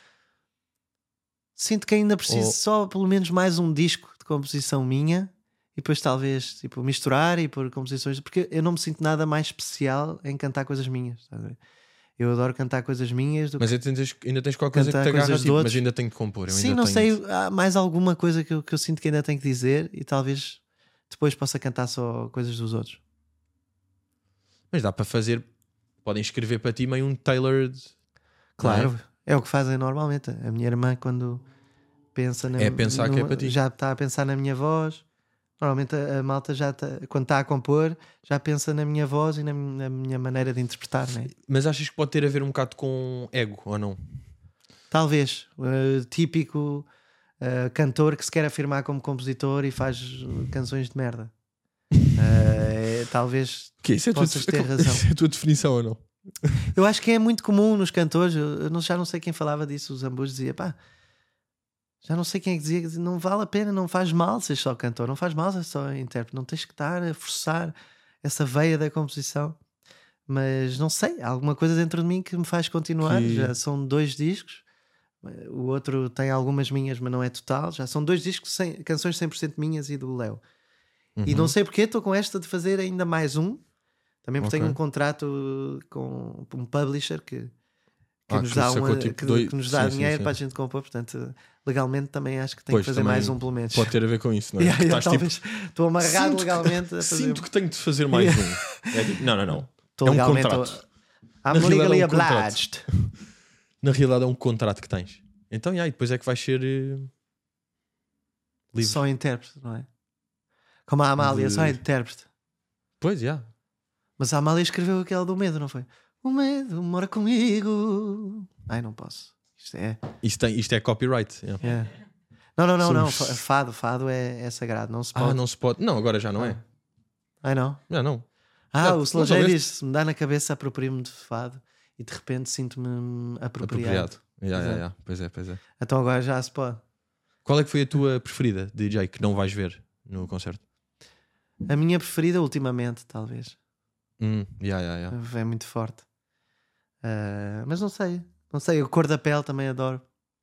Sinto que ainda preciso só pelo menos mais um disco de composição minha e depois talvez tipo, misturar e pôr composições, porque eu não me sinto nada mais especial em cantar coisas minhas, estás a ver? Eu adoro cantar coisas minhas do mas ainda tens qualquer coisa que te agarra, tipo, mas ainda tenho que compor. Sim, não sei, há mais alguma coisa que eu sinto que ainda tenho que dizer e talvez depois possa cantar só coisas dos outros. Mas dá para fazer, podem escrever para ti meio um tailored. Claro, é o que fazem normalmente. A minha irmã, quando pensa pensar que é para ti. já está a pensar na minha voz. Normalmente a malta já quando está a compor, já pensa na minha voz e na minha maneira de interpretar, né? Mas achas que pode ter a ver um bocado com ego ou não? Talvez. Típico cantor que se quer afirmar como compositor e faz canções de merda. Talvez possas ter razão. Isso é a tua definição ou não? Eu acho que é muito comum nos cantores. Já não sei quem falava disso. O Zambujo dizia, pá, já não sei quem é que dizia, não vale a pena, não faz mal ser só cantor, não faz mal ser só intérprete, não tens que estar a forçar essa veia da composição. Mas não sei, há alguma coisa dentro de mim que me faz continuar. Já são 2 discos, o outro tem algumas minhas, mas não é total. Já são 2 discos, canções 100% minhas e do Léo. E não sei porque estou com esta de fazer ainda mais um. Também porque tenho um contrato com um publisher que nos dá, que nos dá dinheiro para a gente compor. Portanto, legalmente também acho que tenho que fazer mais um pelo menos. Pode ter a ver com isso, não é? Estou amarrado legalmente a fazer. Sinto que tenho de fazer mais um. É tipo, não. Estou legalmente. I'm legally obliged. Na realidade é um contrato que tens. Então, e depois é que vais ser livre. Só intérprete, não é? Como a Amália, só intérprete. Pois, Mas a Amália escreveu aquela do medo, não foi? O medo mora comigo. Ai, não posso. Isto é copyright. Yeah. Não. Fado é sagrado. Não se pode. Não se pode. Não, agora já não é. Ai, não? Já não. O Slowjay disse: se me dá na cabeça, aproprio-me de fado e de repente sinto-me apropriado. Pois é. Então agora já se pode. Qual é que foi a tua preferida, DJ, que não vais ver no concerto? A minha preferida ultimamente, talvez. É muito forte. Mas não sei. A cor da pele também adoro.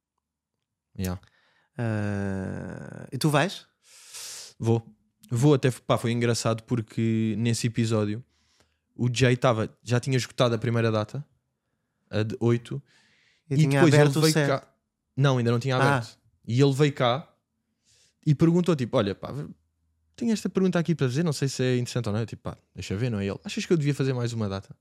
E tu vais? Vou até, foi engraçado porque nesse episódio o Jay já tinha esgotado a primeira data, a de 8, e depois ele veio cá. Não, ainda não tinha aberto. E ele veio cá e perguntou tipo, olha pá, tenho esta pergunta aqui para fazer, não sei se é interessante ou não. Eu tipo, pá, deixa ver, não é ele? Achas que eu devia fazer mais uma data?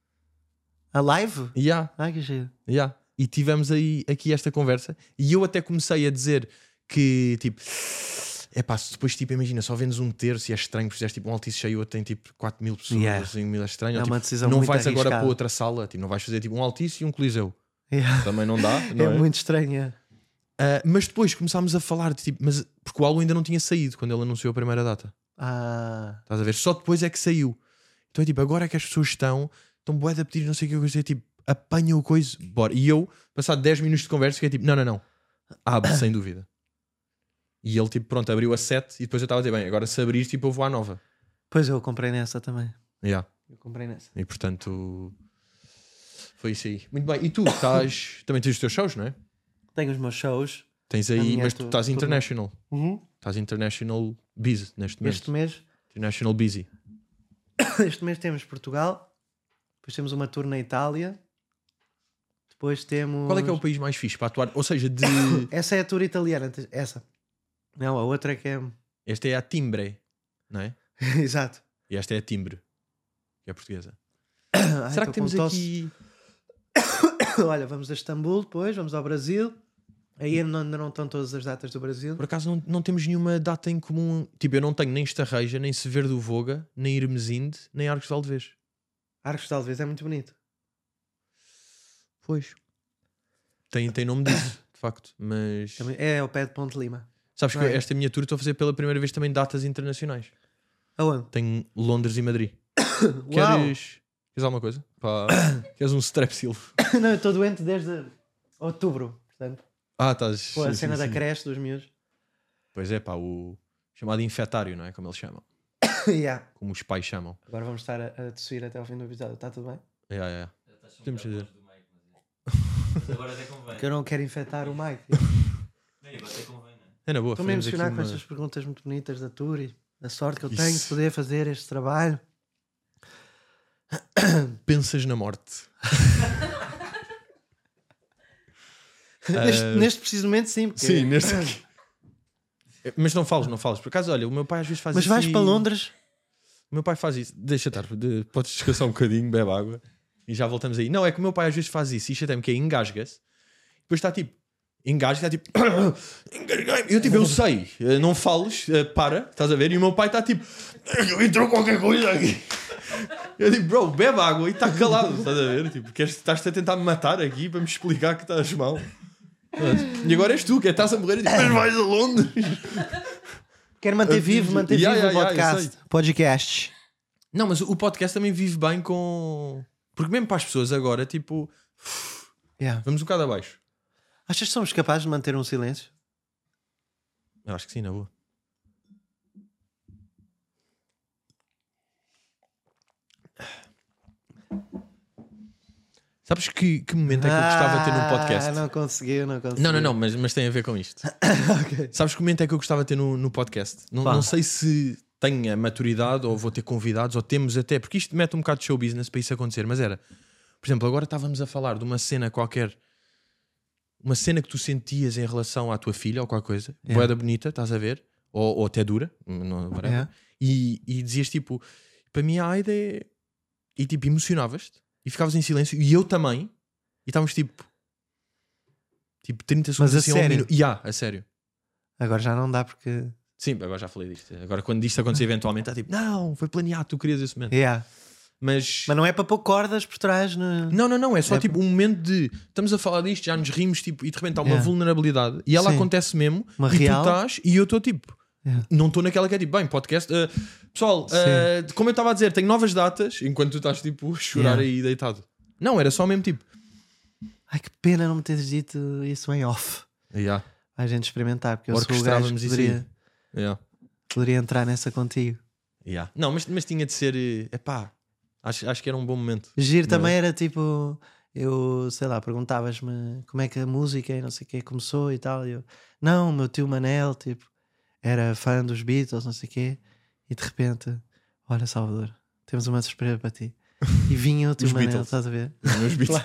A live? Que giro. E tivemos aqui esta conversa e eu até comecei a dizer que tipo, se depois tipo, imagina, só vendes um terço e é estranho, fizeste tipo um Altice cheio, outro tem tipo 4.000 pessoas, é estranho. É uma decisão não muito vais arriscada. agora para outra sala, tipo, não vais fazer tipo um Altice e um Coliseu. Também não dá. É muito estranho. Mas depois começámos a falar de tipo, porque o álbum ainda não tinha saído quando ele anunciou a primeira data. Estás a ver? Só depois é que saiu. Então é tipo, agora é que as pessoas estão bué de a pedir, não sei o que eu gostei, tipo, apanha o coisa, bora. E eu, passado 10 minutos de conversa, fiquei tipo, não. Abre, sem dúvida. E ele tipo, pronto, abriu a 7 e depois eu estava a dizer, bem, agora se abrir, tipo, eu vou à 9. Pois eu comprei nessa também. Eu comprei nessa. E portanto, foi isso aí. Muito bem. E tu também tens os teus shows, não é? Tenho os meus shows. Tens aí, mas tu estás international. Estás international busy neste mês. Este mês. International busy. Este mês temos Portugal. Depois temos uma tour na Itália. Depois temos... Qual é que é o país mais fixe para atuar? Ou seja, Essa é a tour italiana. Essa. Não, a outra é que é... Esta é a Timbre, não é? Exato. E esta é a Timbre, que é portuguesa. Ai, será que temos aqui... Olha, vamos a Istambul depois, vamos ao Brasil. Aí ainda não estão todas as datas do Brasil. Por acaso não temos nenhuma data em comum. Tipo, eu não tenho nem Estarreja, nem Severo do Voga, nem Irmesinde, nem Arcos de Valdevez. Arcos de Valdevez é muito bonito. Pois. Tem nome disso, de facto. Mas... Também é ao pé de Ponte Lima. Sabes que esta minha tour estou a fazer pela primeira vez também datas internacionais. Aonde? Tenho Londres e Madrid. Uau! Queres Queres alguma coisa? Pá, queres um strepsil? Não, eu estou doente desde outubro, portanto. Estás... Com a cena da creche dos miúdos. Pois é, pá, o chamado infetário, não é? Como eles chamam. Yeah. Como os pais chamam. Agora vamos estar a tossir até ao fim do episódio. Está tudo bem? Podemos fazer. Mas agora até convém. Porque eu não quero infectar o Mike. Nem, agora até convém, né? É na boa. Estou-me a fazemos emocionar aqui com uma- estas perguntas muito bonitas da Turi. Da sorte que eu Isso. tenho de poder fazer este trabalho. Pensas na morte. Neste preciso momento, sim. Porque... Sim, neste aqui. Mas não fales. Por acaso, olha, o meu pai às vezes faz Mas isso. vais para Londres? O meu pai faz isso. Deixa estar. Podes descansar um bocadinho, bebe água. E já voltamos aí. Não, é que o meu pai às vezes faz isso. E chateia-me que é engasga-se. Depois está tipo... Engasga, está tipo... Engasguei-me. Eu sei. Não fales. Para. Estás a ver? E o meu pai está tipo... Entrou qualquer coisa aqui. Eu digo, bro, bebe água e está calado. Estás a ver? Tipo, estás-te a tentar me matar aqui para me explicar que estás mal. E agora és tu que estás a morrer e digo, mas vais a Londres. Quero manter vivo o eu podcast. sei. Podcast. Não, mas o podcast também vive bem com... Porque mesmo para as pessoas agora, tipo... Yeah. Vamos um bocado abaixo. Achas que somos capazes de manter um silêncio? Eu acho que sim, na boa. Sabes que momento é que eu gostava de ter num podcast? Não conseguiu. Não, mas tem a ver com isto. Ok. Sabes que momento é que eu gostava de ter no podcast? Não sei se tenho a maturidade ou vou ter convidados ou temos até, porque isto mete um bocado de show business para isso acontecer, mas era, por exemplo, agora estávamos a falar de uma cena qualquer, uma cena que tu sentias em relação à tua filha ou qualquer coisa, boeda bonita, estás a ver? Ou até dura, não, whatever. Yeah. E dizias tipo, para mim a Aida é... E tipo, emocionavas-te e ficavas em silêncio e eu também, e estávamos tipo 30 segundos Mas a assim, sério? a sério. Agora já não dá porque... Sim, agora já falei disto. Agora quando isto acontecer eventualmente, está tipo, não, foi planeado, tu querias esse momento. Yeah. Mas Mas não é para pôr cordas por trás. não, é só É- tipo um momento de estamos a falar disto, já nos rimos tipo, e de repente há uma Yeah. vulnerabilidade e ela Sim. acontece mesmo Uma e real. tu estás e eu estou tipo, Yeah. não estou naquela que é tipo, bem, podcast, pessoal, como eu estava a dizer, tenho novas datas, enquanto tu estás tipo a chorar Yeah. aí deitado. Não, era só mesmo tipo, Ai, que pena não me teres dito isso em off. yeah, A gente experimentar, porque eu sou o gajo orquestrávamos que isso aí. poderia, Yeah. entrar nessa contigo. Yeah. Não, mas tinha de ser, epá, acho que era um bom momento. Giro Não é? também era tipo, eu sei lá, perguntavas-me como é que a música e não sei o que começou e tal. E eu, não, o meu tio Manel, tipo, era fã dos Beatles, não sei o quê, e de repente, olha, Salvador, temos uma surpresa para ti. E vinha o tio Os Manel, Beatles. estás a ver? Os Beatles.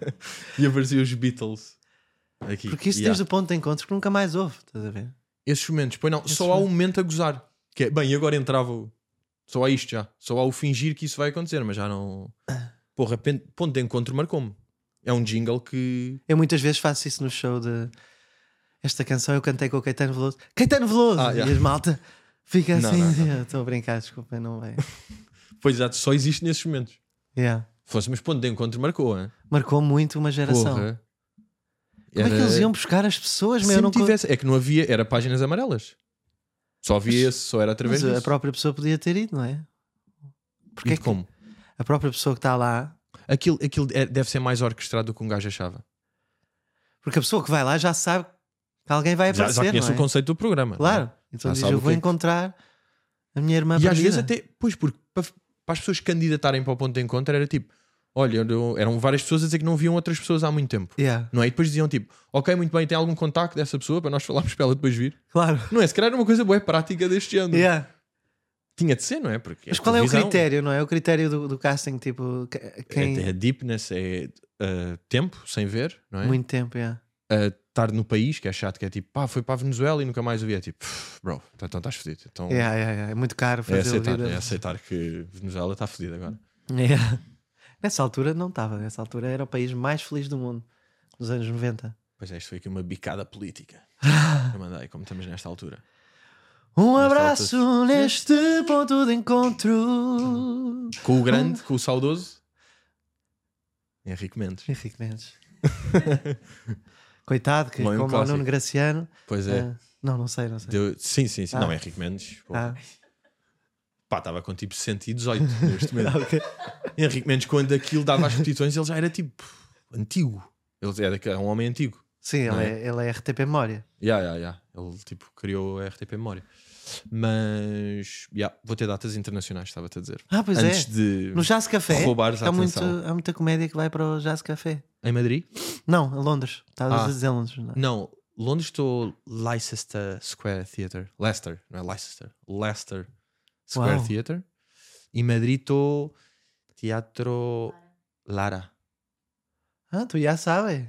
E apareciam os Beatles aqui. Porque isso Yeah. desde o ponto de encontro que nunca mais houve, estás a ver? Esses momentos, pois não, Esses só há um momento a gozar. Que é, bem, e agora entrava só há isto já. Só há o fingir que isso vai acontecer, mas já não. Porra, ponto de encontro marcou-me. É um jingle que. Eu muitas vezes faço isso no show de esta canção eu cantei com o Caetano Veloso. Caetano Veloso! Yeah. E as malta fica Não, assim. não. Estou a brincar, desculpa, não vai. Pois exato, só existe nesses momentos. Yeah. Fosse, mas ponto de encontro marcou, hein? Marcou muito uma geração. Porra. Como é que eles iam buscar as pessoas? Meu, Se eu não tivesse. É que não havia, era páginas amarelas. Só havia esse, só era através Mas disso. a própria pessoa podia ter ido, não é? Porque E é que como? a própria pessoa que está lá, Aquilo deve ser mais orquestrado do que um gajo achava. porque a pessoa que vai lá já sabe que alguém vai Já aparecer. conhece não é? o conceito do programa. Claro. não é? Então Já diz: sabe eu o vou que é que- encontrar a minha irmã E às perdida. vezes até, pois, porque para as pessoas candidatarem para o ponto de encontro era tipo, olha, eram várias pessoas a dizer que não viam outras pessoas há muito tempo. Yeah. Não é? E depois diziam tipo, ok, muito bem, tem algum contacto dessa pessoa para nós falarmos para ela depois vir? Claro. Não é? Se calhar era uma coisa boa prática deste ano. Yeah. Tinha de ser, não é? Porque Mas qual é o televisão, critério, não é? O critério do casting, tipo, quem... É deepness, é tempo sem ver, não é? Muito tempo, yeah. Estar no país, que é chato, que é tipo, pá, foi para a Venezuela e nunca mais o vi. É tipo, bro, então estás fodido. Então, Yeah. É muito caro é fazer aceitar que Venezuela está fodida agora. Yeah. Nessa altura não estava. Nessa altura era o país mais feliz do mundo. Nos anos 90. Pois é, isto foi aqui uma bicada política. Eu mandei, como estamos nesta altura. Um Nesta abraço altura. neste ponto de encontro. Com o grande, com o saudoso Henrique Mendes. Henrique Mendes. Coitado, que Não é um como o clássico. Nuno Graciano. Pois é. Não sei. Sim. Ah. Não, Henrique Mendes. Pô. Ah. Pá, estava com tipo 118 neste momento. Ok. Henrique Mendes, quando aquilo dava as repetições, ele já era tipo antigo. Ele era um homem antigo. Sim, Não ele é RTP Memória. Ele tipo criou a RTP Memória. Mas vou ter datas internacionais, estava-te a dizer. Pois Antes é. de No Jazz Café roubares a há, atenção. há muita comédia que vai para o Jazz Café. Em Madrid? Não, a Londres. Estavas a dizer Londres. Não. Não, Londres estou Leicester Square Theatre. Leicester, não é Leicester. Leicester Square Uau. Theatre. E Madrid estou Teatro Lara. Tu já sabes.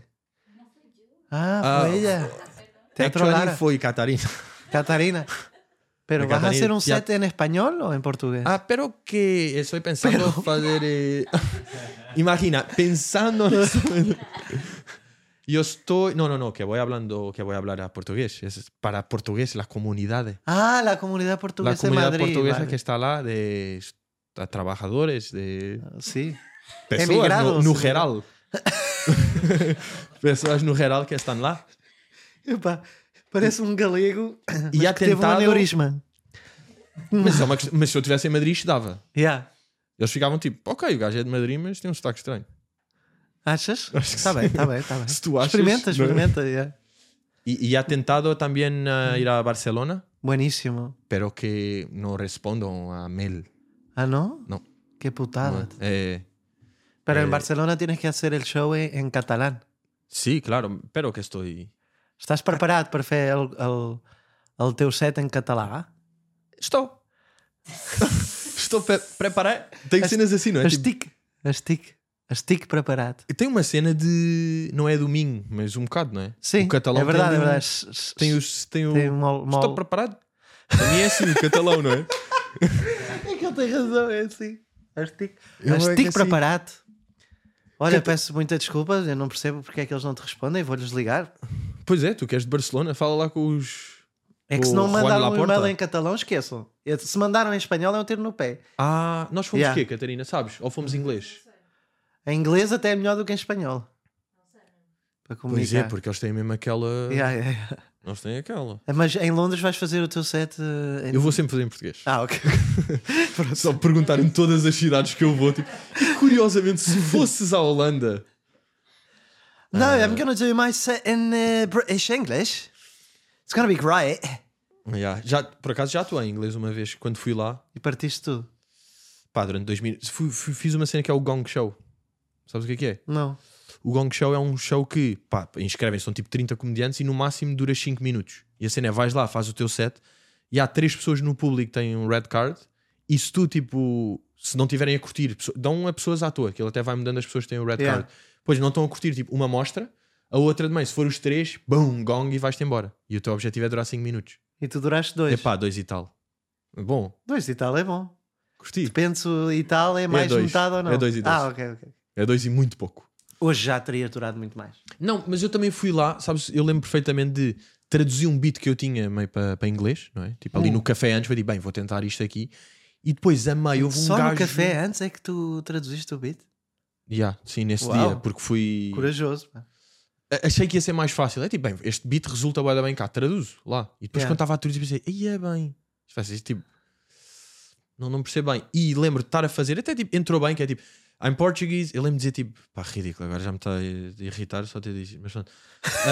Foi ella. Teatro Actually Lara. foi Catarina. Catarina. Pero La ¿vas a Catarina, hacer un set en español o en portugués? Pero que estoy pensando hacer... Imagina, pensando en eso. Yo estoy... No, que voy hablar a portugués. Es para portugués, las comunidades. La comunidad portuguesa La comunidad de Madrid. portuguesa vale. que está lá, de trabajadores, de Sí. pessoas Emigrados, no sí. geral. Pessoas no geral que estão lá. Epá, parece um galego E há que teve um tentado... aneurisma. Mas se eu estivesse em Madrid, estudava. Yeah. Eles ficavam tipo, ok, o gajo é de Madrid, mas tem um sotaque estranho. Achas? Acho que Está sim. bem, está bem, está bem. Se tu achas, Experimenta. Yeah. Y ha tentado también ir a Barcelona, Buenísimo. pero que no respondo a mail. ¿No? No. Qué putada. No, Pero en Barcelona tienes que hacer el show en catalán. sí, claro, pero que estoy... Estàs preparat per fer el teu set en català? Estou preparado. Tem cenas assim, não é? Estic preparat. Tem uma cena de... Não é domingo, mas um bocado, não é? Sim, o catalão é verdade, tem é verdade. Tem o... Tem um Estou preparado. Para mim é assim o catalão, não é? É que ele tem razão, é assim. Estic assim. preparat. Olha, peço muita desculpa, eu não percebo porque é que eles não te respondem, vou-lhes ligar. Pois é, tu que és de Barcelona, fala lá com os... É que se o não Juan mandaram um Laporta. e-mail em catalão, esqueçam. Se mandaram em espanhol é um tiro no pé. Nós fomos Yeah. quê, Catarina, sabes? Ou fomos inglês? Em inglês até é melhor do que em espanhol. Para comunicar. Pois é, porque eles têm mesmo aquela... Yeah. Eles têm aquela... Mas em Londres vais fazer o teu set em... Eu vou sempre fazer em português. Ok. Só perguntar em todas as cidades que eu vou. Tipo, e curiosamente, se fosses à Holanda... No, I'm gonna do my set in British English. It's gonna be great. Por acaso já atuei em inglês uma vez, quando fui lá. E partiste tudo? Pá, durante 2000... Fiz uma cena que é o Gong Show. Sabes o que é? Não. O Gong Show é um show que, pá, inscrevem-se, são tipo 30 comediantes e no máximo dura 5 minutos. E a cena é, vais lá, faz o teu set e há 3 pessoas no público que têm um red card e se tu, tipo, se não tiverem a curtir, dão a pessoas à toa, que ele até vai mudando as pessoas que têm o red card. Pois não estão a curtir, tipo, uma mostra, a outra também, se for os 3, bum, gong e vais-te embora. E o teu objetivo é durar 5 minutos. E tu duraste 2. Epá, 2 e tal. Bom, 2 e tal é bom. curti. Depende se o e tal é mais dois. metade ou não. É 2 e 2. Ok. É 2 e muito pouco. Hoje já teria durado muito mais. Não, mas eu também fui lá, sabes, eu lembro perfeitamente de traduzir um beat que eu tinha meio para inglês, não é? Tipo ali no café antes, eu disse, bem, vou tentar isto aqui. E depois a meio houve um Só gajo... no café antes é que tu traduziste o beat? Sim, nesse Uau. dia, porque fui... Corajoso. Pá. Achei que ia ser mais fácil. É tipo, bem, este beat resulta bué da bem cá, traduzo lá. E depois quando estava a traduzir pensei, aí é bem. Isto vai ser tipo... Não percebo bem. E lembro de estar a fazer, até tipo, entrou bem, que é tipo... I'm Portuguese. Eu lembro de dizer tipo... Pá, ridículo, agora já me está a irritar só ter dito. Mas pronto.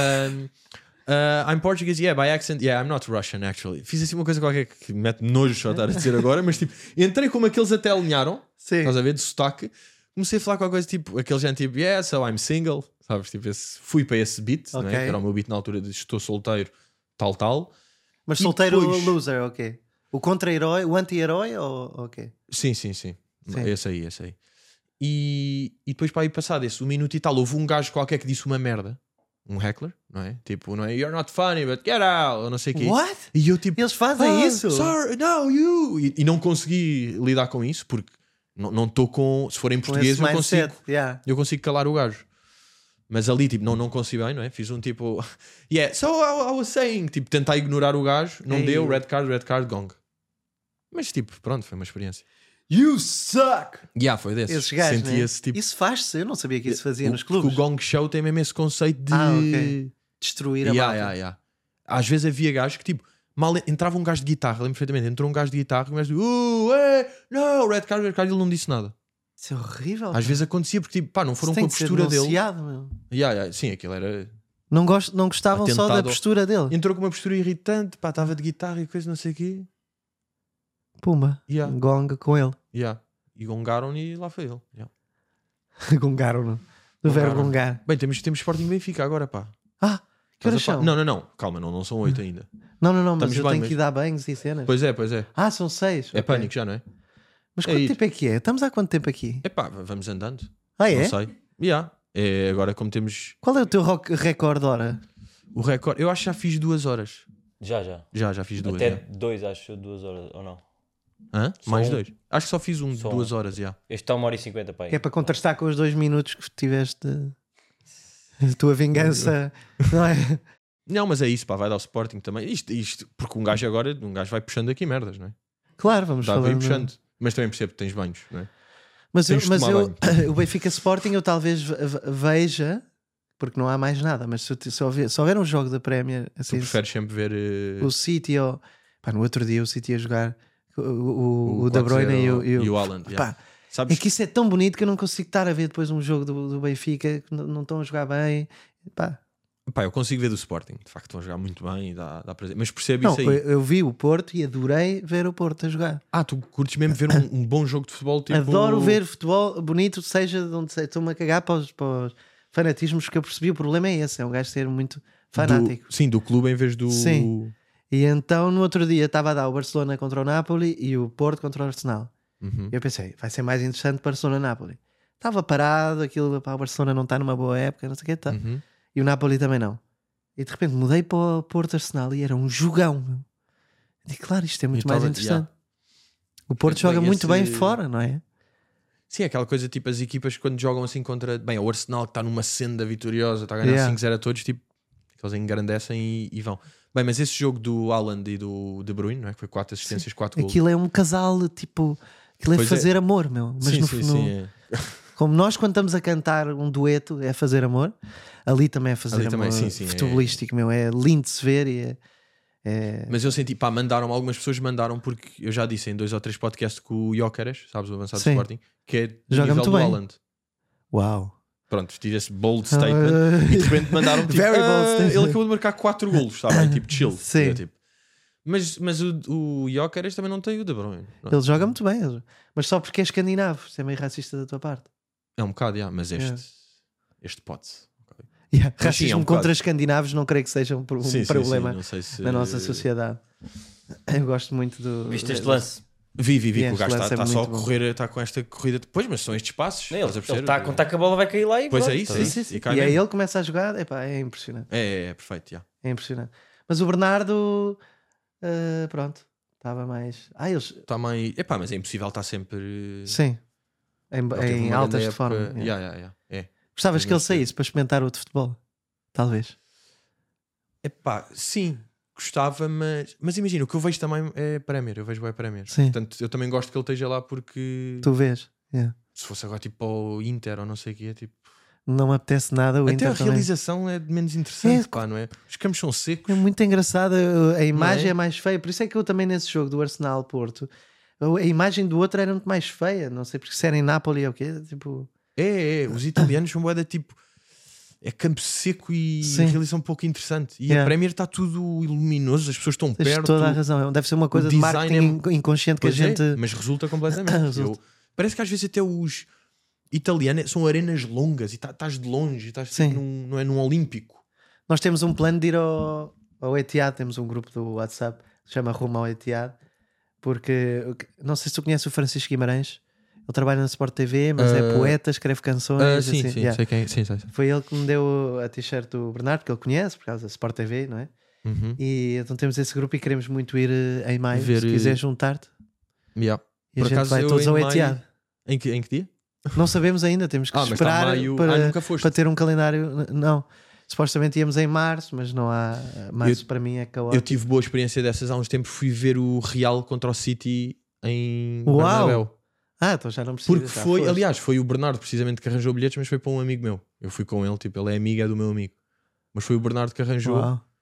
I'm Portuguese, yeah, by accent. Yeah, I'm not Russian, actually. Fiz assim uma coisa qualquer que me mete nojo só estar a dizer agora. Mas tipo, entrei como aqueles até alinharam. Sim. Estás a ver, de sotaque. Comecei a falar qualquer coisa tipo... Aquele gente tipo... Yeah, so I'm single. Sabes? Tipo, fui para esse beat. Não é? Que era o meu beat na altura de estou solteiro. Tal. Mas E solteiro depois- loser, ok. O contra-herói, o anti-herói ou ok? Sim. Esse aí. E depois para aí passado esse 1 minuto e tal, houve um gajo qualquer que disse uma merda. Um heckler, não é? Tipo, não é? You're not funny, but get out! Ou não sei o quê. What? E eu tipo... Eles fazem isso? Sorry, no, you! E não consegui lidar com isso, porque não estou com... Se for em Com português esse mindset. eu consigo calar o gajo. Mas ali, tipo, não consegui bem, não é? Fiz um tipo... Yeah, so I was saying... Tipo, tentar ignorar o gajo. Não Ei. deu, red card, gong. Mas tipo, pronto, foi uma experiência. You suck! Foi desses. Esses gajos, né? Sentia-se tipo... Isso faz-se, eu não sabia que isso fazia nos Porque clubes. o Gong Show tem mesmo esse conceito de... Ok. Destruir a malta. Às vezes havia gajos que tipo... Mal entrava um gajo de guitarra, lembro perfeitamente. Entrou um gajo de guitarra e o gajo não, red card, ele não disse nada. Isso é horrível. Às vezes acontecia porque tipo, pá, não foram com a postura dele. Sim, aquilo era. Não gostavam atentado só da postura dele. Entrou com uma postura irritante, pá, estava de guitarra e coisa, não sei o quê. Pumba. Gong com ele. E gongaram e lá foi ele. Gongaram-no. Do verbo gongar. Bem, temos Sporting Benfica agora, pá. Que horas são? Não. Calma, não são 8 ainda. Não, mas eu tenho que ir dar banhos e cenas. Pois é. São 6. É pânico já, não é? Mas quanto tempo é que é? Estamos há quanto tempo aqui? É pá, vamos andando. É? Não sei. É agora como temos... Qual é o teu recorde de hora? O recorde... Eu acho que já fiz 2 horas. Já fiz 2. Até 2, acho, 2 horas, ou não? Hã? Mais 2? Acho que só fiz de 2 horas, já. Este está 1h50, pá. É para contrastar com os 2 minutos que tiveste... A tua vingança, não é? Não, mas é isso, pá, vai dar o Sporting também. Isto, porque um gajo vai puxando aqui merdas, não é? Claro, vamos falar. Puxando. Mas também percebo que tens banhos, não é? Mas o Benfica Sporting eu talvez veja, porque não há mais nada, mas se houver um jogo da Premier, assim, tu preferes sempre ver o City ou... Pá, no outro dia o City a jogar o De Bruyne e o Haaland. Sabes? É que isso é tão bonito que eu não consigo estar a ver depois um jogo do Benfica que não estão a jogar bem. Pá, eu consigo ver do Sporting, de facto estão a jogar muito bem e dá prazer. Mas percebo isso aí. Eu vi o Porto e adorei ver o Porto a jogar. Tu curtes mesmo ver um bom jogo de futebol? Tipo... Adoro ver futebol bonito, seja de onde seja. Estou-me a cagar para os fanatismos que eu percebi. O problema é esse, é um gajo ser muito fanático. Do clube em vez do... Sim. E então no outro dia estava a dar o Barcelona contra o Napoli e o Porto contra o Arsenal. Eu pensei, vai ser mais interessante Barcelona-Napoli. Estava parado, aquilo, pá, o Barcelona não está numa boa época, não sei o que tá. E o Napoli também não. E de repente mudei para o Porto-Arsenal e era um jogão. E claro, isto é muito mais interessante. O Porto joga muito bem fora, não é? Sim, aquela coisa tipo as equipas quando jogam assim contra... Bem, o Arsenal que está numa senda vitoriosa, está a ganhar 5-0 a todos, tipo, eles engrandecem e vão. Bem, mas esse jogo do Haaland e do De Bruyne, não é? Que foi 4 assistências, 4 gols. Aquilo é um casal, tipo... Aquilo é fazer amor, meu. Mas sim. Como nós quando estamos a cantar um dueto é fazer amor, ali também é fazer amor. Também, sim, futebolístico, meu. É lindo de se ver e Mas eu senti, pá, algumas pessoas mandaram, porque eu já disse em 2 ou 3 podcasts que o Gyökeres, sabes, o avançado do Sporting, que é do joga nível muito do bem. Haaland. Uau. Pronto, tive esse bold statement e de repente mandaram tipo, Very bold statement. ele acabou de marcar 4 golos, está bem, tipo chill. Sim. Tipo. Mas o Gyökeres também não tem o De Bruyne. Ele joga muito bem, mas só porque é escandinavo. Isso é meio racista da tua parte. É um bocado, mas este pode-se. Racismo contra escandinavos não creio que seja um problema na nossa sociedade. Eu gosto muito do... Viste este lance? Vi, que o gajo está só a correr, está com esta corrida depois, mas são estes passos. Ele está a contar que a bola vai cair lá e pois pronto. é isso. E aí ele começa a jogar, é impressionante. É perfeito, É impressionante. Mas o Bernardo, pronto, estava mais... eles... Está mais... mas é impossível estar sempre... Sim, em altas de forma. Gostavas que ele saísse para experimentar outro futebol? Talvez. Sim, gostava, mas imagina, o que eu vejo também é Premier. Eu vejo bem Premier. Sim. Portanto, eu também gosto que ele esteja lá porque... Tu vês? Se fosse agora tipo ao Inter ou não sei o que, é tipo... Não me apetece nada. Até Inter a realização também. é menos interessante, não é? Os campos são secos. É muito engraçado. A imagem é mais feia. Por isso é que eu também nesse jogo do Arsenal-Porto, a imagem do outro era muito mais feia. Não sei porque se era em Nápoles é o quê? Tipo... Os italianos são moeda tipo... É campo seco e a realização um pouco interessante. E a Premier está tudo luminoso, as pessoas estão perto. Tens toda a razão. Deve ser uma coisa de marketing inconsciente que a gente... mas resulta completamente. Parece que às vezes até os italianos são arenas longas e estás de longe, estás tipo não é num Olímpico. Nós temos um plano de ir ao Etihad, temos um grupo do WhatsApp que se chama Rumo ao Etihad, porque não sei se tu conheces o Francisco Guimarães. Ele trabalha na Sport TV, mas é poeta, escreve canções. Sim, sei quem. Sim. Foi ele que me deu a t-shirt do Bernardo, que ele conhece, por causa da Sport TV, não é? E então temos esse grupo e queremos muito ir em maio. Se quiser juntar-te, e a gente vai todos ao Etihad. Em que dia? Não sabemos ainda, temos que esperar para ter um calendário. Não, supostamente íamos em março, mas não há. Março para mim é caótico. Eu tive boa experiência dessas há uns tempos. Fui ver o Real contra o City em Uau! Bernabéu. Então já não precisa. Porque foi o Bernardo precisamente que arranjou bilhetes, mas foi para um amigo meu. Eu fui com ele, tipo, ele é amigo, é do meu amigo. Mas foi o Bernardo que arranjou. Uau.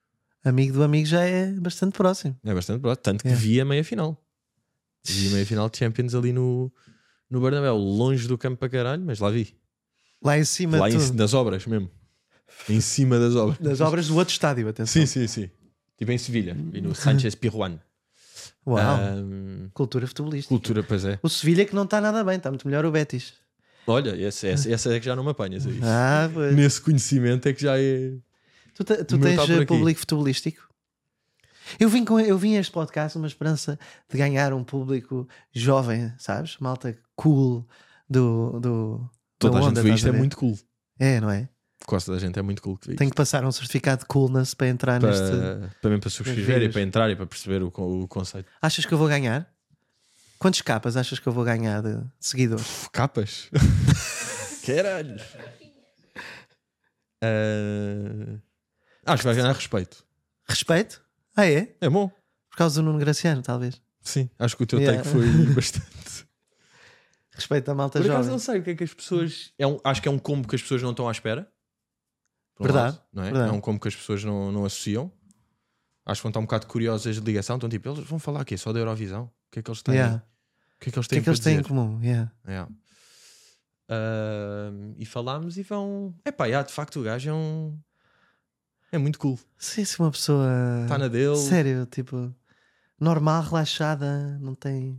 Amigo do amigo já é bastante próximo. É bastante próximo. Tanto que vi a meia-final. Vi a meia-final de Champions ali no Bernabéu. Longe do campo para caralho, mas lá vi. Lá em cima das obras mesmo. Em cima das obras. Das obras do outro estádio, atenção. Sim. Tipo em Sevilha. E no Sánchez Pizjuán. Uau. Cultura futebolística. Cultura, pois é. O Sevilha que não está nada bem, está muito melhor o Betis. Olha, essa é que já não me apanhas aí. Pois. Nesse conhecimento é que já é... Tu tens público futebolístico? Eu vim a este podcast uma esperança de ganhar um público jovem, sabes? Malta cool Toda a gente vê isto, é muito cool. É, não é? Quase toda a gente é muito cool que vê. Tenho que passar um certificado de coolness para entrar para subscrever e para entrar e para perceber o conceito. Achas que eu vou ganhar? Quantas capas achas que eu vou ganhar de seguidores? Capas? Caralho! Acho que vai ganhar respeito. Respeito? Ah, é? É bom. Por causa do Nuno Graciano, talvez. Sim, acho que o teu take foi bastante. Respeito à malta Por jovem. acaso não sei o que é que as pessoas... acho que é um combo que as pessoas não estão à espera. Verdade. Lado, não é? Verdade. É um combo que as pessoas não associam. Acho que vão estar um bocado curiosas de ligação. Então, tipo, eles vão falar aqui só da Eurovisão. O que é que eles têm? O que é que eles têm, em comum? E falámos e vão... de facto o gajo é muito cool. Se uma pessoa... Está na dele. Sério, tipo... Normal, relaxada, não tem...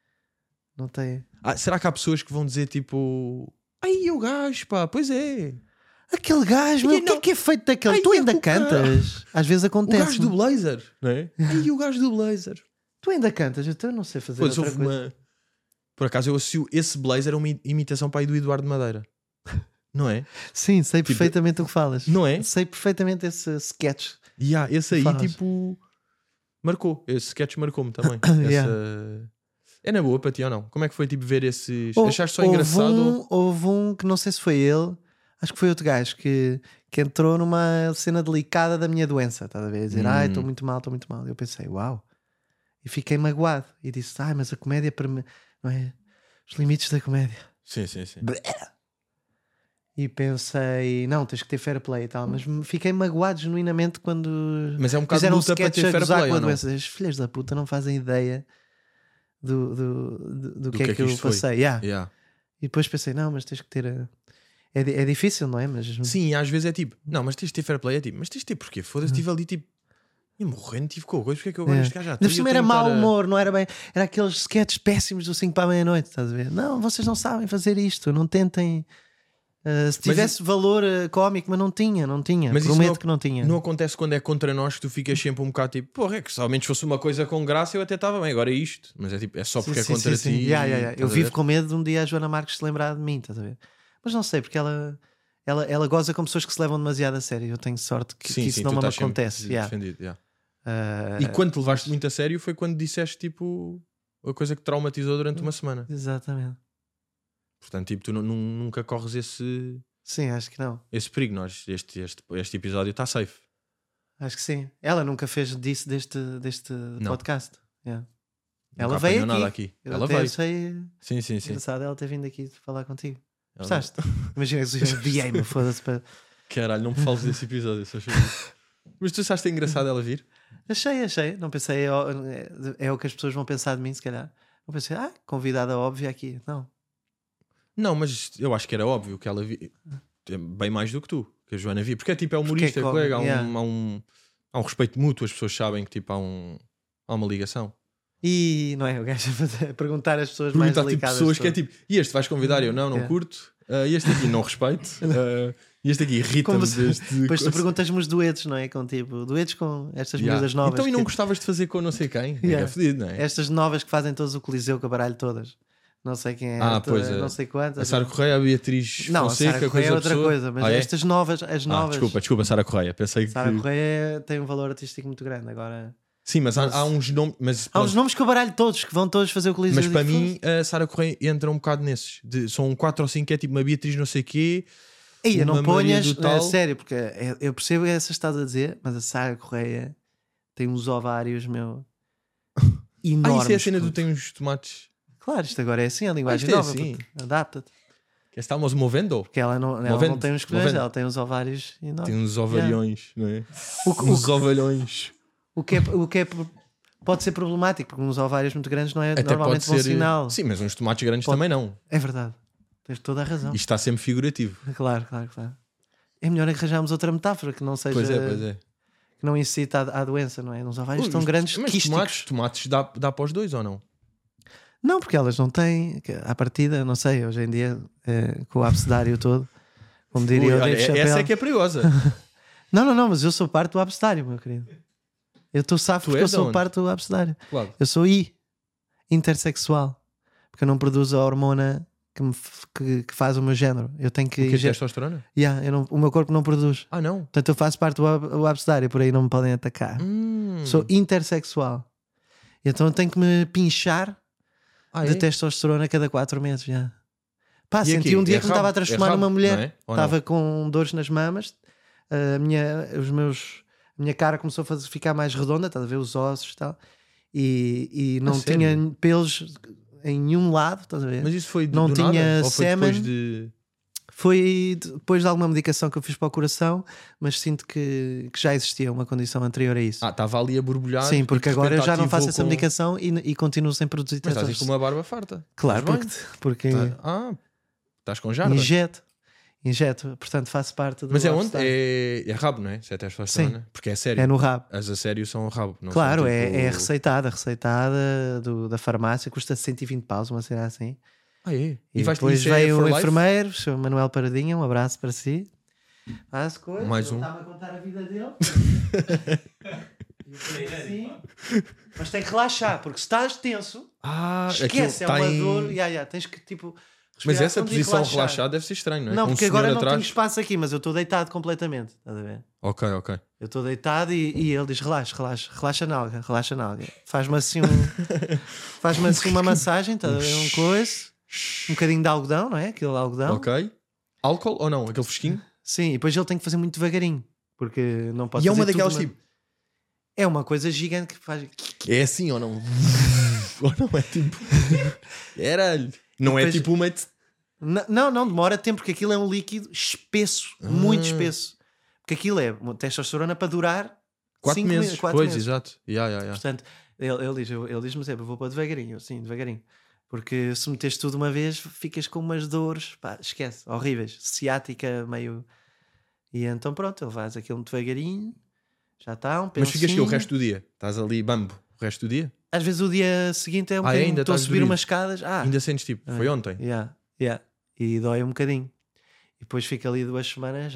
Será que há pessoas que vão dizer tipo... Ai, o gajo, pá, pois é. Aquele gajo, meu, o que é feito daquele? Tu ainda cantas? Às vezes acontece. O gajo do blazer, não é? Ai, o gajo do blazer. Tu ainda cantas? Eu não sei fazer outra coisa. Por acaso eu associo esse blazer a uma imitação para aí do Eduardo Madeira. Não é? Sim, sei perfeitamente o que falas. Não é? Sei perfeitamente esse sketch. Esse aí tipo... Marcou. Esse sketch marcou-me também. É na boa para ti ou não? Como é que foi tipo ver esses... Achaste só engraçado? Houve um que não sei se foi ele, acho que foi outro gajo que entrou numa cena delicada da minha doença, estás a ver? A dizer, estou muito mal. Eu pensei, uau. E fiquei magoado. E disse, mas a comédia para mim... Não é? Os limites da comédia. Sim. E pensei, não, tens que ter fair play e tal, mas fiquei magoado genuinamente quando mas é um bocado fizeram luta para ter fair play, com a doença. As filhas da puta não fazem ideia do que é que eu passei. E depois pensei, não, mas tens que ter... É difícil, não é? Mas... Sim, às vezes é tipo, não, mas tens de ter fair play, é tipo, mas tens de ter porquê? Foda-se, estive ali tipo, e morrendo, tive com coisa, porque é que eu agora este gajo já... Por cima era mau humor, não era bem... Era aqueles sketches péssimos do 5 para a meia-noite, estás a ver? Não, vocês não sabem fazer isto, não tentem... se tivesse valor cómico, mas não tinha, mas prometo que não tinha. Não acontece quando é contra nós que tu ficas sempre um bocado tipo, porra, é que se ao menos fosse uma coisa com graça eu até estava bem, agora é isto. Mas é tipo, é só porque é contra ti. Eu vivo com medo de um dia a Joana Marques se lembrar de mim, estás a ver? Mas não sei, porque ela goza com pessoas que se levam demasiado a sério. Eu tenho sorte que isso não me acontece. E quando te levaste muito a sério foi quando disseste tipo a coisa que traumatizou durante uma semana. Exatamente. Portanto, tipo, tu nunca corres esse... Sim, acho que não. Esse perigo. Este episódio está safe. Acho que sim. Ela nunca fez disso deste podcast. Ela veio aqui. Nada aqui. Ela veio. Achei sim. engraçado ela ter vindo aqui falar contigo. Gostaste? Imagina que eu enviei-me, foda-se para... Caralho, não me fales desse episódio. Mas tu achaste engraçado ela vir? Achei. Não pensei, é o que as pessoas vão pensar de mim, se calhar. Não pensei, convidada óbvia aqui. Não, mas eu acho que era óbvio que ela vi bem mais do que tu, que a Joana vi, porque é tipo, é humorista, colega, há um respeito mútuo, as pessoas sabem que tipo, há uma ligação. E não é? O gajo a perguntar às pessoas mais delicadas. Tipo, pessoas que é tipo, e este vais convidar? Eu não curto, e este aqui não respeito, e este aqui irrita-me depois tu perguntas-me os duetos, não é? Com tipo, duetos com estas miúdas novas. Então, e não gostavas de fazer com não sei quem? É fedido, não é? Estas novas que fazem todos o Coliseu, que eu baralho todas. Não sei quem é, não sei quantas. A Sara Correia, a Beatriz não, Fonseca, a Sara Correia é outra coisa, mas estas novas, as novas. Desculpa, Sara Correia. Pensei Sara Correia tem um valor artístico muito grande agora. Sim, mas há uns nomes. Há uns nomes que eu baralho todos, que vão todos fazer o Coliseu. Mas para mim, a Sara Correia entra um bocado nesses. São 4 ou 5 que é tipo uma Beatriz não sei quê. E não ponhas, sério, porque eu percebo essa estás a dizer, mas a Sara Correia tem uns ovários, enormes. Isso é a cena do tem uns tomates. Claro, isto agora é assim, a linguagem nova. Assim. Adapta-te. Que estamos movendo? Porque ela não tem uns colhões, ela tem os ovários enormes. Tem uns ovalhões, não é? Uns ovalhões. O que é pode ser problemático, porque uns ovários muito grandes não é até normalmente bom sinal. Sim, mas uns tomates grandes também não. É verdade. Tens toda a razão. Isto está sempre figurativo. Claro. É melhor arranjarmos outra metáfora que não seja... Pois é. Que não incita à doença, não é? Uns ovários tão grandes, mas quísticos. Tomates dá para os dois ou não? Não, porque elas não têm... À partida, não sei, hoje em dia, com o abcedário todo, como diria o Dave Chappelle... Essa é que é perigosa. Não, mas eu sou parte do abcedário, meu querido. Eu estou safo porque eu sou parte do abcedário. Claro. Eu sou intersexual. Porque eu não produzo a hormona que faz o meu género. Eu tenho que... O que é testosterona? O meu corpo não produz. Ah, não? Portanto, eu faço parte do abcedário, por aí não me podem atacar. Sou intersexual. Então eu tenho que me pinchar de testosterona a cada 4 meses. Pá, senti um dia que me estava a transformar numa mulher. Estava com dores nas mamas. A minha cara começou a ficar mais redonda, estás a ver os ossos e tal, e não tinha pelos em nenhum lado, estás a ver? Mas isso foi não tinha nada? sêmen. Foi depois de alguma medicação que eu fiz para o coração, mas sinto que já existia uma condição anterior a isso. Estava ali a borbulhar. Sim, porque agora eu já não faço essa medicação e continuo sem produzir testosterona. Mas estás com uma barba farta. Claro, porque estás com jarda. Injeto, portanto faço parte do... Mas é onde? É rabo, não é? Se é testosterona? Sim. Porque é sério. É no rabo. As a sério são rabo. Não claro, são, tipo... é receitada da farmácia, custa 120 paus, uma cena assim. É? E depois veio o enfermeiro, o Sr. Manuel Paradinha, um abraço para si. Faz coisas, mais um. Estava a contar a vida dele. Assim. Mas tem que relaxar, porque se estás tenso, esquece, é uma dor. Tens que tipo... Mas essa posição relaxada deve ser estranho, não é? Não, porque agora não tenho espaço aqui, mas eu estou deitado completamente. Estás a ver? Ok. Eu estou deitado e ele diz: relaxa na alga. Faz-me assim uma massagem, estás a ver? Um bocadinho de algodão, não é? Aquele algodão. Ok. Álcool ou não? Aquele fresquinho? Sim, e depois ele tem que fazer muito devagarinho, porque não pode fazer. E é uma daquelas tipo. É uma coisa gigante que faz. É assim ou não? Ou não é tipo. Era. Não depois... é tipo uma... Não, demora tempo, porque aquilo é um líquido espesso, muito espesso. Porque aquilo é uma testosterona para durar 4 meses. 4 meses. Exato. Portanto, ele diz-me sempre, vou pôr devagarinho. Sim, devagarinho. Porque se meteres tudo uma vez, ficas com umas dores, pá, esquece, horríveis. Ciática meio... E então pronto, ele faz aquilo muito devagarinho, já está, um pensinho. Mas ficas aqui o resto do dia? Estás ali, bambo, o resto do dia? Às vezes o dia seguinte é um bocadinho, estou a subir umas escadas. Ainda sentes tipo, foi ontem? E dói um bocadinho. E depois fica ali 2 semanas.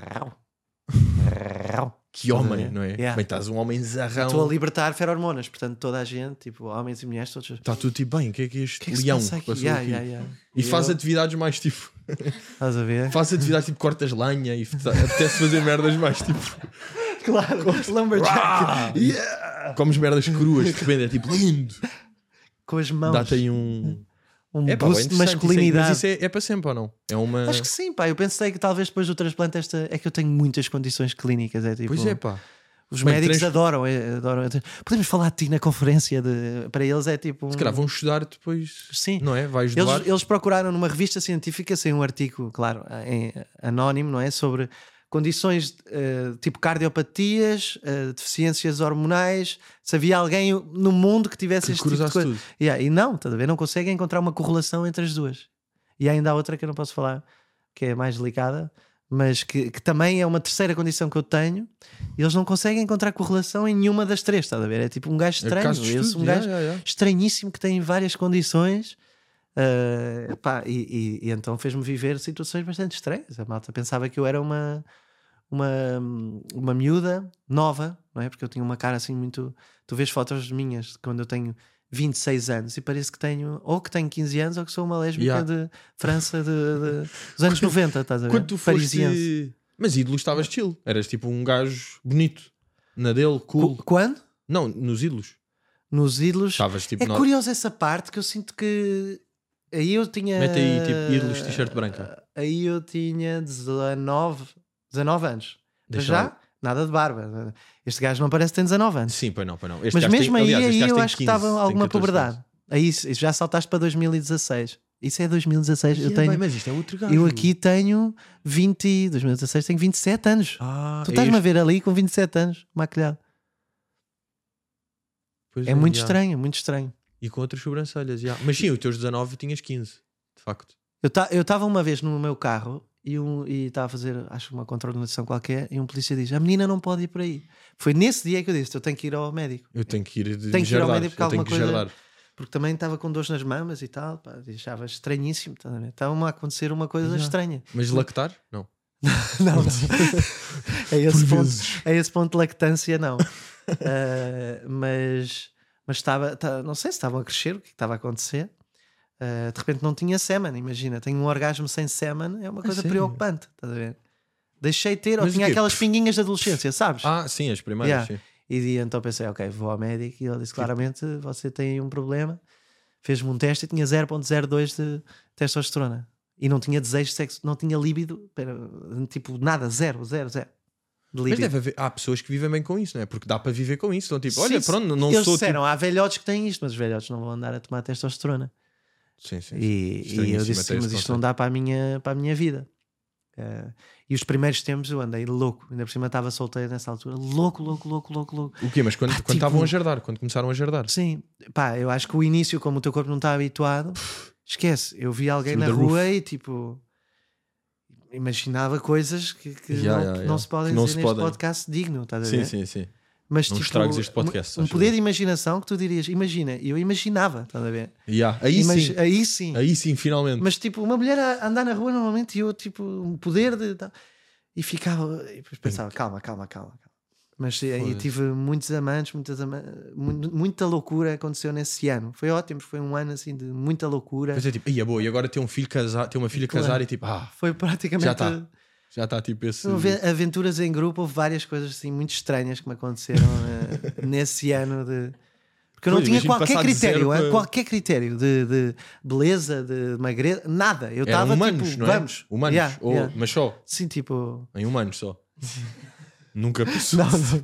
Que homem, não é? Bem, estás um homem zarrão. Estou a libertar ferormonas, portanto toda a gente, tipo homens e mulheres, todos. Está tudo tipo, bem, o que é este que leão que passou aqui? E faz atividades mais tipo... Estás a ver? Faz atividades tipo cortas lenha e apetece fazer merdas mais tipo... Claro, lumberjack. Comes merdas cruas, de repente é tipo lindo. Com as mãos. Dá-te aí um boost de masculinidade. Mas isso é para sempre ou não? É uma... Acho que sim, pá. Eu pensei que talvez depois do transplante é que eu tenho muitas condições clínicas. É tipo... Pois é, pá. Os médicos adoram. Podemos falar de ti na conferência. Para eles é tipo... Se calhar vão estudar depois. Sim. Não é? Vais doar. Eles procuraram numa revista científica, sem um artigo, claro, anónimo, não é? Sobre condições tipo cardiopatias, deficiências hormonais, se havia alguém no mundo que tivesse este tipo de coisa. E não, estás a ver? Não conseguem encontrar uma correlação entre as duas. E ainda há outra que eu não posso falar, que é mais delicada, mas que também é uma terceira condição que eu tenho, e eles não conseguem encontrar correlação em nenhuma das 3, estás a ver? É tipo um gajo estranho, eu sou um gajo estranhíssimo que tem várias condições. E então fez-me viver situações bastante estranhas. A malta pensava que eu era uma miúda nova, não é? Porque eu tinha uma cara assim muito... Tu vês fotos minhas de quando eu tenho 26 anos e parece que tenho 15 anos ou que sou uma lésbica de França dos anos 90, estás a ver? Quando tu foste... Mas ídolos estavas chill, eras tipo um gajo bonito na dele, cool. Quando? Não, nos ídolos. Nos ídolos estavas, tipo, curioso essa parte, que eu sinto que aí eu tinha... Mete aí tipo ídolos t-shirt branca. Aí eu tinha 19 anos. Mas já nada de barba. Este gajo não parece que tem 19 anos. Sim, pois não. Mas mesmo aí eu acho que estava alguma puberdade. Aí já saltaste para 2016. Isso é 2016. Eu Yeah, tenho, bem, mas isto é outro gajo. eu aqui tenho 2016, tenho 27 anos. Tu estás-me a ver ali com 27 anos, maquilhado. Pois É muito yeah. estranho, muito estranho. E com outras sobrancelhas, yeah. Mas sim, os teus 19 tinhas 15, de facto. Eu estava uma vez no meu carro e estava a fazer, acho, uma controlação qualquer, e um polícia diz: a menina não pode ir por aí. Foi nesse dia que eu disse: eu tenho que ir ao médico. Eu tenho que ir Tenho que ir ao médico porque eu alguma tenho que coisa. jardar. Porque também estava com dores nas mamas e tal, pá, achava estranhíssimo. Estava-me a acontecer uma coisa estranha. Mas lactar? Não. Não. A esse ponto de lactância, não. Mas estava, não sei se estavam a crescer, o que estava a acontecer. De repente não tinha sêmen, imagina, tenho um orgasmo sem sêmen, é uma coisa preocupante, estás a ver? Deixei ter, ou tinha aquelas pinguinhas de adolescência, sabes? Sim, as primeiras, sim. E então pensei, ok, vou ao médico, e ele disse claramente: você tem um problema. Fez-me um teste e tinha 0.02 de testosterona e não tinha desejo de sexo, não tinha líbido, tipo nada, zero de líbido. Mas deve haver, há pessoas que vivem bem com isso, não é? Porque dá para viver com isso. Então, tipo, olha, Sim, pronto, não eles sou disseram, tipo... há velhotes que têm isto, mas os velhotes não vão andar a tomar testosterona. Sim. E eu disse, mas isto não dá para a minha vida. E os primeiros tempos eu andei louco, ainda por cima estava solteiro nessa altura, louco. O quê? Mas quando estavam a jardar, quando começaram a jardar? Sim, pá, eu acho que o início, como o teu corpo não está habituado, esquece. Eu vi alguém na rua e tipo imaginava coisas que não se podem dizer neste podcast digno, estás a ver? Sim. Mas não tipo, estragues este podcast. Um poder de imaginação que tu dirias, imagina, eu imaginava, estás a ver? Aí sim, finalmente. Mas tipo, uma mulher a andar na rua normalmente e eu tipo, um poder de... E ficava, e depois pensava, calma. Mas aí tive muitos amantes, muita loucura aconteceu nesse ano. Foi ótimo, foi um ano assim de muita loucura. Pois é, tipo, é boa, e agora tem um filho casar, tem uma filha casar e tipo, foi praticamente... Já está tipo esse... Aventuras em grupo, houve várias coisas assim muito estranhas que me aconteceram nesse ano de... Porque eu não tinha qualquer critério de beleza, de magreza, nada. Eu estava humanos, tipo, não é? vamos. Humanos, mas só. Sim, tipo... Em humanos só. Nunca pensou.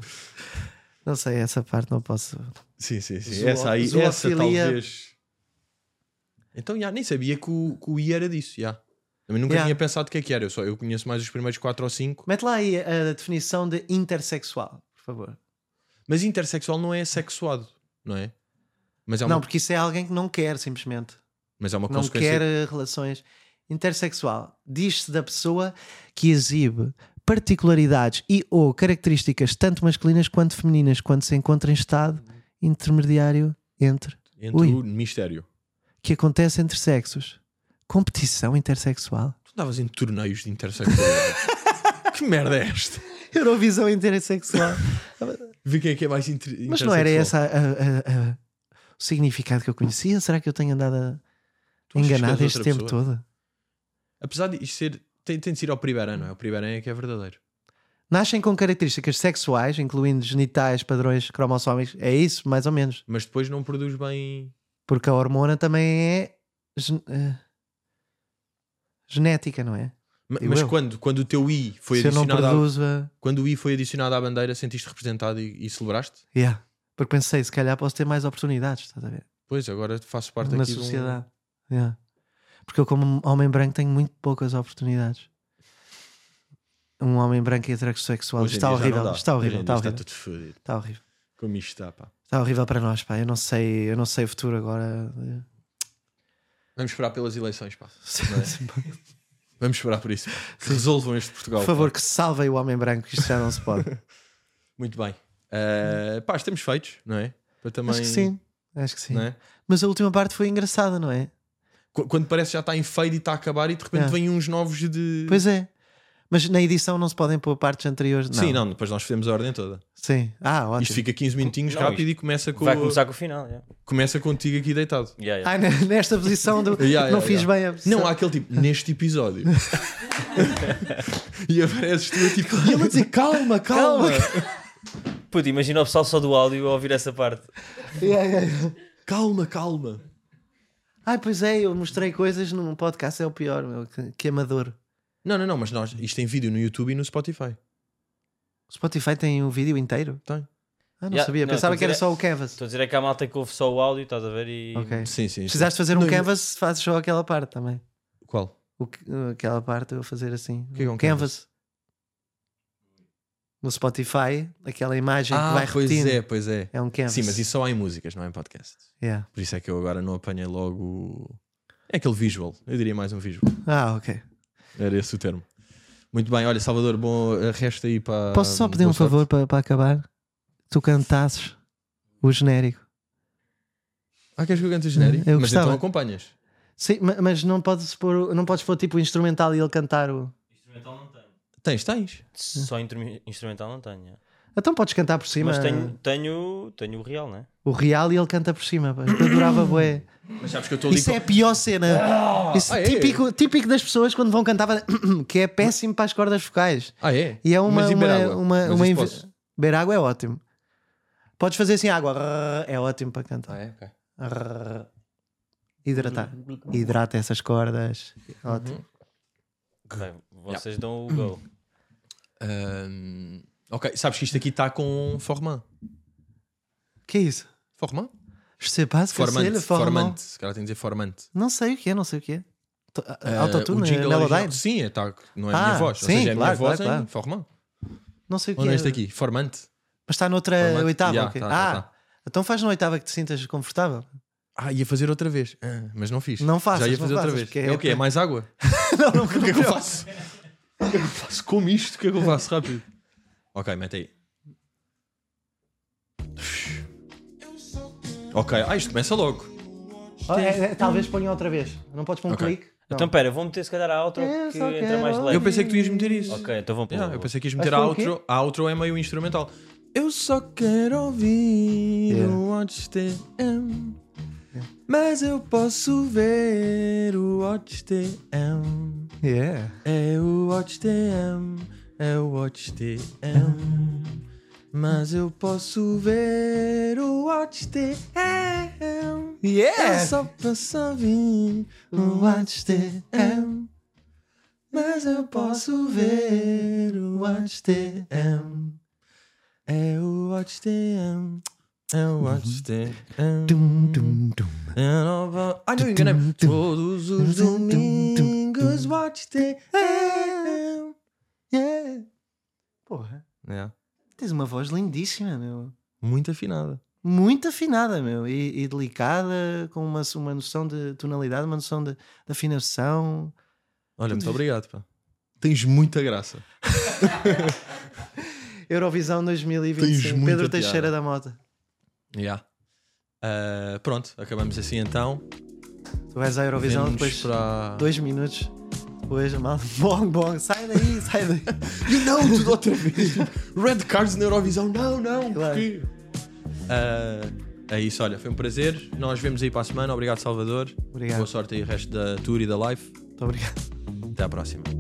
Não sei, essa parte não posso... Sim. Essa talvez... Então, nem sabia que o I era disso, Eu nunca tinha pensado o que era. Eu conheço mais os primeiros 4 ou 5. Mete lá aí a definição de intersexual, por favor. Mas intersexual não é sexuado, não é? Mas não, porque isso é alguém que não quer, simplesmente. Mas é uma não consequência... quer relações. Intersexual diz-se da pessoa que exibe particularidades e ou características tanto masculinas quanto femininas quando se encontra em estado intermediário entre o mistério que acontece entre sexos. Competição intersexual. Tu andavas em torneios de intersexualidade. Que merda é esta? Eurovisão intersexual. Vi quem é que é mais intersexual. Mas não era esse o significado que eu conhecia? Será que eu tenho andado enganado este tempo todo? Apesar de isto ser... Tem de ser ao primeiro, não é? O primeiro é que é verdadeiro. Nascem com características sexuais, incluindo genitais, padrões cromossómicos. É isso, mais ou menos. Mas depois não produz bem... Porque a hormona também é... genética, não é? Mas quando o teu I foi adicionado quando o I foi adicionado à bandeira, sentiste representado e celebraste? Porque pensei, se calhar posso ter mais oportunidades, estás a ver? Pois, agora faço parte na aqui sociedade. Porque eu, como homem branco, tenho muito poucas oportunidades. Um homem branco e heterossexual está horrível. Está tudo fodido. Está horrível. Como isto está, pá. Está horrível para nós, pá. Eu não sei o futuro agora. Vamos esperar pelas eleições, pá. Vamos esperar por isso, pá. Que resolvam este Portugal. Por favor, que salvem o homem branco, isto já não se pode. Muito bem. Pá, estamos feitos, não é? Para também... Acho que sim. Não é? Mas a última parte foi engraçada, não é? Quando parece que já está em fade e está a acabar e de repente vêm uns novos de... Pois é. Mas na edição não se podem pôr partes anteriores. Não. Sim, depois nós fizemos a ordem toda. Sim. Ótimo. Isto fica 15 minutinhos rápido e começa com... Vai começar com o final. Começa contigo aqui deitado. Nesta posição do... não fiz bem a posição. Não, há aquele tipo, neste episódio. E apareces tu tipo... E ele a dizer, calma. Puta, imagina o pessoal só do áudio a ouvir essa parte. Calma. Pois é, eu mostrei coisas num podcast, é o pior, meu, que amador. Não, mas isto tem vídeo no YouTube e no Spotify. O Spotify tem o vídeo inteiro? Tem. Ah, não sabia, não, pensava estou a que era dizer só o canvas. Estou a dizer é que há malta que ouve só o áudio, estás a ver? E... Ok. Sim, sim. Precisaste fazer um Não, canvas, fazes só aquela parte também. Qual? Aquela parte eu vou fazer assim. que é um canvas? No Spotify, aquela imagem que vai pois repetindo. pois é. É um canvas. Sim, mas isso só há em músicas, não é em podcasts. Yeah. Por isso é que eu agora não apanhei logo. É aquele visual. Eu diria mais um visual. Ok. Era esse o termo. Muito bem, olha, Salvador, bom resto aí para. Posso só pedir um favor para acabar? Tu cantasses o genérico. Queres que eu cante o genérico? Eu mas gostava. então acompanhas. Sim, mas não podes pôr tipo o instrumental e ele cantar o. Instrumental não tenho. Tens. Só instrumental não tenho. É. Então podes cantar por cima. Mas tenho o real, né? O real e ele canta por cima. Pá. Eu adorava bué. Mas sabes que eu estou ali. Isso é a pior cena. Isso é típico das pessoas quando vão cantar, que é péssimo para as cordas vocais. É? E é Mas e beber água? Mas isso posso? Beber água é ótimo. Podes fazer assim água. É ótimo para cantar. Ok. Hidrata essas cordas. Ótimo. Bem, vocês dão o go. Ok, sabes que isto aqui está com Formant. Que é isso? Formant? Je sais pas ce que c'est le formant. Formant. Se calhar tem que dizer Formant. Não sei o que é. Autotune, jingle Melodyne? original. Sim, não é a minha voz. sim, Ou seja, é a minha claro, voz claro. em Formant. Não sei o que Onde é. é este aqui? Formant. Mas está noutra Formant? oitava. Yeah, ok. tá. Então faz na oitava que te sintas confortável. Ia fazer outra vez. Mas não fiz. Não faças, Já ia não fazer outra faças, vez. porque É o quê? É mais água? não, O que é que eu faço? O que é que eu faço com isto? O que é que eu faço rápido? Ok, mete aí. Ok, isto começa logo. Talvez ponha outra vez. Não podes pôr um Ok. clique? Não. Então pera, vou meter se calhar a outro Eu que só entra quero mais ouvir. leve. Eu pensei que tu ias meter isso. Ok, então vamos pôr. Eu pensei que ias Vais meter a pôr o quê? outro. A outro é meio instrumental. Eu só quero ouvir o Watch TM. Mas eu posso ver o Watch TM. Yeah. É o Watch TM. É o Watch TM. Mas eu posso ver o Watch TM. Yeah. Eu só posso ouvir o Watch TM. Mas eu posso ver o Watch TM. É o Watch TM. É o Watch TM. Ai, não enganei-me. Todos os domingos Watch TM. Yeah. Porra. É. Tens uma voz lindíssima, meu. Muito afinada. Muito afinada, meu. E delicada, com uma noção de tonalidade, uma noção de afinação. Olha, muito obrigado, pá. Tens muita graça. Eurovisão 2025. Pedro Teixeira da Mota. Yeah. Pronto, acabamos assim então. Tu vais à Eurovisão Vemo-nos depois para... 2 minutos. Depois, mal, bom, sai daí. E não, tudo outra vez. Red Cards na Eurovisão. Não, Claro. porquê? É isso, olha, foi um prazer. Nós vemos aí para a semana. Obrigado, Salvador. Obrigado. Boa sorte aí o resto da tour e da live. Muito obrigado. Até à próxima.